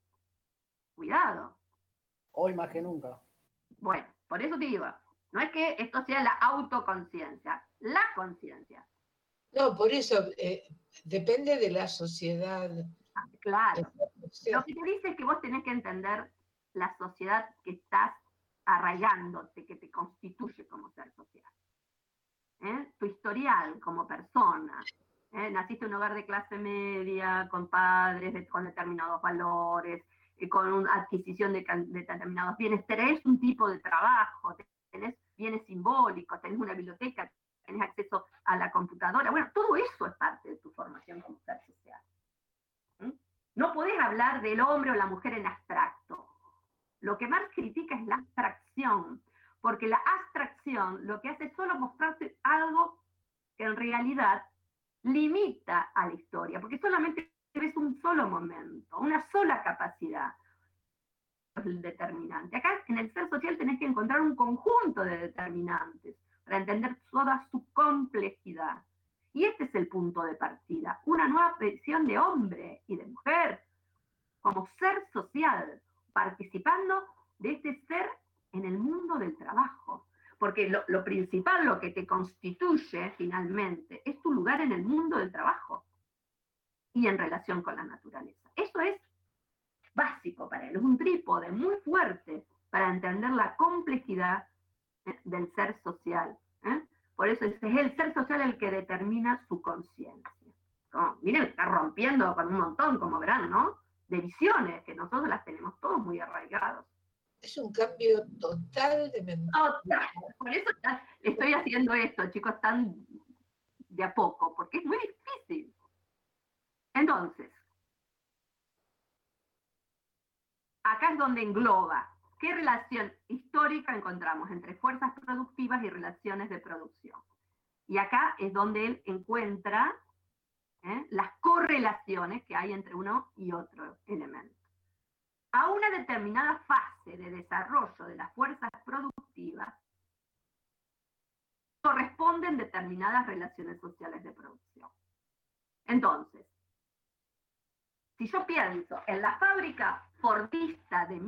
Cuidado. Hoy más que nunca. Bueno, por eso te digo, no es que esto sea la autoconciencia, la conciencia. No, por eso depende de la sociedad. Claro. Lo que te dice es que vos tenés que entender la sociedad que estás arraigándote, que te constituye como ser social. Tu historial como persona. Naciste en un hogar de clase media, con padres con determinados valores, con una adquisición de determinados bienes, tenés un tipo de trabajo, tenés bienes simbólicos, tenés una biblioteca, tenés acceso a la computadora. Bueno, todo eso es parte de tu formación como ser social. No podés hablar del hombre o la mujer en abstracto. Lo que Marx critica es la abstracción, porque la abstracción lo que hace es solo mostrarte algo que en realidad limita a la historia, porque solamente ves un solo momento, una sola capacidad. Es el determinante. Acá en el ser social tenés que encontrar un conjunto de determinantes para entender toda su complejidad. Y este es el punto de partida, una nueva visión de hombre y de mujer, como ser social, participando de este ser en el mundo del trabajo. Porque lo principal, lo que te constituye finalmente, es tu lugar en el mundo del trabajo y en relación con la naturaleza. Eso es básico para él, es un trípode muy fuerte para entender la complejidad del ser social. Por eso es el ser social el que determina su conciencia. Miren, está rompiendo con un montón, como verán, ¿no? De visiones, que nosotros las tenemos todos muy arraigados. Es un cambio total de mentalidad. Por eso estoy haciendo esto, chicos, tan de a poco, porque es muy difícil. Entonces, acá es donde engloba qué relación histórica encontramos entre fuerzas productivas y relaciones de producción. Y acá es donde él encuentra las correlaciones que hay entre uno y otro elemento. A una determinada fase de desarrollo de las fuerzas productivas corresponden determinadas relaciones sociales de producción. Entonces, si yo pienso en la fábrica fordista de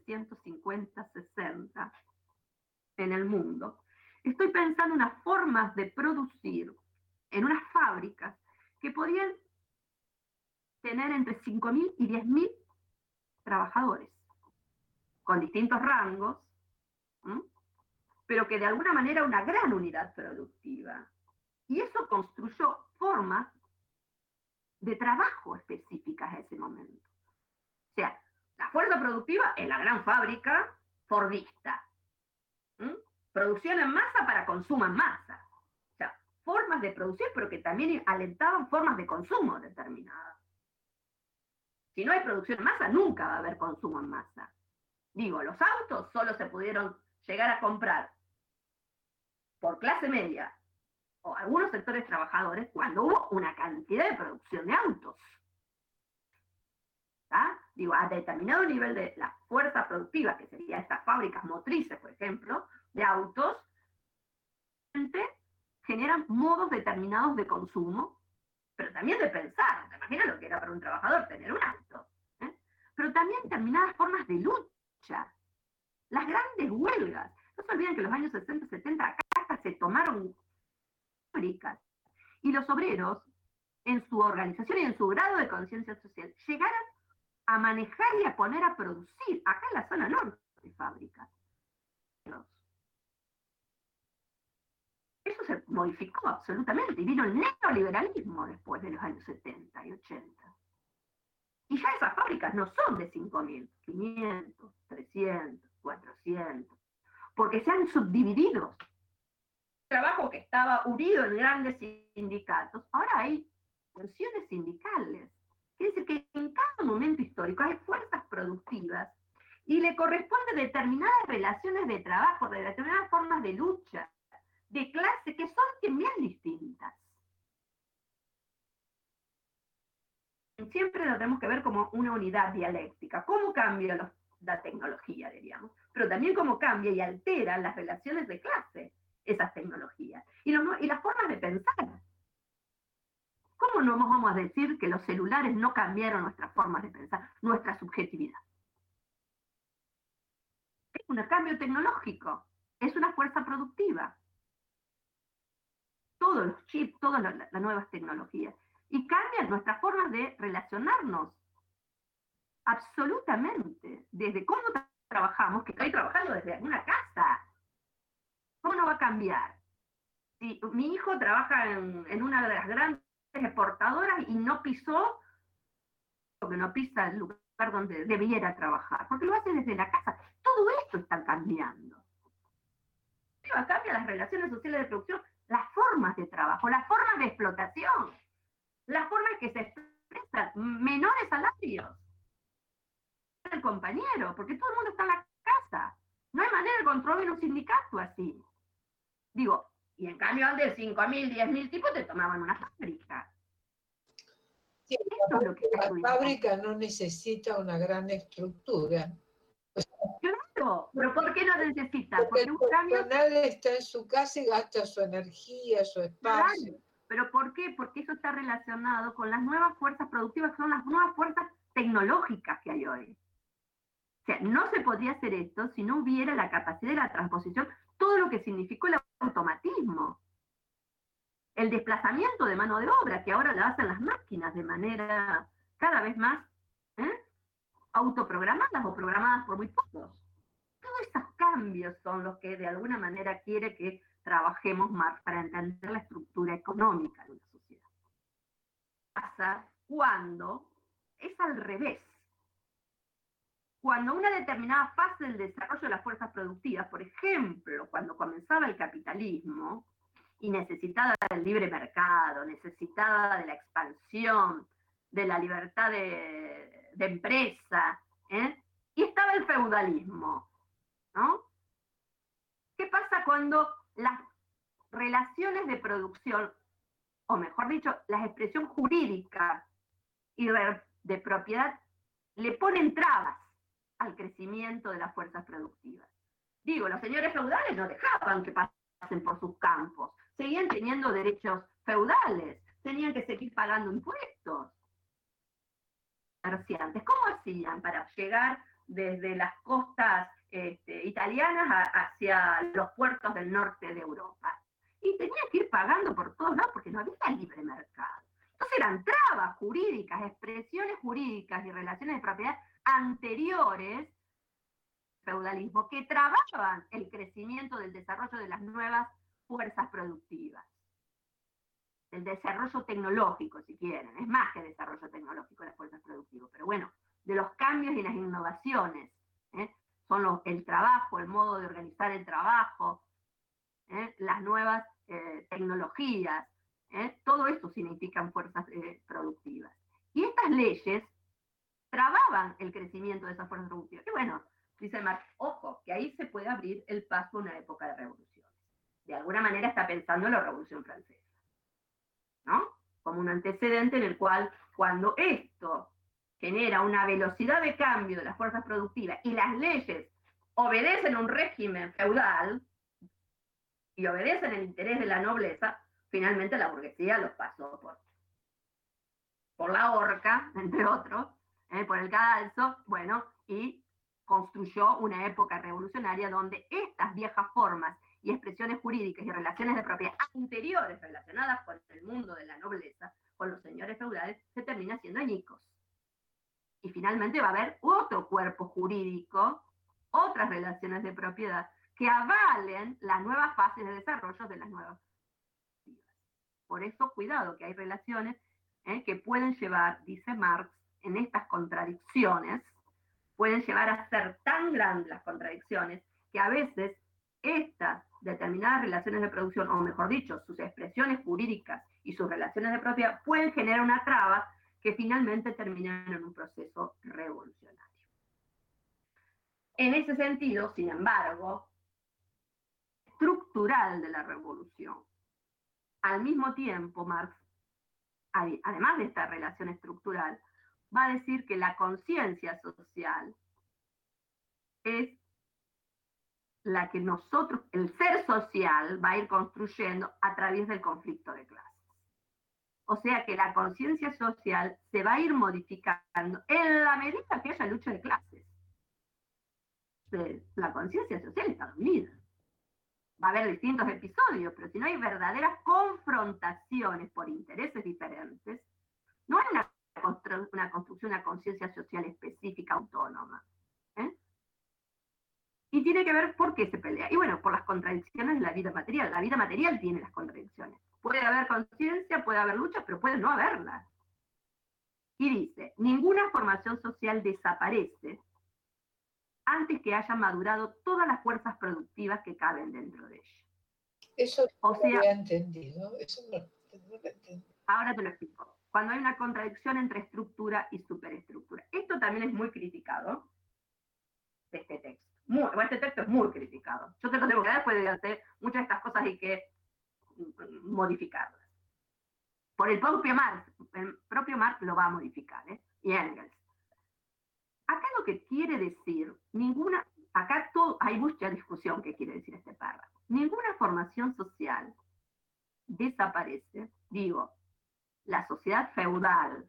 1950-60 en el mundo, estoy pensando en unas formas de producir en unas fábricas que podían tener entre 5.000 y 10.000 trabajadores, con distintos rangos, pero que de alguna manera una gran unidad productiva. Y eso construyó formas de trabajo específicas a ese momento. O sea, la fuerza productiva es la gran fábrica fordista. Producción en masa para consumo en masa. O sea, formas de producir, pero que también alentaban formas de consumo determinadas. Si no hay producción en masa, nunca va a haber consumo en masa. Digo, los autos solo se pudieron llegar a comprar por clase media o algunos sectores trabajadores cuando hubo una cantidad de producción de autos. Digo, a determinado nivel de la fuerza productiva, que sería estas fábricas motrices, por ejemplo, de autos, generan modos determinados de consumo, pero también de pensar. ¿Te imaginas lo que era para un trabajador tener un auto? Pero también determinadas formas de lucha. Las grandes huelgas. No se olviden que en los años 60, 70 acá hasta se tomaron fábricas. Y los obreros, en su organización y en su grado de conciencia social, llegaron a manejar y a poner a producir, acá en la zona norte, de fábricas. Eso se modificó absolutamente, y vino el neoliberalismo después de los años 70 y 80. Y ya esas fábricas no son de 5.000, 500, 300, 400, porque se han subdividido. Trabajo que estaba unido en grandes sindicatos, ahora hay funciones sindicales. Quiere decir que en cada momento histórico hay fuerzas productivas y le corresponde determinadas relaciones de trabajo, determinadas formas de lucha, de clase, que son también distintas. Siempre lo tenemos que ver como una unidad dialéctica. ¿Cómo cambia la tecnología, diríamos? Pero también cómo cambia y altera las relaciones de clase esas tecnologías. Y las formas de pensar. ¿Cómo no vamos a decir que los celulares no cambiaron nuestras formas de pensar, nuestra subjetividad? Es un cambio tecnológico, es una fuerza productiva. Todos los chips, todas las nuevas tecnologías. Y cambian nuestras formas de relacionarnos. Absolutamente. Desde cómo trabajamos, que estoy trabajando desde una casa. ¿Cómo no va a cambiar? Si mi hijo trabaja en una de las grandes exportadoras y no pisó, porque no pisa el lugar donde debiera trabajar, porque lo hace desde la casa. Todo esto está cambiando. Cambian las relaciones sociales de producción, las formas de trabajo, las formas de explotación, las formas que se expresan, menores salarios. El compañero, porque todo el mundo está en la casa. No hay manera de controlar un sindicato así. Digo, y en cambio de 5.000, 10.000 tipos te tomaban una fábrica. Sí, la fábrica no necesita una gran estructura. Claro, pero ¿por qué no necesita? Porque el personal está en su casa y gasta su energía, su espacio. Claro. ¿Pero por qué? Porque eso está relacionado con las nuevas fuerzas productivas, que son las nuevas fuerzas tecnológicas que hay hoy. O sea, no se podría hacer esto si no hubiera la capacidad de la transposición, todo lo que significó el automatismo. El desplazamiento de mano de obra, que ahora la hacen las máquinas de manera cada vez más autoprogramadas o programadas por muy pocos. Todos esos cambios son los que de alguna manera quiere que trabajemos más para entender la estructura económica de una sociedad. Pasa cuando es al revés. Cuando una determinada fase del desarrollo de las fuerzas productivas, por ejemplo, cuando comenzaba el capitalismo y necesitada del libre mercado, necesitada de la expansión, de la libertad de empresa, y estaba el feudalismo, ¿no? ¿Qué pasa cuando las relaciones de producción, o mejor dicho, la expresión jurídica y de propiedad, le ponen trabas al crecimiento de las fuerzas productivas? Digo, los señores feudales no dejaban que pasen por sus campos, seguían teniendo derechos feudales, tenían que seguir pagando impuestos. ¿Cómo hacían para llegar desde las costas italianas hacia los puertos del norte de Europa? Y tenían que ir pagando por todos lados porque no había libre mercado. Entonces eran trabas jurídicas, expresiones jurídicas y relaciones de propiedad anteriores al feudalismo que trababan el crecimiento del desarrollo de las nuevas fuerzas productivas. El desarrollo tecnológico, si quieren. Es más que desarrollo tecnológico las fuerzas productivas. Pero bueno, de los cambios y las innovaciones. Son el trabajo, el modo de organizar el trabajo, las nuevas tecnologías. Todo esto significan fuerzas productivas. Y estas leyes trababan el crecimiento de esas fuerzas productivas. Y bueno, dice Marx, ojo, que ahí se puede abrir el paso a una época de revoluciones. de alguna manera está pensando en la Revolución Francesa, ¿no? Como un antecedente en el cual, cuando esto genera una velocidad de cambio de las fuerzas productivas y las leyes obedecen un régimen feudal y obedecen el interés de la nobleza, finalmente la burguesía los pasó por la horca, entre otros, por el cadalso, bueno, y construyó una época revolucionaria donde estas viejas formas y expresiones jurídicas y relaciones de propiedad anteriores relacionadas con el mundo de la nobleza, con los señores feudales, se terminan siendo añicos. Y finalmente va a haber otro cuerpo jurídico, otras relaciones de propiedad, que avalen las nuevas fases de desarrollo de las nuevas vidas. Por eso, cuidado, que hay relaciones que pueden llevar, dice Marx, en estas contradicciones, pueden llevar a ser tan grandes las contradicciones que a veces estas determinadas relaciones de producción, o mejor dicho, sus expresiones jurídicas y sus relaciones de propiedad, pueden generar una traba que finalmente terminan en un proceso revolucionario. En ese sentido, sin embargo, estructural de la revolución, al mismo tiempo, Marx, además de esta relación estructural, va a decir que la conciencia social es la que nosotros, el ser social, va a ir construyendo a través del conflicto de clases. O sea que la conciencia social se va a ir modificando en la medida que haya lucha de clases. La conciencia social está dormida. Va a haber distintos episodios, pero si no hay verdaderas confrontaciones por intereses diferentes, no hay una construcción, una conciencia social específica, autónoma. Y tiene que ver por qué se pelea. Y bueno, por las contradicciones de la vida material. La vida material tiene las contradicciones. Puede haber conciencia, puede haber lucha, pero puede no haberla. Y dice, ninguna formación social desaparece antes que hayan madurado todas las fuerzas productivas que caben dentro de ella. Eso no lo había entendido. Eso no lo entendí. Ahora te lo explico. Cuando hay una contradicción entre estructura y superestructura. Esto también es muy criticado de este texto. Este texto es muy criticado. Yo te lo tengo que dar después de hacer muchas de estas cosas hay que modificarlas. Por el propio Marx lo va a modificar, y Engels. Acá lo que quiere decir, hay mucha discusión que quiere decir este párrafo. Ninguna formación social desaparece, la sociedad feudal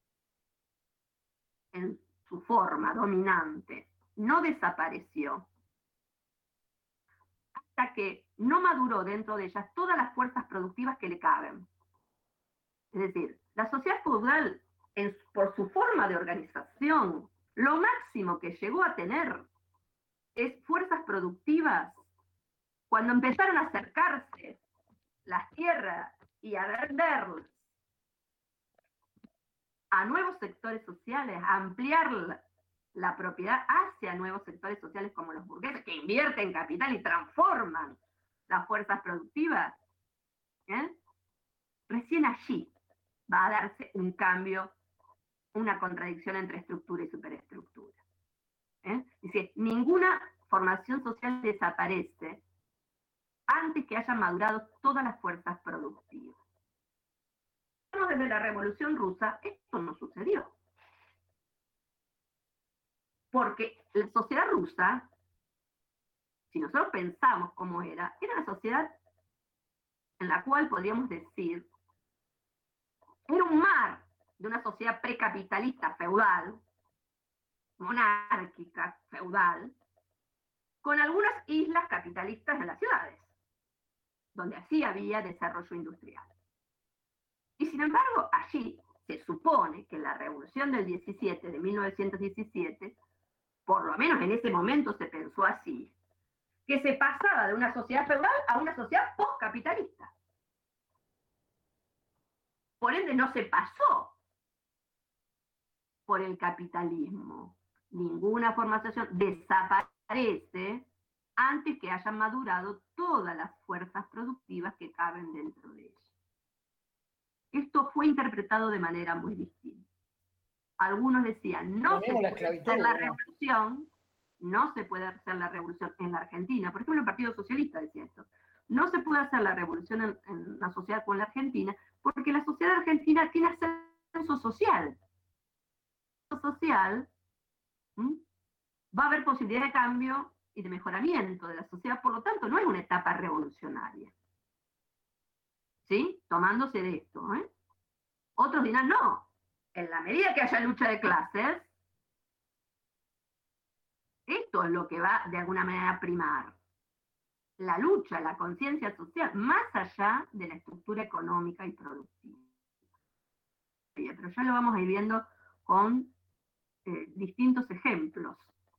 en su forma dominante no desapareció hasta que no maduró dentro de ellas todas las fuerzas productivas que le caben. Es decir, la sociedad feudal, por su forma de organización, lo máximo que llegó a tener es fuerzas productivas cuando empezaron a acercarse las tierras y a venderlas a nuevos sectores sociales, a ampliar la propiedad hacia nuevos sectores sociales como los burgueses, que invierten capital y transforman las fuerzas productivas, recién allí va a darse un cambio, una contradicción entre estructura y superestructura. Dice, ninguna formación social desaparece antes que hayan madurado todas las fuerzas productivas. Desde la Revolución Rusa, esto no sucedió. Porque la sociedad rusa, si nosotros pensamos cómo era una sociedad en la cual podríamos decir, era un mar de una sociedad precapitalista feudal, monárquica feudal, con algunas islas capitalistas en las ciudades, donde así había desarrollo industrial. Y sin embargo, allí se supone que la Revolución del 17, de 1917, por lo menos en ese momento se pensó así, que se pasaba de una sociedad feudal a una sociedad postcapitalista. Por ende, no se pasó por el capitalismo. Ninguna formación desaparece antes que hayan madurado todas las fuerzas productivas que caben dentro de ella. Esto fue interpretado de manera muy distinta. Algunos decían, no se puede hacer la revolución, no se puede hacer la revolución en la Argentina. Por ejemplo, el Partido Socialista decía esto. no se puede hacer la revolución en una sociedad como la Argentina, porque la sociedad argentina tiene ascenso social. Va a haber posibilidad de cambio y de mejoramiento de la sociedad, por lo tanto, no es una etapa revolucionaria. ¿Sí? Tomándose de esto. Otros dirán, no, en la medida que haya lucha de clases, esto es lo que va de alguna manera a primar. La lucha, la conciencia social, más allá de la estructura económica y productiva. Pero ya lo vamos a ir viendo con distintos ejemplos.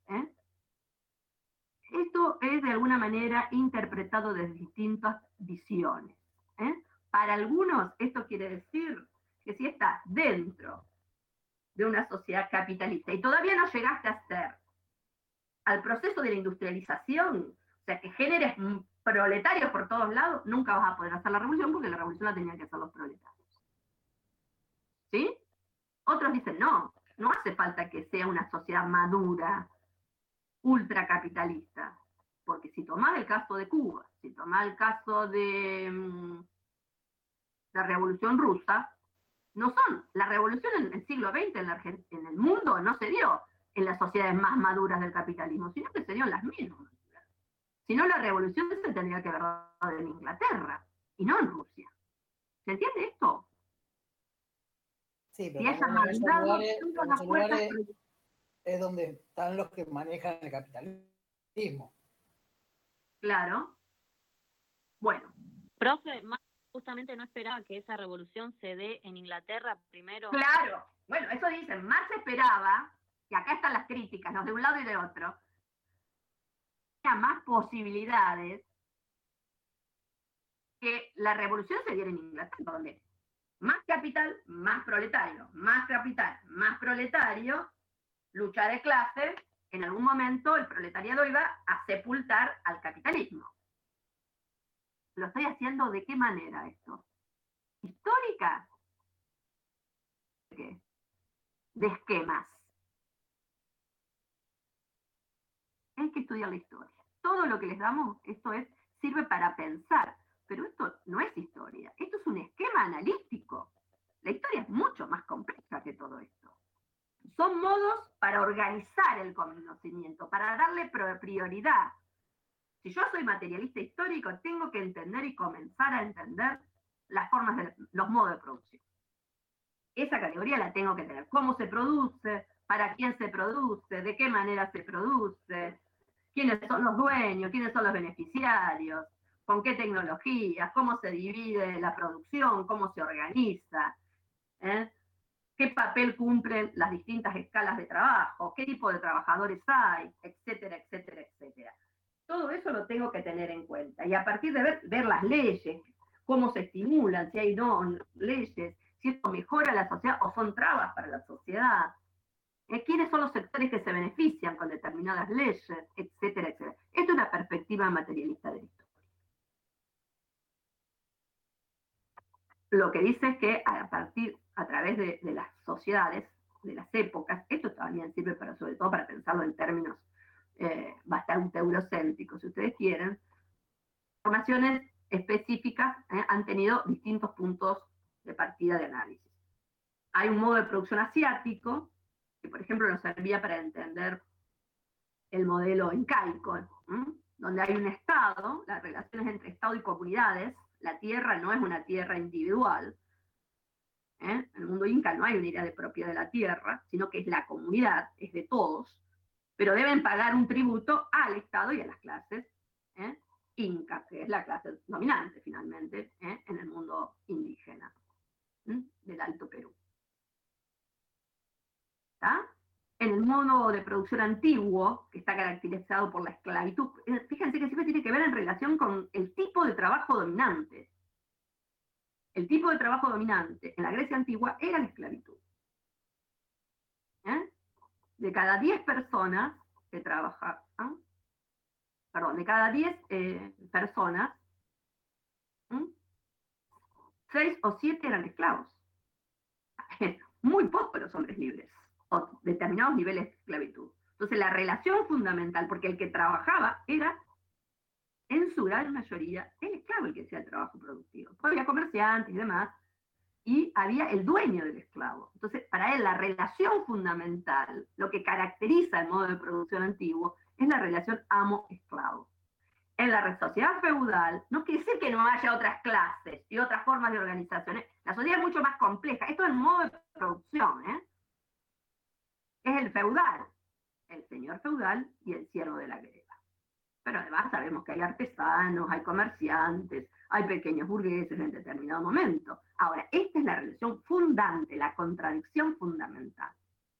Esto es de alguna manera interpretado desde distintas visiones. Para algunos esto quiere decir que si estás dentro de una sociedad capitalista y todavía no llegaste a ser al proceso de la industrialización, o sea, que generes proletarios por todos lados, nunca vas a poder hacer la revolución porque la revolución la tenían que hacer los proletarios. ¿Sí? Otros dicen, no hace falta que sea una sociedad madura, ultracapitalista, porque si tomás el caso de Cuba, si tomás el caso de la Revolución Rusa, la revolución en el siglo XX en el mundo no se dio en las sociedades más maduras del capitalismo, sino que se dio en las menos maduras. Si no, la revolución se tendría que haber dado en Inglaterra, y no en Rusia. ¿Se entiende esto? Sí, pero en esos lugares es donde están los que manejan el capitalismo. Claro. Bueno. Profe, justamente no esperaba que esa revolución se dé en Inglaterra primero. Claro. Bueno, eso dicen. Más se esperaba, y acá están las críticas, los de un lado y de otro, había más posibilidades que la revolución se diera en Inglaterra, donde más capital, más proletario, más capital, más proletario, lucha de clases, en algún momento el proletariado iba a sepultar al capitalismo. ¿Lo estoy haciendo de qué manera esto? ¿Histórica? ¿De qué? De esquemas. Hay que estudiar la historia. Todo lo que les damos, sirve para pensar, pero esto no es historia, esto es un esquema analítico. La historia es mucho más compleja que todo esto. Son modos para organizar el conocimiento, para darle prioridad. Si yo soy materialista histórico, tengo que entender y comenzar a entender las formas los modos de producción. Esa categoría la tengo que tener. ¿Cómo se produce? ¿Para quién se produce? ¿De qué manera se produce? ¿Quiénes son los dueños? ¿Quiénes son los beneficiarios? ¿Con qué tecnologías? ¿Cómo se divide la producción? ¿Cómo se organiza? ¿Qué papel cumplen las distintas escalas de trabajo? ¿Qué tipo de trabajadores hay? Etcétera, etcétera, etcétera. Todo eso lo tengo que tener en cuenta. Y a partir de ver las leyes, cómo se estimulan, si hay leyes, si esto mejora la sociedad o son trabas para la sociedad. ¿Quiénes son los sectores que se benefician con determinadas leyes? Etcétera, etcétera. Esto es una perspectiva materialista de la historia. Lo que dice es que a través de las sociedades, de las épocas, esto también sirve sobre todo para pensarlo en términos bastante eurocéntricos, si ustedes quieren, formaciones específicas han tenido distintos puntos de partida de análisis. Hay un modo de producción asiático, que por ejemplo nos servía para entender el modelo incaico, donde hay un Estado, las relaciones entre Estado y comunidades. La tierra no es una tierra individual. En el mundo inca no hay una idea de propiedad de la tierra, sino que es la comunidad, es de todos, pero deben pagar un tributo al Estado y a las clases incas, que es la clase dominante finalmente en el mundo indígena del Alto Perú. ¿Está? En el modo de producción antiguo, que está caracterizado por la esclavitud, fíjense que siempre tiene que ver en relación con el tipo de trabajo dominante. El tipo de trabajo dominante en la Grecia antigua era la esclavitud. De cada 10 personas que trabajaban, de cada 10 personas, 6 o 7 eran esclavos. Muy pocos los hombres libres, o determinados niveles de esclavitud. Entonces la relación fundamental, porque el que trabajaba era, en su gran mayoría, el esclavo el que hacía el trabajo productivo. Después había comerciantes y demás, y había el dueño del esclavo. Entonces, para él la relación fundamental, lo que caracteriza el modo de producción antiguo, es la relación amo-esclavo. En la sociedad feudal, no quiere decir que no haya otras clases y otras formas de organización. La sociedad es mucho más compleja. Esto es el modo de producción, es el feudal, el señor feudal y el siervo de la greva. Pero además sabemos que hay artesanos, hay comerciantes, hay pequeños burgueses en determinado momento. Ahora, esta es la relación fundante, la contradicción fundamental.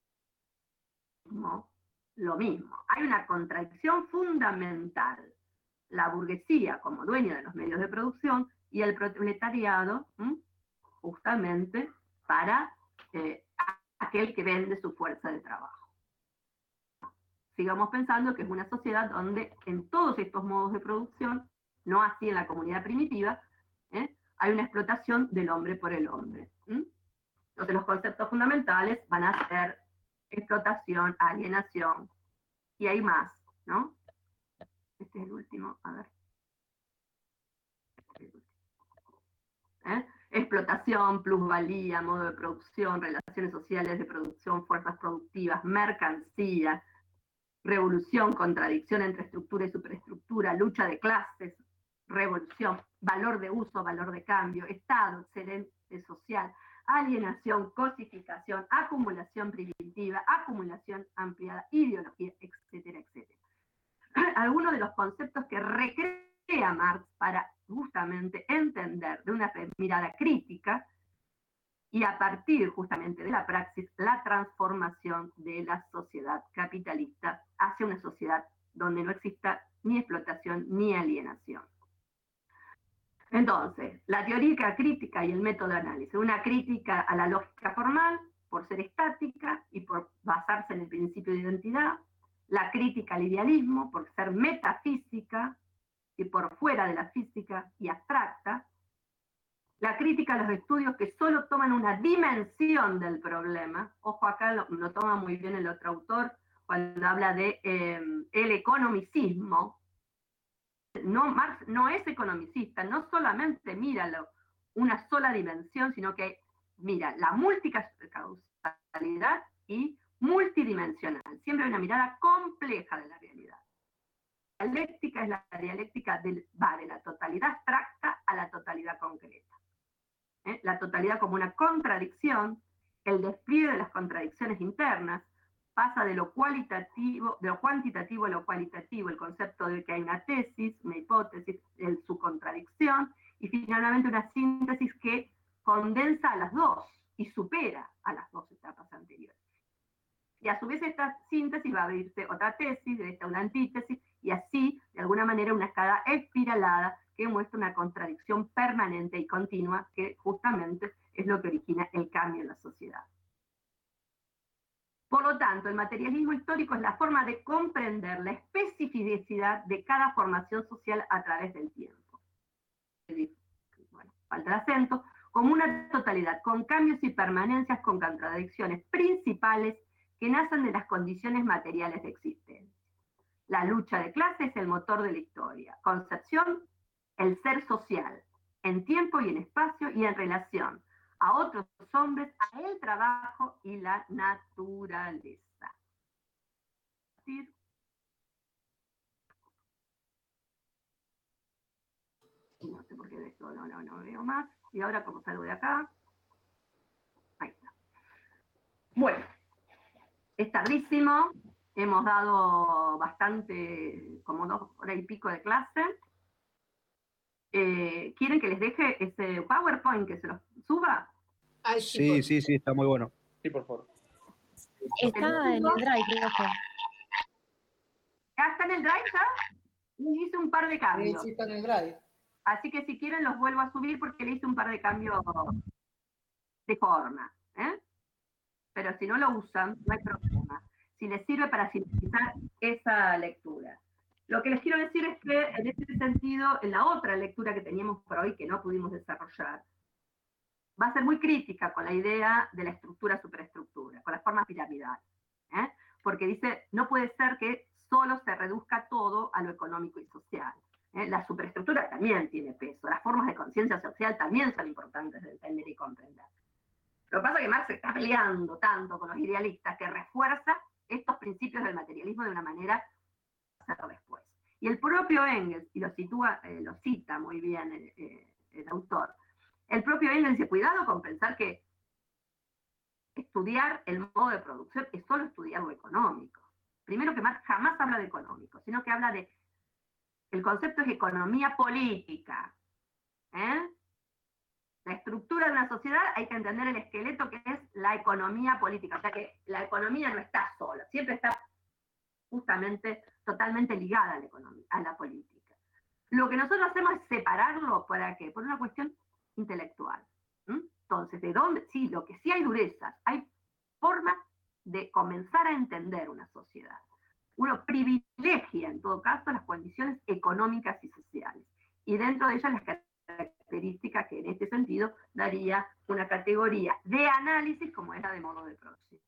No, lo mismo, hay una contradicción fundamental. La burguesía como dueña de los medios de producción y el proletariado justamente para aquel que vende su fuerza de trabajo. Sigamos pensando que es una sociedad donde en todos estos modos de producción, no así en la comunidad primitiva, hay una explotación del hombre por el hombre. Entonces los conceptos fundamentales van a ser explotación, alienación, y hay más, ¿no? Este es el último, a ver. Explotación, plusvalía, modo de producción, relaciones sociales de producción, fuerzas productivas, mercancía, revolución, contradicción entre estructura y superestructura, lucha de clases, revolución, valor de uso, valor de cambio, Estado, excelente social, alienación, cosificación, acumulación primitiva, acumulación ampliada, ideología, etcétera, etcétera. Algunos de los conceptos que recrea Marx para justamente entender de una mirada crítica y a partir justamente de la praxis, la transformación de la sociedad capitalista hacia una sociedad donde no exista ni explotación ni alienación. Entonces, la teoría crítica y el método de análisis. Una crítica a la lógica formal, por ser estática y por basarse en el principio de identidad. La crítica al idealismo, por ser metafísica y por fuera de la física y abstracta. La crítica a los estudios que solo toman una dimensión del problema. Ojo, acá lo toma muy bien el otro autor cuando habla de el economicismo. No, Marx no es economicista, no solamente mira una sola dimensión, sino que mira la multicausalidad y multidimensional. Siempre hay una mirada compleja de la realidad. La dialéctica es la dialéctica va de la totalidad abstracta a la totalidad concreta. La totalidad como una contradicción, el despliegue de las contradicciones internas, pasa de lo cualitativo, de lo cuantitativo a lo cualitativo, el concepto de que hay una tesis, una hipótesis, su contradicción, y finalmente una síntesis que condensa a las dos y supera a las dos etapas anteriores. Y a su vez esta síntesis va a abrirse otra tesis, de esta una antítesis, y así, de alguna manera, una escala espiralada que muestra una contradicción permanente y continua, que justamente es lo que origina el cambio en la sociedad. Por lo tanto, el materialismo histórico es la forma de comprender la especificidad de cada formación social a través del tiempo. Bueno, falta el acento, como una totalidad, con cambios y permanencias, con contradicciones principales que nacen de las condiciones materiales de existencia. La lucha de clases es el motor de la historia. Concepción, el ser social, en tiempo y en espacio y en relación a otros hombres, a el trabajo y la naturaleza. No sé por qué de esto no veo más. Y ahora como salgo de acá. Ahí está. Bueno, es tardísimo. Hemos dado bastante, como 2 horas y pico de clase. ¿Quieren que les deje ese PowerPoint que se los suba? Sí, está muy bueno. Sí, por favor. Está en el Drive, creo que. ¿Ya está en el Drive ya? Hice un par de cambios. Sí, está en el Drive. Así que si quieren los vuelvo a subir porque le hice un par de cambios de forma. Pero si no lo usan, no hay problema. Si les sirve para sintetizar esa lectura. Lo que les quiero decir es que, en este sentido, en la otra lectura que teníamos por hoy, que no pudimos desarrollar, va a ser muy crítica con la idea de la estructura-superestructura, con la forma piramidal. Porque dice, no puede ser que solo se reduzca todo a lo económico y social. La superestructura también tiene peso, las formas de conciencia social también son importantes de entender y comprender. Lo que pasa es que Marx se está peleando tanto con los idealistas que refuerza estos principios del materialismo de una manera hacerlo después. Y el propio Engels, y lo cita muy bien el autor, el propio Engels dice, cuidado con pensar que estudiar el modo de producción es solo estudiar lo económico. Primero que Marx jamás habla de económico, sino que habla de, el concepto es economía política. La estructura de una sociedad hay que entender el esqueleto que es la economía política, o sea que la economía no está sola, siempre está justamente totalmente ligada a la economía, a la política. Lo que nosotros hacemos es separarlo, ¿para qué? Por una cuestión intelectual. Entonces, ¿de dónde? Sí, lo que sí hay durezas, hay formas de comenzar a entender una sociedad. Uno privilegia, en todo caso, las condiciones económicas y sociales. Y dentro de ellas las características que en este sentido daría una categoría de análisis como es la de modo de producción.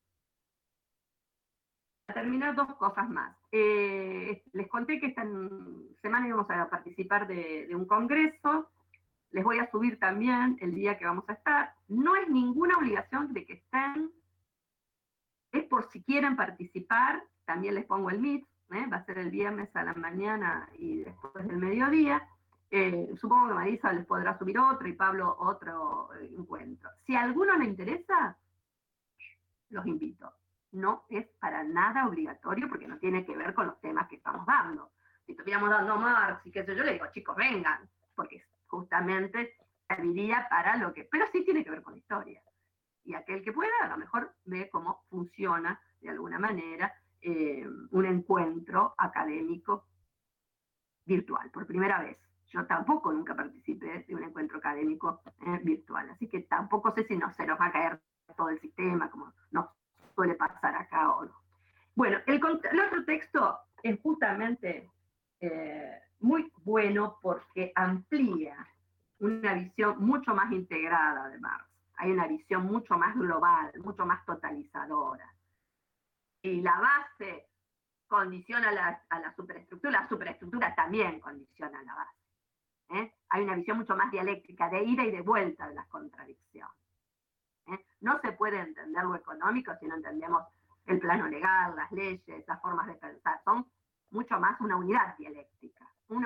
Para terminar, dos cosas más. Les conté que esta semana íbamos a participar de un congreso. Les voy a subir también el día que vamos a estar. No es ninguna obligación de que estén, es por si quieren participar, también les pongo el Meet, va a ser el viernes a la mañana y después del mediodía. Supongo que Marisa les podrá subir otro y Pablo otro encuentro. Si a alguno le interesa, los invito. No es para nada obligatorio porque no tiene que ver con los temas que estamos dando. Si estuviéramos dando Marx y qué sé yo, le digo, chicos, vengan, porque justamente serviría para lo que... Pero sí tiene que ver con la historia. Y aquel que pueda, a lo mejor ve cómo funciona de alguna manera un encuentro académico virtual, por primera vez. Yo tampoco nunca participé de un encuentro académico virtual, así que tampoco sé si no se nos va a caer todo el sistema, como nos suele pasar acá o no. Bueno, el otro texto es justamente muy bueno porque amplía una visión mucho más integrada de Marx. Hay una visión mucho más global, mucho más totalizadora. Y la base condiciona a la superestructura también condiciona a la base. Hay una visión mucho más dialéctica, de ida y de vuelta de las contradicciones. No se puede entender lo económico si no entendemos el plano legal, las leyes, las formas de pensar. Son mucho más una unidad dialéctica.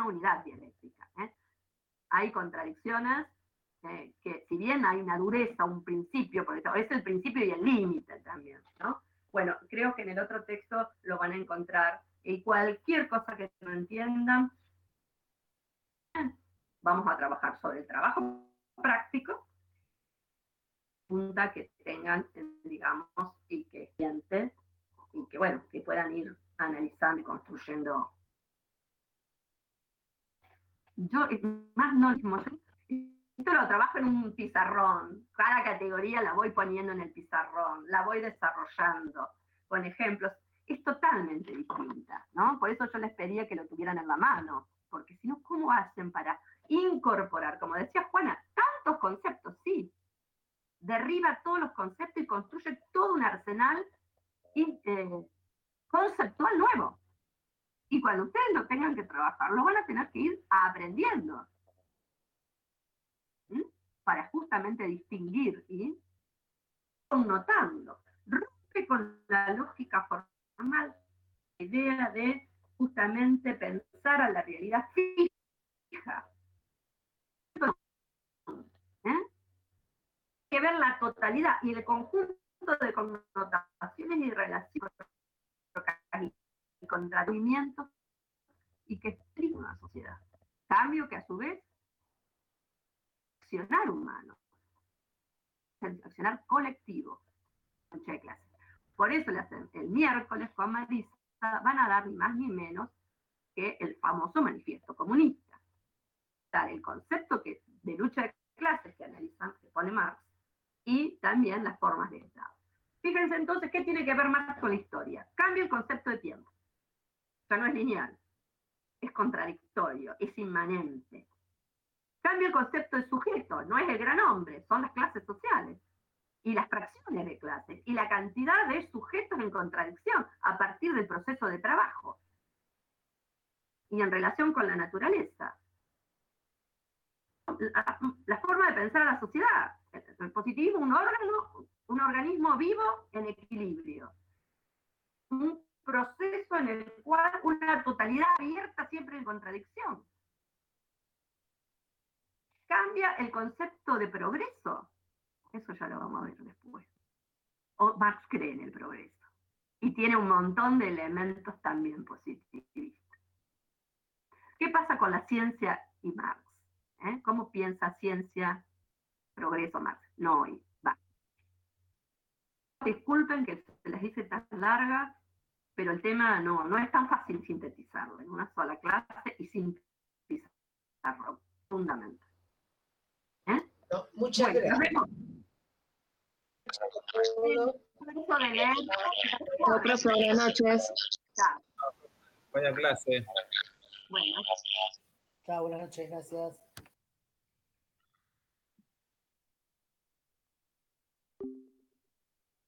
Hay contradicciones que si bien hay una dureza, un principio, por eso es el principio y el límite también, ¿no? Bueno, creo que en el otro texto lo van a encontrar. Y cualquier cosa que no entiendan, vamos a trabajar sobre el trabajo práctico, que tengan, digamos, y que sienten, y que, bueno, que puedan ir analizando y construyendo. Yo, más no, esto lo trabajo en un pizarrón, cada categoría la voy poniendo en el pizarrón, la voy desarrollando con ejemplos, es totalmente distinta, ¿no? Por eso yo les pedía que lo tuvieran en la mano, porque si no, ¿cómo hacen para incorporar, como decía Juana, tantos conceptos? Sí, derriba todos los conceptos y construye todo un arsenal conceptual nuevo. Y cuando ustedes lo tengan que trabajar, lo van a tener que ir aprendiendo. Para justamente distinguir y connotando. Rompe con la lógica formal, la idea de justamente pensar a la realidad fija. Hay que ver la totalidad y el conjunto de connotaciones y relaciones y contradicimientos y que explica una sociedad. Cambio que a su vez accionar humano, accionar colectivo, muchas clases. Por eso el miércoles con Marisa van a dar ni más ni menos que el famoso manifiesto comunista. El concepto de lucha de clases que analizan, que pone Marx, y también las formas de Estado. Fíjense entonces qué tiene que ver Marx con la historia. Cambia el concepto de tiempo. Ya no es lineal, es contradictorio, es inmanente. Cambia el concepto de sujeto, no es el gran hombre, son las clases sociales y las fracciones de clases y la cantidad de sujetos en contradicción a partir del proceso de trabajo. y en relación con la naturaleza. La forma de pensar a la sociedad. El positivismo, un organismo vivo en equilibrio. Un proceso en el cual una totalidad abierta siempre en contradicción. Cambia el concepto de progreso. Eso ya lo vamos a ver después. O Marx cree en el progreso. Y tiene un montón de elementos también positivistas. ¿Qué pasa con la ciencia y Marx? ¿Cómo piensa ciencia, progreso, Marx? No hoy, va. Disculpen que se las hice tan largas, pero el tema no es tan fácil sintetizarlo en una sola clase y sintetizarlo profundamente. No, muchas gracias. Profe, buenas noches. Buena clase. Bueno. Chao, buenas noches, gracias.